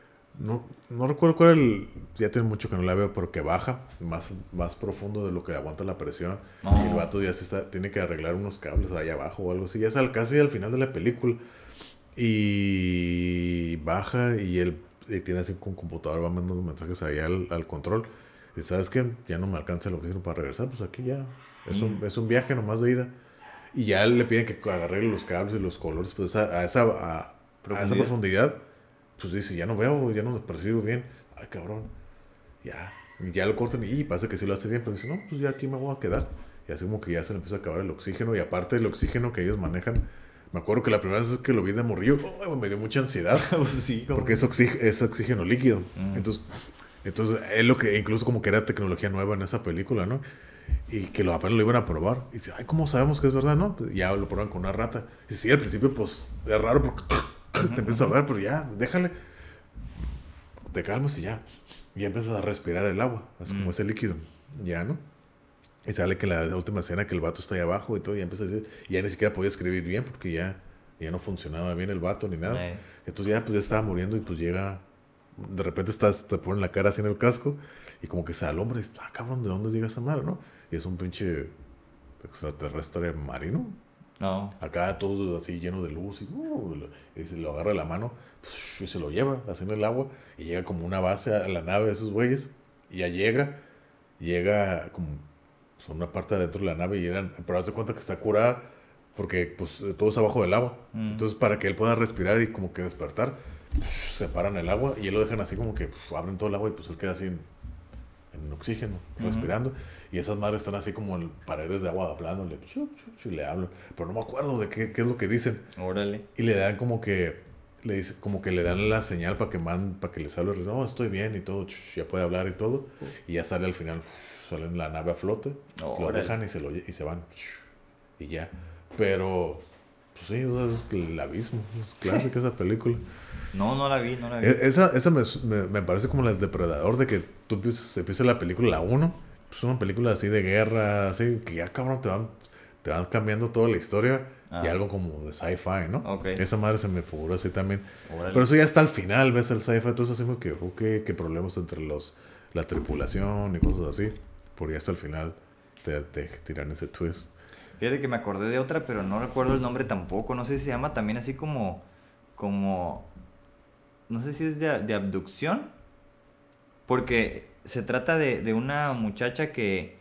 no recuerdo cuál ya tiene mucho que no la veo, pero que baja más profundo de lo que aguanta la presión. Y el vato ya tiene que arreglar unos cables allá abajo o algo así, ya es casi al final de la película. Y baja y él tiene así con computador, va mandando mensajes allá al control. Y sabes que ya no me alcanza lo que hicieron para regresar, pues aquí ya es un viaje nomás de ida. Y ya le piden que agarre los cables y los colores, pues a esa profundidad, pues dice, ya no veo, ya no me percibo bien. Ay, cabrón, ya. Y ya lo cortan y pasa que sí lo hace bien, pero dice, no, pues ya aquí me voy a quedar. Y así como que ya se le empieza a acabar el oxígeno. Y aparte del oxígeno que ellos manejan, me acuerdo que la primera vez que lo vi de morrillo, me dio mucha ansiedad. Pues sí, como... Porque es oxígeno líquido. Mm. Entonces, es lo que incluso como que era tecnología nueva en esa película, ¿no? Y que apenas lo iban a probar. Y dice, ay, ¿cómo sabemos que es verdad, no? Pues ya lo prueban con una rata. Y sí, al principio, pues, es raro porque te empiezas a ver, pero ya, déjale. Te calmas y ya. Y ya empiezas a respirar el agua. Es como ese líquido. Ya, ¿no? Y sale que la última escena que el vato está ahí abajo y todo, y empieza a decir, y ya ni siquiera podía escribir bien porque ya no funcionaba bien el vato ni nada. Entonces ya, pues, ya estaba muriendo y pues llega, de repente te ponen la cara así en el casco y como que se alumbra y dices, ah, cabrón, ¿de dónde llega esa madre, no? Y es un pinche extraterrestre marino. No. Acá todo así lleno de luz y se lo agarra de la mano y se lo lleva así en el agua y llega como una base a la nave de esos güeyes y ya llega como son una parte de adentro de la nave y pero haz de cuenta que está curada porque pues todo es abajo del agua. Entonces para que él pueda respirar y como que despertar, separan el agua y él lo dejan así como que abren todo el agua y pues él queda así en oxígeno, respirando. Y esas madres están así como en paredes de agua hablándole, y le hablan. Pero no me acuerdo de qué es lo que dicen. Órale. Y le dan como que, como que le dan la señal para que les hable. No, estoy bien y todo, ya puede hablar y todo. Y ya sale al final, sale en la nave a flote, lo dejan y se van. Y ya. Pero, pues sí, o sea, es el abismo, es clásica esa película. No la vi. Esa me parece como la del Depredador, de que tú empieza la película, la 1, pues una película así de guerra, así, que ya cabrón te van cambiando toda la historia y algo como de sci-fi, ¿no? Okay. Esa madre se me figuró así también. Órale. Pero eso ya está al final, ves el sci-fi, entonces así como que, qué problemas entre la tripulación y cosas así. Por ya hasta el final te tiran ese twist. Fíjate que me acordé de otra, pero no recuerdo el nombre tampoco. No sé si se llama también así como no sé si es de abducción, porque se trata de una muchacha que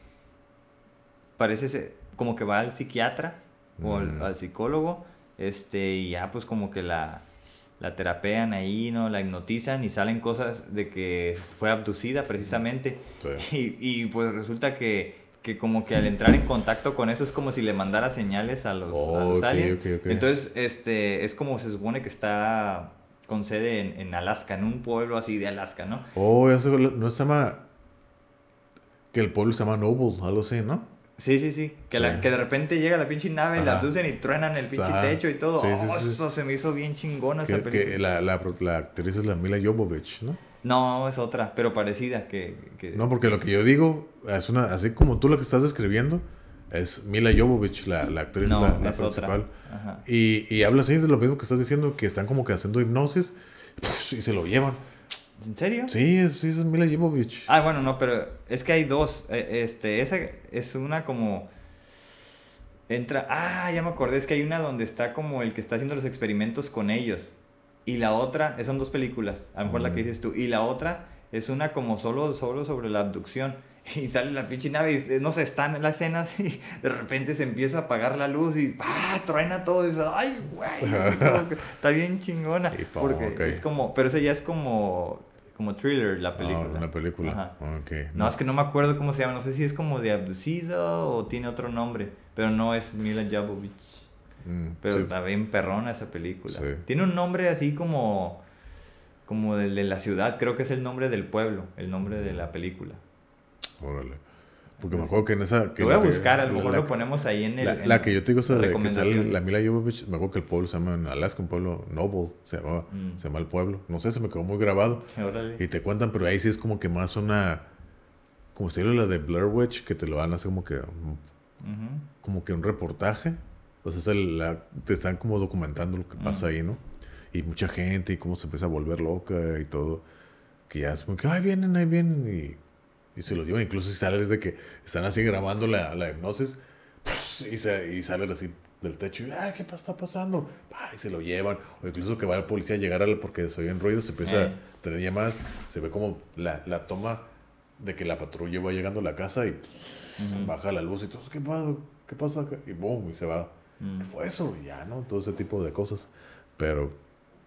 parece como que va al psiquiatra o al psicólogo, y ya pues como que la terapean ahí, ¿no? La hipnotizan y salen cosas de que fue abducida precisamente. Sí. Y pues resulta que como que al entrar en contacto con eso es como si le mandara señales a los aliens. Okay. Entonces, es como se supone que está con sede en Alaska, en un pueblo así de Alaska, ¿no? Eso no se llama... Que el pueblo se llama Noble, algo así, ¿no? Sí. Que de repente llega la pinche nave, la abducen y truenan el pinche techo y todo. Eso se me hizo bien chingona esa película. Que la actriz es la Mila Jovovich, ¿no? No, es otra, pero parecida. No, porque lo que yo digo, así como tú lo que estás describiendo, es Mila Jovovich, la actriz, la principal. Y habla así de lo mismo que estás diciendo, que están como que haciendo hipnosis y se lo llevan. ¿En serio? Sí, es Mila Jovovich. Ah, bueno, no, pero es que hay dos. Esa es una como... ya me acordé, es que hay una donde está como el que está haciendo los experimentos con ellos. Y la otra, son dos películas, a lo mejor la que dices tú. Y la otra es una como solo sobre la abducción. Y sale la pinche nave y no sé, están en las escenas y de repente se empieza a apagar la luz y truena todo. Y dices, ay, güey, está bien chingona. Porque es como, pero esa ya es como thriller la película. Una película. Okay. No, es que no me acuerdo cómo se llama. No sé si es como de abducido o tiene otro nombre. Pero no es Mila Jovovich. Pero está bien perrona esa película. Sí. Tiene un nombre así como el de la ciudad. Creo que es el nombre del pueblo, el nombre de la película. Órale. Porque me acuerdo que en esa... Lo voy a buscar, a lo mejor lo ponemos ahí en el... La que yo te digo, esa de que sale la Mila Jovovich, me acuerdo que el pueblo se llama en Alaska, un pueblo Noble, se llama el pueblo. No sé, se me quedó muy grabado. Órale. Y te cuentan, pero ahí sí es como que más como estilo la de Blair Witch, que te lo van a hacer como que... Como que un reportaje. O sea, te están como documentando lo que pasa ahí, ¿no? Y mucha gente y cómo se empieza a volver loca y todo. Que ya es como que, ahí vienen y se los llevan. Incluso si sales de que están así grabando la hipnosis y salen así del techo y, ¿qué está pasando? Y se lo llevan. O incluso que va el policía a llegar porque se oyen ruidos, se empieza a tener llamadas. Se ve como la toma de que la patrulla va llegando a la casa y baja la luz y todo, ¿qué pasa? Y boom, y se va. ¿Qué fue eso? Y ya, ¿no? Todo ese tipo de cosas. Pero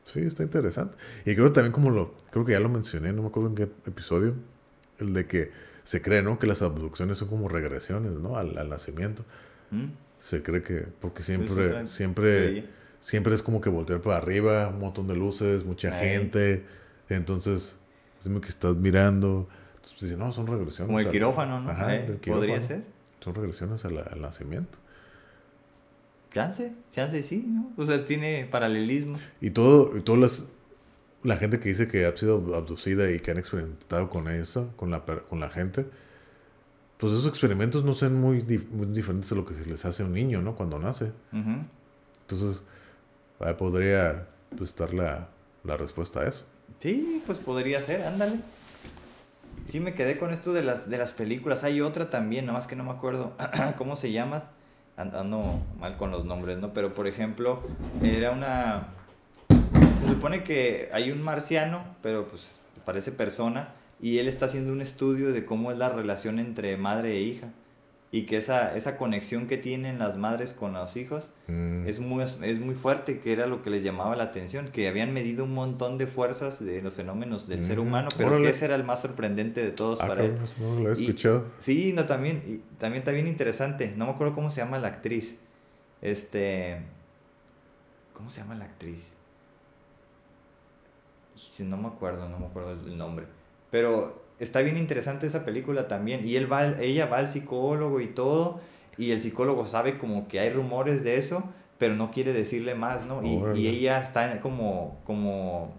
Sí, está interesante. Y creo también creo que ya lo mencioné, no me acuerdo en qué episodio, el de que se cree, ¿no? Que las abducciones son como regresiones, ¿no? Al nacimiento. ¿Mm? Se cree que, porque Es siempre, otra siempre, teoría. siempre es como que voltear para arriba, un montón de luces, mucha Ahí. gente. Entonces, es como que estás mirando. Entonces, dice, no, son Como regresiones el quirófano, ¿no? ajá, del Podría quirófano. ser. Son regresiones al nacimiento. Chance sí, ¿no? O sea, tiene paralelismo. Y la gente que dice que ha sido abducida y que han experimentado con eso, con la gente, pues esos experimentos no son muy diferentes a lo que se les hace a un niño, ¿no? Cuando nace. Ujú. Entonces, ahí podría pues, estar la respuesta a eso. Sí, pues podría ser, ándale. Sí, me quedé con esto de las películas. Hay otra también, nada más que no me acuerdo cómo se llama. Ando mal con los nombres, ¿no? Pero, por ejemplo, era una... Se supone que hay un marciano, pero pues parece persona, y él está haciendo un estudio de cómo es la relación entre madre e hija. Y que esa conexión que tienen las madres con los hijos Mm, es muy fuerte, que era lo que les llamaba la atención, que habían medido un montón de fuerzas de los fenómenos del ser humano, pero que órale. ese era el más sorprendente de todos para él. Cabrón, eso no lo he Y escuchado. sí, no, también, y también está bien interesante, no me acuerdo cómo se llama la actriz, ¿cómo se llama la actriz? Y no me acuerdo, no me acuerdo el nombre, pero está bien interesante esa película también, y ella va al psicólogo y todo, y el psicólogo sabe como que hay rumores de eso, pero no quiere decirle más, ¿no? Y Órale. ella está como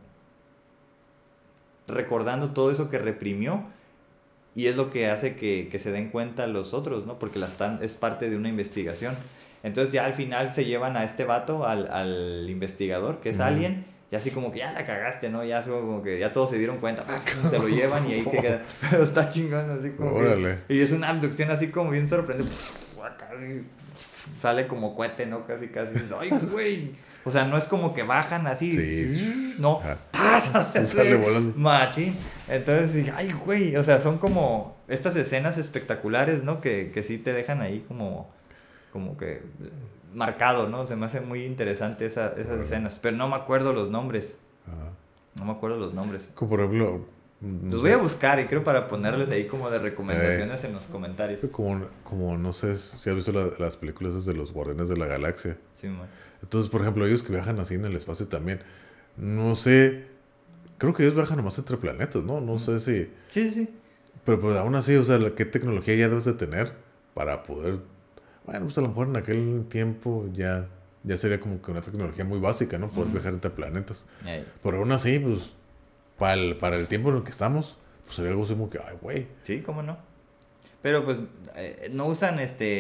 recordando todo eso que reprimió, y es lo que hace que se den cuenta los otros, ¿no? Porque es parte de una investigación. Entonces ya al final se llevan a este vato, al investigador, que es Ujú. Alien, y así como que ya la cagaste, ¿no? Ya como que ya todos se dieron cuenta, se lo llevan y ahí que queda. Pero está chingón, así como que... Órale. Y es una abducción así como bien sorprendente. Casi sale como cohete, ¿no? Casi, casi. Dices, ¡ay, güey! O sea, no es como que bajan Sí. así, no, Ajá. ¡pasa! Se sale volando. Machín. Entonces dije, ay, güey, o sea, son como estas escenas espectaculares, ¿no? Que sí te dejan ahí como que marcado, ¿no? Se me hace muy interesante esas Órale. escenas, pero no me acuerdo los nombres, Ajá. no me acuerdo los nombres. Como por ejemplo, no Los voy sé. a buscar y creo para ponerles ahí como de recomendaciones en los comentarios. Como no sé si has visto las películas esas de los Guardianes de la Galaxia. Sí, man. Entonces, por ejemplo, ellos que viajan así en el espacio también. No sé. Creo que ellos viajan nomás entre planetas, ¿no? No sé si. Sí, sí, sí. Pero aún así, o sea, ¿qué tecnología ya debes de tener para poder... Bueno, pues a lo mejor en aquel tiempo ya sería como que una tecnología muy básica, ¿no? Poder Ujú. viajar entre planetas. Ahí. Pero aún así, pues, para el tiempo en el que estamos, pues sería algo así como que, ay, güey. Sí, cómo no. Pero pues no usan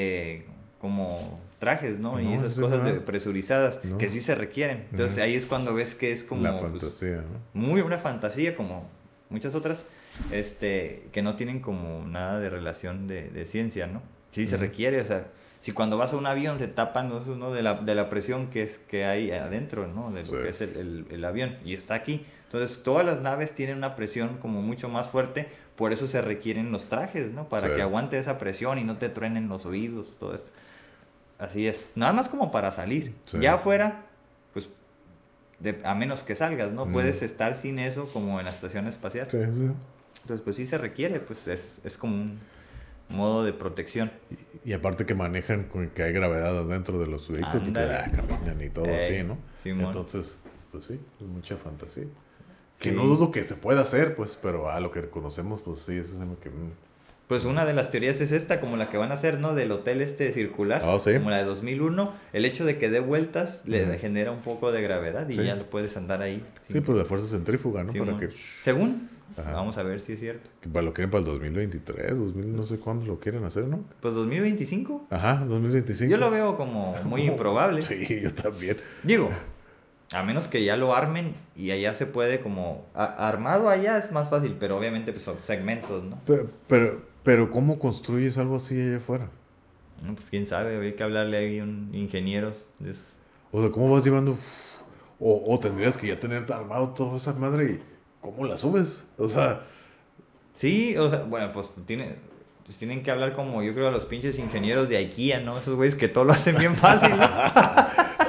como trajes, ¿no? Y No, esas eso sí, cosas nada. presurizadas que No. sí se requieren. Entonces Ujú. ahí es cuando ves que es La como pues, fantasía, ¿no? muy una fantasía, como muchas otras, que no tienen como nada de relación de ciencia, ¿no? Sí se Ujú. requiere, o sea, si cuando vas a un avión se tapan los uno de la presión que hay adentro, ¿no? De Sí. lo que es el avión y está aquí. Entonces todas las naves tienen una presión como mucho más fuerte, por eso se requieren los trajes, ¿no? Para Sí. que aguante esa presión y no te truenen los oídos, todo esto. Así es. Nada más como para salir. Sí. Ya afuera, pues a menos que salgas, ¿no? Mm. Puedes estar sin eso como en la estación espacial. Sí, sí. Entonces, pues sí se requiere, pues es como un modo de protección. Y aparte que manejan con que hay gravedad dentro de los vehículos, porque Ándale. caminan y todo Ey, así, ¿no? Simón. Entonces, pues sí, es mucha fantasía. Que Sí. no dudo que se pueda hacer, pues, pero a lo que conocemos, pues sí, eso es algo que... Pues una de las teorías es esta, como la que van a hacer, ¿no? Del hotel circular, Ah, sí. como la de 2001. El hecho de que dé vueltas le Ujú. genera un poco de gravedad y Sí. ya lo puedes andar ahí. Sí, pues la fuerza centrífuga, ¿no? Simón. Para que... Según, Ajá. vamos a ver si es cierto. Que para lo quieren para el 2023, 2000, no sé cuándo lo quieren hacer, ¿no? Pues 2025, Ajá, 2025. yo lo veo como muy improbable. Sí, yo también. Digo, a menos que ya lo armen y allá se puede como... armado allá es más fácil, pero obviamente pues son segmentos, ¿no? Pero ¿cómo construyes algo así allá afuera? No, pues quién sabe, hay que hablarle ahí a un ingenieros de esos. O sea, ¿cómo vas llevando? O tendrías que ya tener armado toda esa madre y ¿cómo la subes? O sea, Sí, o sea, bueno, pues tienen que hablar como yo creo a los pinches ingenieros de IKEA, ¿no? Esos güeyes que todo lo hacen bien fácil, ¿no?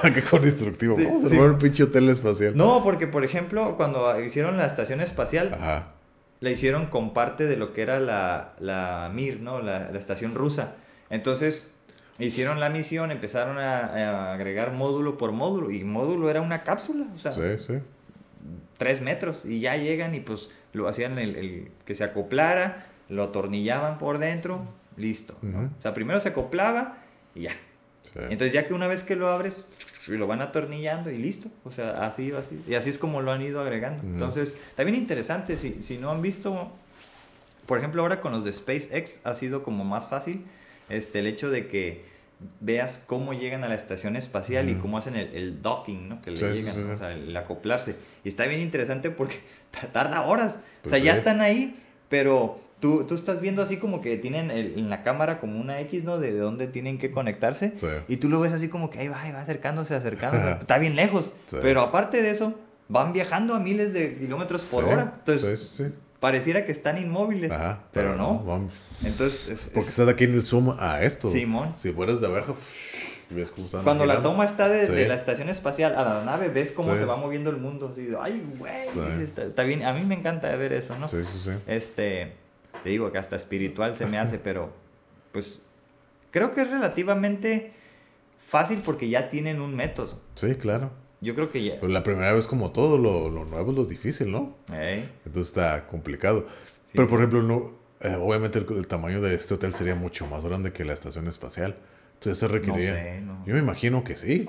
Qué constructivo. Sí, Vamos a sí. armar un pinche hotel espacial. No, porque por ejemplo, cuando hicieron la estación espacial, Ajá. la hicieron con parte de lo que era la Mir, ¿no? La estación rusa. Entonces, hicieron la misión, empezaron a agregar módulo por módulo, y módulo era una cápsula, o sea, Sí, sí. 3 metros, y ya llegan y pues lo hacían el que se acoplara, lo atornillaban por dentro, listo, ¿no? Ujú. O sea, primero se acoplaba y ya. Sí. Entonces ya que una vez que lo abres, y lo van atornillando y listo. O sea, así, así. Y así es como lo han ido agregando. Ujú. Entonces, también interesante, si no han visto, por ejemplo, ahora con los de SpaceX ha sido como más fácil el hecho de que veas cómo llegan a la estación espacial y Ujú. cómo hacen el docking, ¿no? Que le Sí, sí, llegan, sí, ¿no? sí. O sea, el acoplarse. Y está bien interesante porque tarda horas. Pues o sea, ya sí. están ahí, pero tú estás viendo así como que tienen en la cámara como una X, ¿no? De dónde tienen que conectarse. Sí. Y tú lo ves así como que ahí va acercándose, acercándose. Está bien lejos. Sí. Pero aparte de eso, van viajando a miles de kilómetros por Sí, hora. Entonces, sí, sí. pareciera que están inmóviles. Ajá. pero no. Vamos. Entonces, Porque estás aquí en el zoom a esto. Simón. Si fueras de abajo, ves cómo están Cuando la girando. toma está de Sí. la estación espacial a la nave, ves cómo Sí. se va moviendo el mundo. Así, ay, güey. Sí. dices, Está bien. A mí me encanta ver eso, ¿no? Sí, sí, sí. Te digo que hasta espiritual se me hace, pero pues creo que es relativamente fácil porque ya tienen un método. Sí, claro. Yo creo que ya. Pero la primera vez, como todo, lo nuevo es lo difícil, ¿no? Ey, Entonces está complicado. sí. Pero, por ejemplo, no, obviamente el tamaño de este hotel sería mucho más grande que la estación espacial. Entonces se requeriría... No sé, no. Yo me imagino que sí.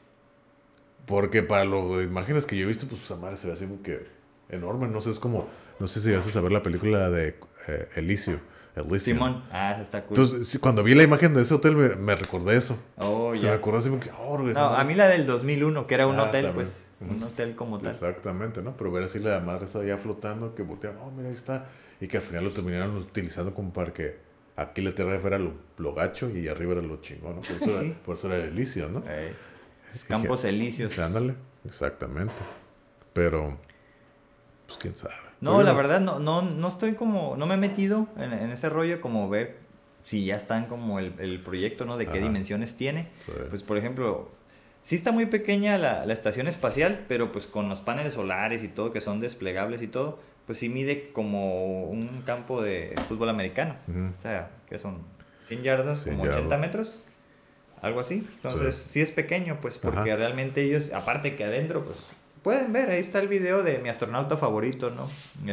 Porque para las imágenes que yo he visto, pues esa madre se ve así como que enorme. No sé, es como... No sé si vas a ver la película de Elysium. Simón, esa está cool. Entonces, sí, cuando vi la imagen de ese hotel, me recordé eso. Oh, Se me acordó así como que... güey, esa No, madre a mí la del 2001, que era un Ah, hotel, también. pues. Un hotel como tal. Exactamente, ¿no? Pero ver así la madre estaba ya flotando, que voltearon, mira, ahí está. Y que al final lo terminaron utilizando como para que aquí la tierra fuera lo gacho y arriba era lo chingón, ¿no? Por eso, Sí. era, por eso era el Elysium, ¿no? Ey, Campos Elíseos. Ándale, exactamente. Pero, pues quién sabe. No, Pero la yo verdad, no estoy como. No me he metido en ese rollo como ver si ya están como el proyecto, ¿no? De qué Ajá. dimensiones tiene. Sí. Pues, por ejemplo, sí está muy pequeña la estación espacial, pero pues con los paneles solares y todo, que son desplegables y todo, pues sí mide como un campo de fútbol americano. Ujú. O sea, que son 100 yardas, 100 como 80 yardas. metros, algo así. Entonces, sí es pequeño, pues, porque Ajá. realmente ellos, aparte que adentro, pues, pueden ver, ahí está el video de mi astronauta favorito, ¿no?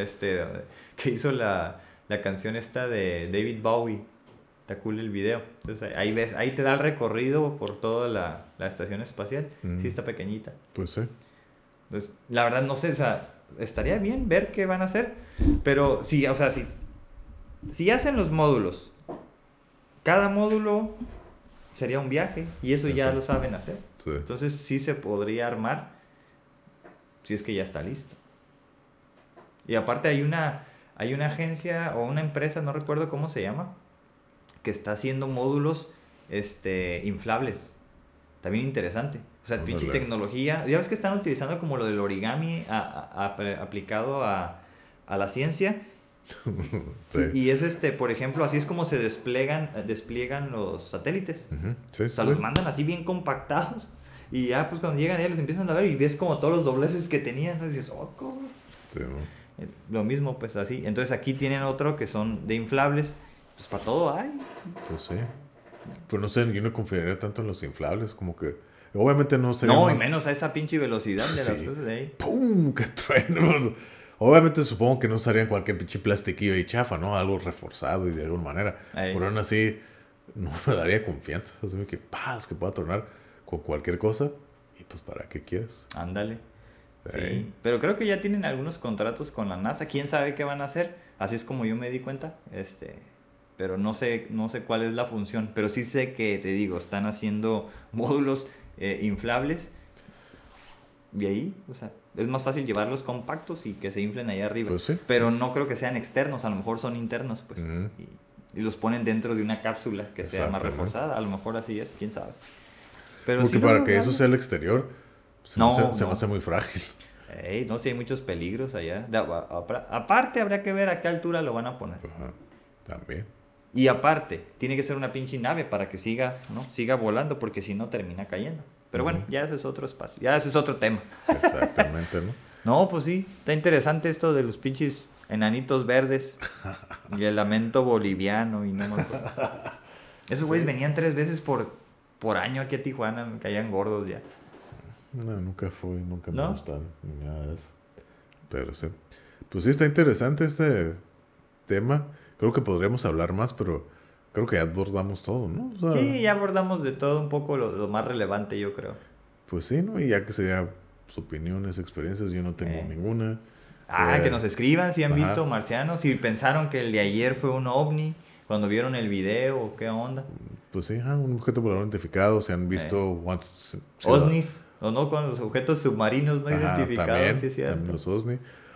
Que hizo la canción esta de David Bowie. Está cool el video. Entonces, ahí ves, ahí te da el recorrido por toda la estación espacial. Mm. Sí está pequeñita. Pues sí. Entonces, la verdad no sé, o sea, estaría bien ver qué van a hacer, pero sí, o sea, si hacen los módulos, cada módulo sería un viaje y eso ya Sí. lo saben hacer. Sí. Entonces sí se podría armar si es que ya está listo. Y aparte hay una agencia o una empresa, no recuerdo cómo se llama, que está haciendo módulos inflables. También interesante. O sea, pinche Órale. tecnología. Ya ves que están utilizando como lo del origami aplicado a la ciencia. Sí. Y es por ejemplo, así es como se despliegan los satélites. Ujú. Sí, O sea, sí. los mandan así bien compactados. Y ya, pues cuando llegan, ya los empiezan a ver y ves como todos los dobleces que tenían. ¿No? Y dices, oh, ¿cómo? Sí, ¿no? Lo mismo, pues así. Entonces aquí tienen otro que son de inflables. Pues para todo hay. Pues sí. Pero no sé, yo no confiaría tanto en los inflables, como que... Obviamente no sería... No, más- y menos a esa pinche velocidad de las Sí. cosas de ahí. ¡Pum! ¡Qué trueno! Obviamente supongo que no usarían cualquier pinche plastiquillo y chafa, ¿no? Algo reforzado y de alguna manera. Ahí. Pero aún así, no me daría confianza. Así que paz, que pueda tornar con cualquier cosa. Y pues, ¿para qué quieres? Ándale. Sí. Ey. Pero creo que ya tienen algunos contratos con la NASA. ¿Quién sabe qué van a hacer? Así es como yo me di cuenta. Pero no sé cuál es la función. Pero sí sé que, te digo, están haciendo módulos inflables. Y ahí, o sea, es más fácil llevarlos compactos y que se inflen ahí arriba. Pues sí. Pero no creo que sean externos, a lo mejor son internos, pues. Ujú. Y los ponen dentro de una cápsula que sea más Exactamente. reforzada. A lo mejor así es, quién sabe. Pero Porque sí lo para veo que eso viable. sea el exterior, se No, me no. hace muy frágil. Ey, no sé, hay muchos peligros allá. Aparte, habría que ver a qué altura lo van a poner. Ajá. También. Y aparte, tiene que ser una pinche nave para que siga, ¿no? Siga volando, porque si no termina cayendo. Pero bueno, ya ese es otro espacio, ya ese es otro tema. Exactamente, ¿no? No, pues sí, está interesante esto de los pinches enanitos verdes y el lamento boliviano y no me acuerdo. Esos güeyes venían 3 veces por año aquí a Tijuana, me caían gordos ya. No, nunca fui, nunca me ¿No? gustaron, ni nada de eso. Pero sí. Pues sí, está interesante este tema. Creo que podríamos hablar más, pero creo que ya abordamos todo, ¿no? O sea, Sí, ya abordamos de todo un poco lo más relevante, yo creo. pues sí, ¿no? Y ya que sería sus opiniones, experiencias, yo no tengo ninguna. Que nos escriban si han Ajá. visto marcianos, si pensaron que el de ayer fue un ovni, cuando vieron el video o qué onda. Pues sí, un objeto volador identificado, se han visto OSNIs, o no, con los objetos submarinos no identificados, también, sí es cierto. también los OSNI.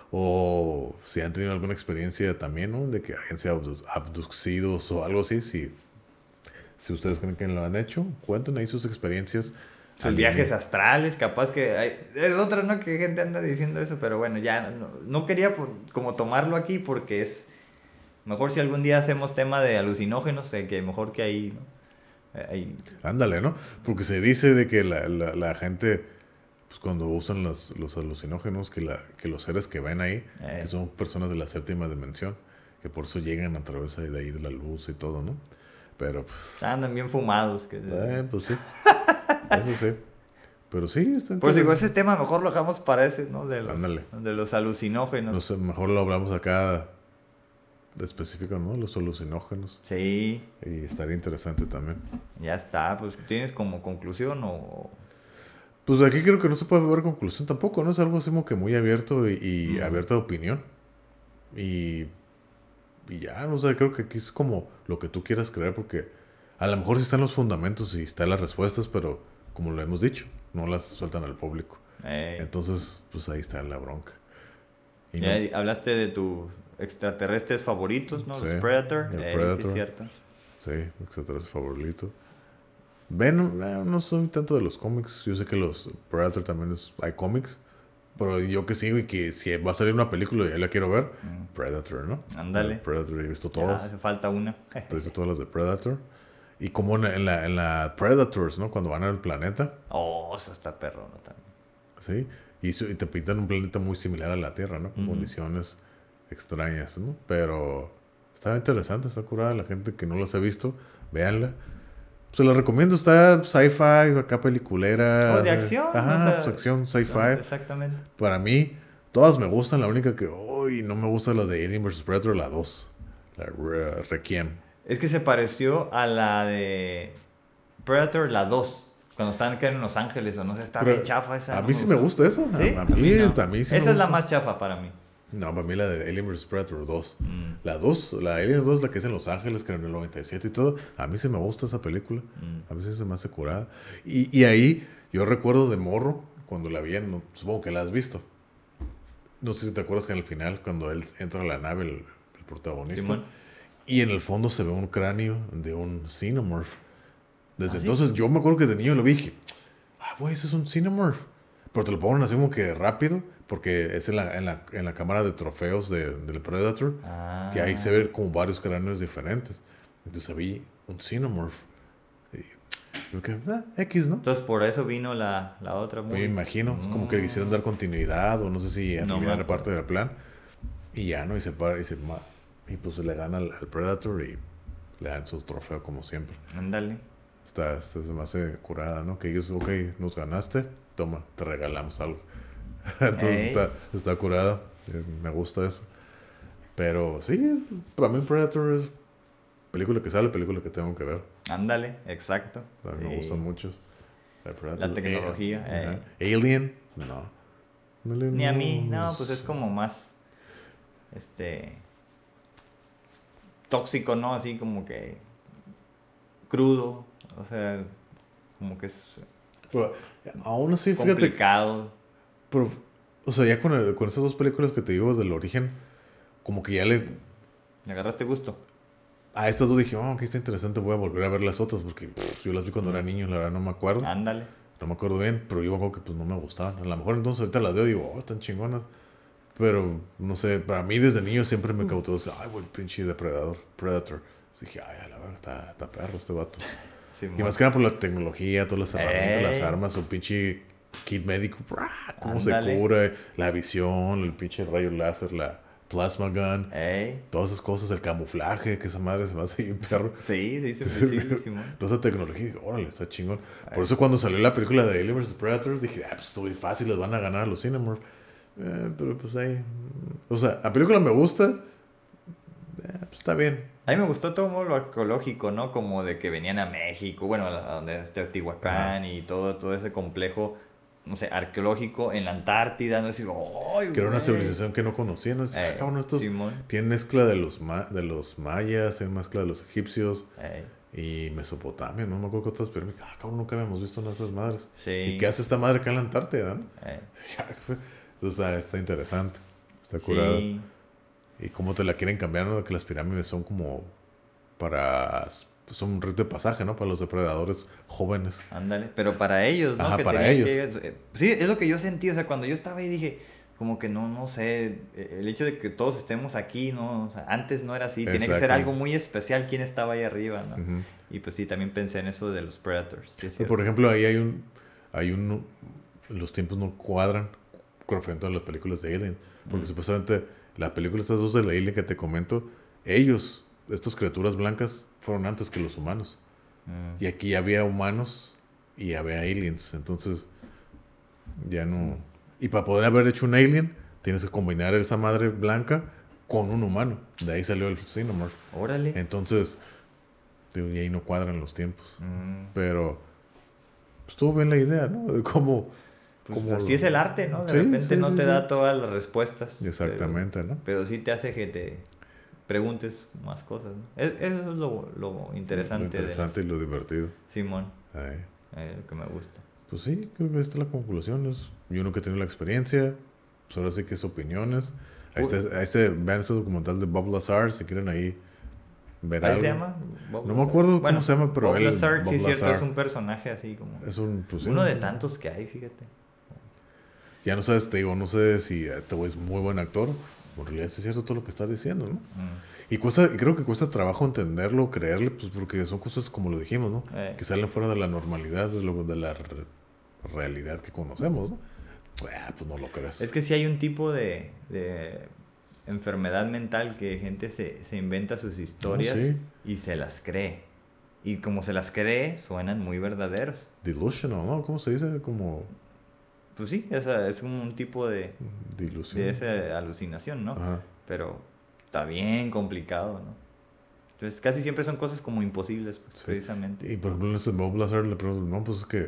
O si han tenido alguna experiencia también, ¿no? De que hayan sido abducidos o algo así. Si ustedes creen que lo han hecho, cuenten ahí sus experiencias. Sus viajes astrales, capaz que es otra, ¿no? Que gente anda diciendo eso, pero bueno, ya no quería como tomarlo aquí porque es mejor si algún día hacemos tema de alucinógenos, que mejor que ahí, ¿no? Ahí. Ándale, ¿no? Porque se dice de que la gente, pues cuando usan los alucinógenos, que los seres que ven ahí, que son personas de la séptima dimensión, que por eso llegan a través de ahí de la luz y todo, ¿no? Pero pues... Andan bien fumados. pues sí, eso sí. Pero sí, está Por si interesante. ese tema mejor lo dejamos para ese, ¿no? Ándale. De los alucinógenos. No sé, mejor lo hablamos acá de específico, ¿no? Los alucinógenos. Sí, Y estaría interesante también. ya está. Pues tienes como conclusión o... Pues aquí creo que no se puede ver conclusión tampoco, ¿no? Es algo así como que muy abierto y abierto de opinión. Y ya, no sé, creo que aquí es como lo que tú quieras creer, porque a lo mejor sí están los fundamentos y están las respuestas, pero como lo hemos dicho, no las sueltan al público. Entonces, pues ahí está la bronca. Y ya no, hablaste de tus extraterrestres favoritos, ¿no? Sí, Los Predator. el Sí, Predator. es cierto. sí, etcétera, es favorito. Venom, no soy tanto de los cómics. Yo sé que los Predator también hay cómics. Pero yo que sigo y que si va a salir una película y ya la quiero ver, Predator, ¿no? Ándale. Predator, he visto Ya, todas. hace falta una. He visto todas las de Predator. Y como en la Predators, ¿no? Cuando van al planeta, Oh, eso está perro, ¿no? También. ¿sí? Y te pintan un planeta muy similar a la Tierra, ¿no? Con condiciones extrañas, ¿no? Pero está interesante, está curada. La gente que no las ha visto, véanla. Se la recomiendo, está sci-fi, acá peliculera. O de acción. Ajá, o sea, pues acción, sci-fi. Exactamente. Para mí, todas me gustan. La única que hoy no me gusta es la de Alien vs. Predator, la 2. La Requiem. Es que se pareció a la de Predator, la 2. Cuando estaban acá en Los Ángeles, o no sé, está Pero bien chafa esa. a no mí me sí me gustó. gusta esa. ¿Sí? A mí no. sí me Esa es la gusta. más chafa para mí. No, para mí la de Alien vs. Predator 2. La 2, la Alien 2, la que es en Los Ángeles, que era en el 97 y todo. A mí sí me gusta esa película. A mí sí se me hace curada. Y ahí yo recuerdo de morro, cuando la vi, supongo que la has visto. No sé si te acuerdas que en el final, cuando él entra a la nave, el protagonista, Simón. y en el fondo se ve un cráneo de un Xenomorph. Desde ¿Ah, sí? entonces yo me acuerdo que de niño lo vi y dije, güey, ese es un Xenomorph. Pero te lo ponen así como que rápido, porque es en la cámara de trofeos del Predator, que ahí se ven como varios cráneos diferentes. Entonces vi un Xenomorph. Y yo que, X, ¿no? Entonces por eso vino la otra Me movie. imagino, es como que le quisieron dar continuidad, o no sé si en No realidad me era parte del plan. Y ya, ¿no? Y pues le gana al Predator y le dan su trofeo como siempre. Ándale. Se me hace curada, ¿no? Que ellos, ok, nos ganaste, toma, te regalamos algo. Entonces está curada, me gusta eso. Pero sí, para mí Predator es película que sale, película que tengo que ver. Ándale, exacto. O sea, me gustan mucho. La tecnología. Alien, no. Ni a mí, no, pues es como más tóxico, ¿no? Así como que crudo, o sea, como que es Pero aún así, fíjate, complicado. pero, o sea, ya con estas dos películas que te digo del origen, como que ya ¿Le agarraste gusto? a estas dos dije, ok, está interesante, voy a volver a ver las otras, porque yo las vi cuando era niño, la verdad no me acuerdo. Ándale. No me acuerdo bien, pero yo me acuerdo que pues no me gustaban. A lo mejor entonces ahorita las veo y digo, están chingonas. Pero, no sé, para mí desde niño siempre me cautivó. Ay, güey, pinche depredador, Predator. Así dije, ay, a la verdad, está perro este vato. Sí, Y más que nada por la tecnología, todas las herramientas, las armas, su pinche kit médico, cómo Ándale. se cura, la visión, el pinche rayo láser, la plasma gun, todas esas cosas, el camuflaje, que esa madre se me hace bien perro. Sí, sí, Simón. Toda esa tecnología, dije, órale, está chingón. Por eso cuando salió la película de Alien vs Predator, dije, pues está muy fácil, les van a ganar a los Cinemark. Pero pues ahí, o sea, la película me gusta, pues está bien. A mí me gustó todo lo arqueológico, ¿no? Como de que venían a México, bueno, a donde es Teotihuacán y todo ese complejo, no sé, arqueológico en la Antártida, no sé, ¡ay, Que era una güey! civilización que no conocían. ¿No? Cabrón, estos Simón. tienen mezcla de los mayas, tienen mezcla de los egipcios y Mesopotamia, no me acuerdo qué otras, pero cabrón, nunca habíamos visto una de esas madres. Sí. ¿Y qué hace esta madre acá en la Antártida? ¿No? Entonces, está interesante, está curada. Sí. Y cómo te la quieren cambiar, ¿no? De que las pirámides son como son un rito de pasaje, ¿no? Para los depredadores jóvenes. Ándale, pero para ellos, ¿no? Ajá, que para ellos. Sí, es lo que yo sentí, o sea, cuando yo estaba ahí dije, como que no sé, el hecho de que todos estemos aquí, ¿no? O sea, antes no era así, tiene que ser algo muy especial quien estaba ahí arriba, ¿no? Uh-huh. Y pues sí, también pensé en eso de los Predators. Sí, por ejemplo, ahí hay un, los tiempos no cuadran con frente a las películas de Alien, porque supuestamente la película, estas dos de la Alien que te comento, ellos, estas criaturas blancas, fueron antes que los humanos. Y aquí ya había humanos y había aliens. Entonces, ya no. Y para poder haber hecho un alien, tienes que combinar esa madre blanca con un humano. De ahí salió el Xenomorph. Órale. Entonces, y ahí no cuadran los tiempos. Pero pues, estuvo bien la idea, ¿no? De cómo. Pues así es el arte, ¿no? De repente no te da todas las respuestas. Exactamente, ¿no? Pero sí te hace que te preguntes más cosas, ¿no? Eso es lo interesante. Lo interesante y lo divertido. Simón. Lo que me gusta. Pues sí, creo que esta es la conclusión. Yo nunca he tenido la experiencia. Pues ahora sí que es opiniones. Vean ese documental de Bob Lazar si quieren ahí ver algo. ¿Se llama? Bob no me acuerdo cómo se llama, pero Bob Lazar, sí, es cierto, es un personaje así como. Es uno de tantos que hay, fíjate. Ya no sabes, te digo, no sé si este güey es muy buen actor. En realidad es cierto todo lo que está diciendo, ¿no? Y creo que cuesta trabajo entenderlo, creerle, pues porque son cosas como lo dijimos, ¿no? Que salen fuera de la normalidad, de la realidad que conocemos, ¿no? Pues no lo crees. Es que sí hay un tipo de enfermedad mental que gente se inventa sus historias y se las cree. Y como se las cree, suenan muy verdaderos. Delusional, ¿no? ¿Cómo se dice? Como... Pues sí, es un tipo de ilusión. De esa alucinación, ¿no? Ajá. Pero está bien complicado, ¿no? Entonces casi siempre son cosas como imposibles, pues, precisamente. Y por ejemplo, en ese Bob Lazar le pregunto, no, pues es que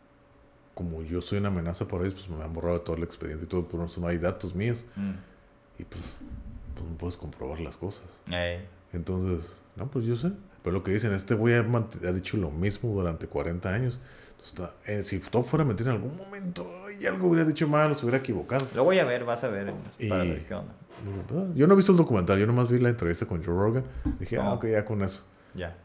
como yo soy una amenaza para ellos, pues me han borrado todo el expediente y todo, por eso no hay datos míos. Y pues no puedes comprobar las cosas. Entonces, no, pues yo sé. Pero lo que dicen, este güey ha dicho lo mismo durante 40 años. Entonces, si todo fuera mentira en algún momento y algo hubiera dicho mal o se hubiera equivocado. Lo voy a ver, vas a ver para ver qué onda. Yo no he visto el documental, yo nomás vi la entrevista con Joe Rogan. Dije, ok, ya con eso. Ya.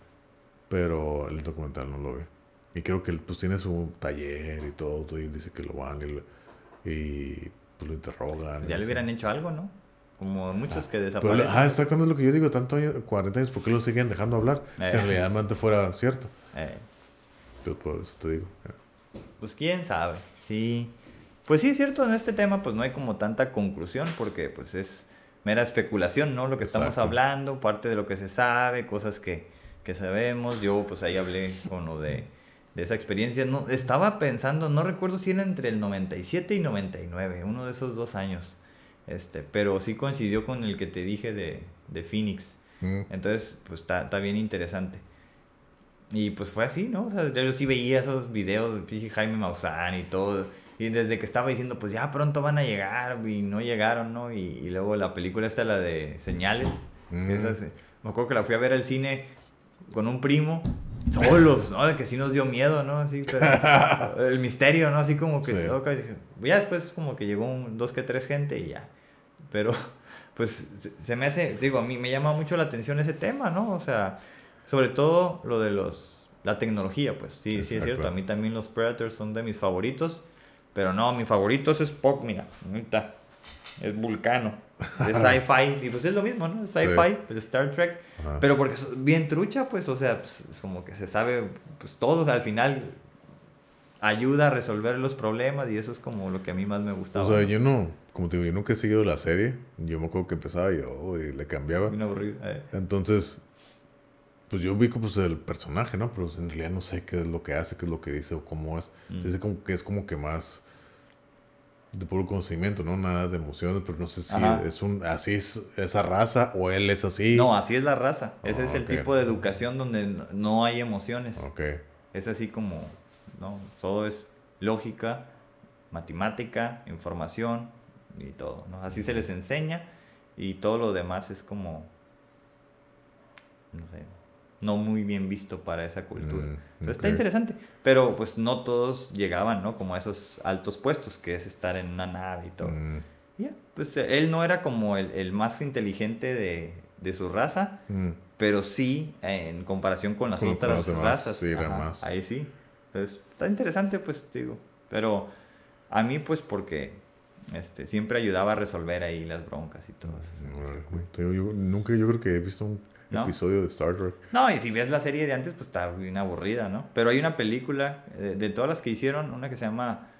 Pero el documental no lo vi. Y creo que él pues tiene su taller y todo, y dice que lo van y pues lo interrogan. Pues ya le hubieran hecho algo, ¿no? Como muchos que Pero, desaparecen. exactamente lo que yo digo, 40 años, ¿por qué lo siguen dejando hablar? Si en realidad fuera cierto. Yo por eso te digo. Pues quién sabe, sí. Pues sí, es cierto, en este tema pues no hay como tanta conclusión porque pues es mera especulación, ¿no? Lo que estamos hablando, parte de lo que se sabe, cosas que sabemos. Yo pues ahí hablé con lo de esa experiencia. No, estaba pensando, no recuerdo si era entre el 97 y 99, uno de esos 2 años. Pero sí coincidió con el que te dije de Phoenix. Entonces, pues está bien interesante. Y pues fue así, ¿no? O sea, yo sí veía esos videos de Jaime Maussan y todo. Y desde que estaba diciendo, pues ya pronto van a llegar, y no llegaron, ¿no? Y luego la película esta, la de Señales. Esas, me acuerdo que la fui a ver al cine con un primo, solos, ¿no? De que sí nos dio miedo, ¿no? Así, pero el misterio, ¿no? Así como que todo, dije, ya después como que llegó 2 que 3 gente y ya. Pero, pues, se me hace, digo, a mí me llama mucho la atención ese tema, ¿no? O sea, sobre todo lo de la tecnología, pues, sí, sí es cierto. A mí también los Predators son de mis favoritos, pero no, mi favorito es Spock, mira, ahorita. Es Vulcano. Es sci-fi. Y pues es lo mismo, ¿no? Es sci-fi, pero Star Trek. Ajá. Pero porque es bien trucha, pues, o sea, pues, como que se sabe, pues todos al final ayuda a resolver los problemas y eso es como lo que a mí más me gustaba. O sea, ¿no? yo no, como te digo, yo nunca he seguido la serie. Yo me acuerdo que empezaba y le cambiaba. Bien aburrido. Entonces, pues yo ubico pues el personaje, ¿no? Pero en realidad no sé qué es lo que hace, qué es lo que dice o cómo es. Sí sé como que es como que más de puro conocimiento, ¿no? Nada de emociones, pero no sé si Ajá. es así es esa raza o él es así. No, así es la raza. Ese es el Ok. tipo de educación donde no hay emociones. Ok. Es así como, ¿no? Todo es lógica, matemática, información y todo, ¿no? Así se les enseña y todo lo demás es como, no sé, no muy bien visto para esa cultura. Entonces está Ok. interesante, pero pues no todos llegaban, ¿no? Como a esos altos puestos, que es estar en una nave y todo. Mm, Y ya, pues él no era como el más inteligente de su raza, mm. pero sí en comparación con las Con otras los demás, razas. sí, era Ajá, más. ahí sí. Entonces, está interesante, pues, te digo. Pero a mí, pues, porque siempre ayudaba a resolver ahí las broncas y todo eso. Se me hace cool. Te digo, yo creo que he visto un ¿No? episodio de Star Trek. No, y si ves la serie de antes, pues está bien aburrida, ¿no? Pero hay una película de todas las que hicieron, una que se llama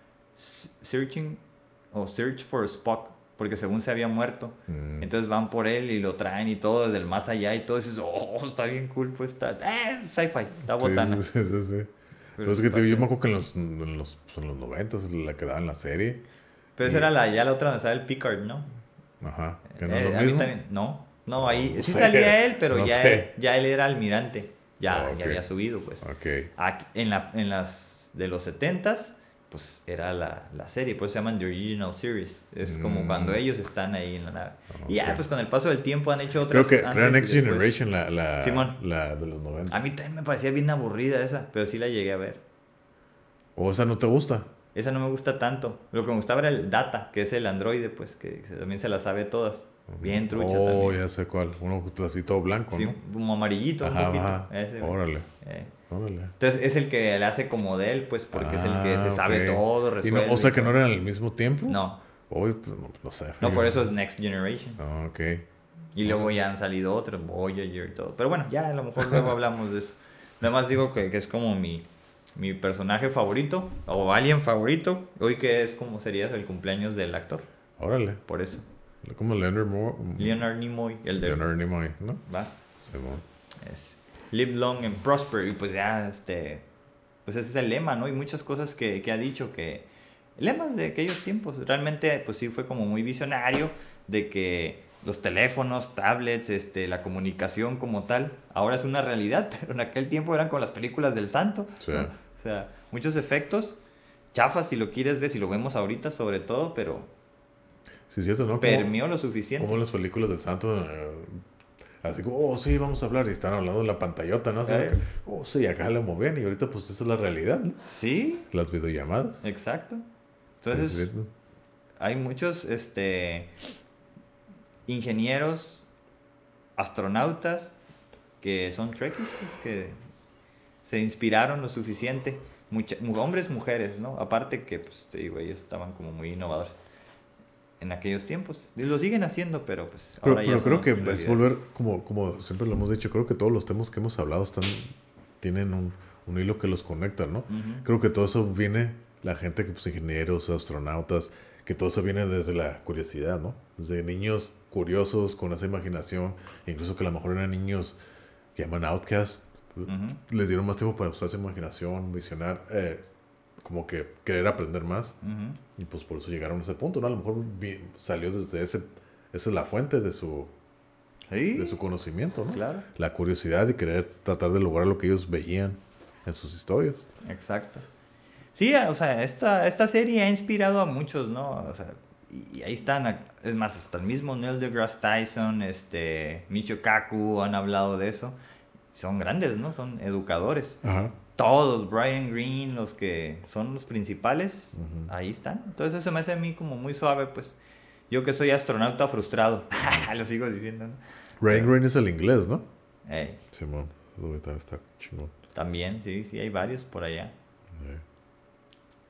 Search for Spock, porque según se había muerto. Mm. Entonces van por él y lo traen y todo desde el más allá y todo eso. Oh, está bien cool, pues está. Sci-fi, está botana. Sí, sí, sí, sí. Pero es que te digo, yo me acuerdo que en los 90s la que daban la serie. Pero esa Y, era ya la otra donde sale el Picard, ¿no? ajá, que no es lo A mí mismo. también, no. No, No, ahí no sí sé, salía él, pero no ya, sé. ya él era almirante. Ya, Ok, ya había subido, pues. ok. Aquí, en las de los 70s, pues era la serie, por eso se llaman The Original Series. Es como cuando Mm, ellos están ahí en la nave. Y ya, ok. pues con el paso del tiempo han hecho Creo otras que era antes y Next después. Generation Simón, la de los a mí 90s. también me parecía bien aburrida esa, pero sí la llegué a ver. ¿O esa no te gusta? Esa no me gusta tanto. Lo que me gustaba era el Data, que es el androide, pues, que también se la sabe todas. Bien trucha Oh, también. ya sé cuál. Uno así todo blanco, Sí, ¿no? como amarillito un Ajá, poquito. ajá. Ese, güey. Órale, Eh, órale. Entonces es el que le hace como de él, pues, porque es el que se Ok. sabe todo, Y no, o resuelve y sea que no todo. eran al mismo tiempo. No, Hoy, pues, no sé. no, por eso es Next Generation. Ah, ok. Y luego ya han salido otros, Voyager y todo. Pero bueno, ya a lo mejor luego hablamos de eso. Nada más digo que es como mi personaje favorito, o alien favorito. Hoy que es como sería el cumpleaños del actor. Órale. Por eso. Como Leonard Moore. Leonard Nimoy, el de... Leonard Nimoy, ¿no? Va. Simón. Es Live Long and Prosper. Y pues ya, pues ese es el lema, ¿no? Y muchas cosas que ha dicho que... Lemas de aquellos tiempos. Realmente, pues sí fue como muy visionario de que los teléfonos, tablets, la comunicación como tal, ahora es una realidad, pero en aquel tiempo eran con las películas del santo, Sí. ¿no? O sea, muchos efectos, chafas si lo quieres ver, si lo vemos ahorita sobre todo, pero Sí, es cierto, ¿no? permeó lo suficiente. Como en las películas del santo, así como, oh, sí, vamos a hablar, y están hablando en la pantallota, ¿no? Así como que, oh, sí, acá lo movían, y ahorita pues esa es la realidad, ¿no? Sí, Las videollamadas. exacto. Sí, Entonces, es cierto. hay muchos ingenieros, astronautas que son trekkies, pues, que se inspiraron lo suficiente. Hombres, mujeres, ¿no? Aparte que, pues, te digo, ellos estaban como muy innovadores en aquellos tiempos. Y lo siguen haciendo, pero pues ahora ya Pero son creo que otras es volver, realidades. como siempre lo hemos dicho, creo que todos los temas que hemos hablado tienen un hilo que los conecta, ¿no? Ujú, Creo que todo eso viene, la gente que pues ingenieros, astronautas, que todo eso viene desde la curiosidad, ¿no? Desde niños curiosos, con esa imaginación, incluso que a lo mejor eran niños que llaman outcast, ujú, les dieron más tiempo para usar su imaginación, visionar, como que querer aprender más, ujú. y pues por eso llegaron a ese punto, ¿no? A lo mejor salió desde esa es la fuente de su Sí, conocimiento, ¿no? claro, La curiosidad y querer tratar de lograr lo que ellos veían en sus historias. exacto. Sí, o sea, esta serie ha inspirado a muchos, ¿no? O sea, y ahí están, es más, hasta el mismo Neil deGrasse Tyson, Michio Kaku han hablado de eso. Son grandes, ¿no? Son educadores. Ajá. Todos, Brian Greene, los que son los principales, Ujú. ahí están. Entonces eso me hace a mí como muy suave, pues. Yo que soy astronauta frustrado, lo sigo diciendo, ¿no? Rain Pero, Green es el inglés, ¿no? hey, Simón, eso está chingón. también, sí, sí, hay varios por allá. Sí.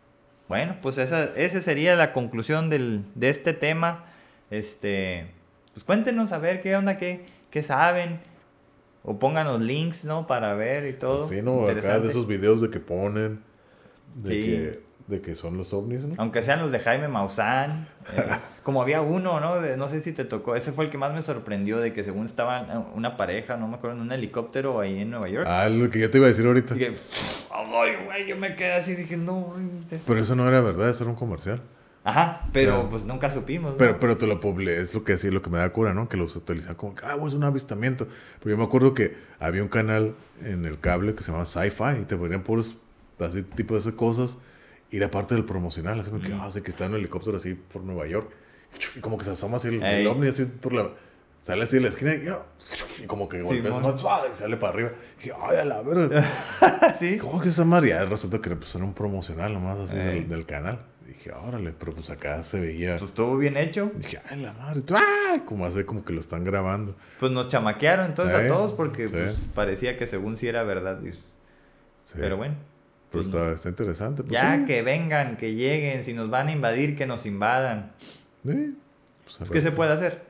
Bueno, pues esa sería la conclusión de este tema. Pues cuéntenos a ver qué onda, qué saben. O pónganos links, ¿no? Para ver y todo. Sí, ¿no? Acá de esos videos de que ponen, de que son los ovnis, ¿no? Aunque sean los de Jaime Maussan. Como había uno, ¿no? No sé si te tocó. Ese fue el que más me sorprendió, de que según estaba una pareja, no me acuerdo, en un helicóptero ahí en Nueva York. Ah, lo que yo te iba a decir ahorita. Y que, ay, güey, yo me quedé así, dije, no. Pero eso no era verdad, eso era un comercial. Ajá, pero O sea, pues nunca supimos, ¿no? Pero te lo es lo que sí, lo que me da cura, ¿no? Que los utilizaban como, es un avistamiento. Pero yo me acuerdo que había un canal en el cable que se llamaba Sci-Fi y te ponían puros, así, tipo de esas cosas. Y era parte del promocional, así como que, sé que está en un helicóptero así por Nueva York. Y como que se asoma así el ovni así por la... Sale así de la esquina y como que golpea esa madre y sale para arriba. Y dije, ay, a la verga. ¿Sí? ¿Cómo que esa madre? Ya resulta que pues, era un promocional nomás así del canal. Y dije, órale, pero pues acá se veía... Pues estuvo bien hecho. Y dije, ay, la madre. Como hace como que lo están grabando. Pues nos chamaquearon entonces a todos porque sí. Pues, parecía que según sí era verdad. Sí. Pero bueno. Pero está interesante. Pues, ya sí. que vengan, que lleguen. Si nos van a invadir, que nos invadan. Sí. Pues, ¿Qué se puede hacer?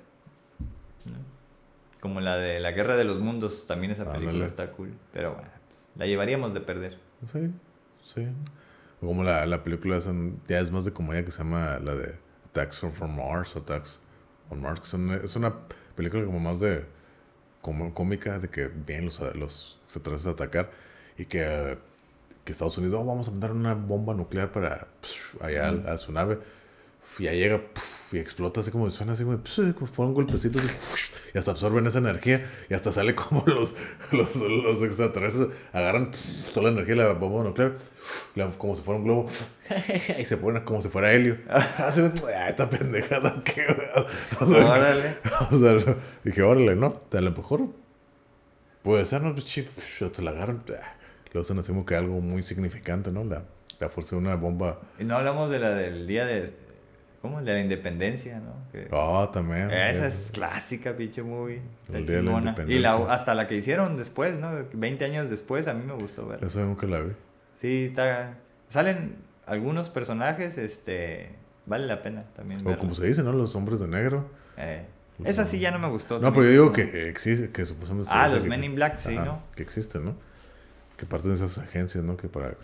Como la de la Guerra de los Mundos. También esa película está cool. Pero bueno, pues, la llevaríamos de perder. Sí, sí. Como la película ya es más de comedia, que se llama la de Attacks from Mars o Attacks on Mars. Es una película como más de cómica, de que vienen los extraterrestres a atacar y que Estados Unidos, vamos a mandar una bomba nuclear para allá a su nave. Y ya llega y explota así como suena así como fueron golpecitos y hasta absorben esa energía y hasta sale como los extraterrestres agarran toda la energía de la bomba nuclear como si fuera un globo y se ponen como si fuera helio. Esta pendejada que órale. O sea, dije, órale, no, a lo mejor puede ser, no, te la agarran, lo hacen así como que algo muy significante, ¿no? La fuerza de una bomba. Y no hablamos de la del día de... ¿Cómo? El de la independencia, ¿no? También. Esa es clásica, pinche movie. Está el día de la chingona. independencia. Y hasta la que hicieron después, ¿no? 20 años después, a mí me gustó verla. Eso nunca la vi. Sí, está... Salen algunos personajes, vale la pena también verla. O como se dice, ¿no? Los hombres de negro. Esa sí ya no me gustó. No, pero yo digo que existe, que supuestamente... los Men in Black, sí, ¿no? Que existen, ¿no? Que parten de esas agencias, ¿no? Que para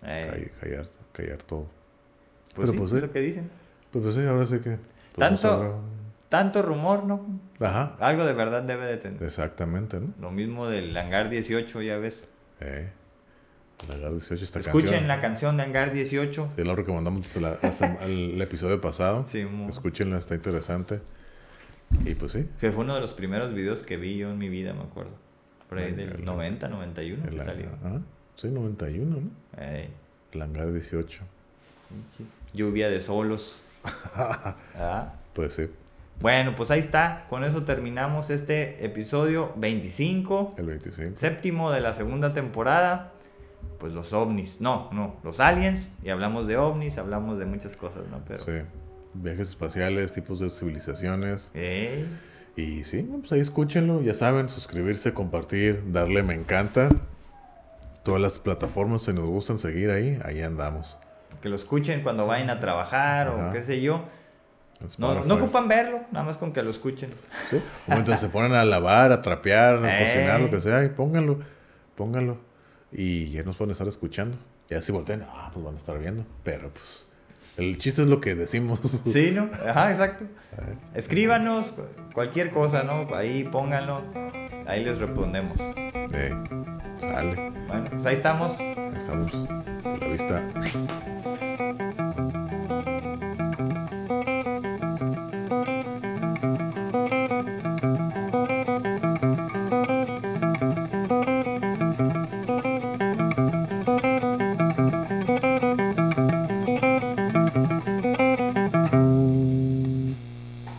callar todo. Pues pero sí, pues es lo que dicen. Pues sí, ahora sí que... Tanto rumor, ¿no? Ajá. Algo de verdad debe de tener. Exactamente, ¿no? Lo mismo del Hangar 18, ya ves. El Hangar 18 está Escuchen la canción de Hangar 18. Sí, la recomendamos el episodio pasado. Sí, escúchenla, está interesante. Y pues sí. Sí, fue uno de los primeros videos que vi yo en mi vida, me acuerdo. Por ahí del 90, 91 que salió. Sí, 91, ¿no? El Hangar 18. Sí. Lluvia de solos. Pues sí. Bueno, pues ahí está. Con eso terminamos este episodio 25. El 25. Séptimo de la segunda temporada. Pues los ovnis. No, los aliens. Y hablamos de ovnis, hablamos de muchas cosas, ¿no? Pero... Sí. Viajes espaciales, tipos de civilizaciones. Y sí, pues ahí escúchenlo. Ya saben, suscribirse, compartir, darle me encanta. Todas las plataformas, si nos gustan seguir ahí andamos. Que lo escuchen cuando vayan a trabajar o qué sé yo. No ocupan verlo, nada más con que lo escuchen. ¿Sí? O mientras se ponen a lavar, a trapear, a cocinar, lo que sea, y pónganlo. Y ya nos pueden estar escuchando. Ya si voltean, pues van a estar viendo. Pero pues el chiste es lo que decimos. Sí, ¿no? Ajá, exacto. Escríbanos cualquier cosa, ¿no? Ahí pónganlo. Ahí les respondemos. Sale. Bueno, pues ahí estamos. Hasta la vista.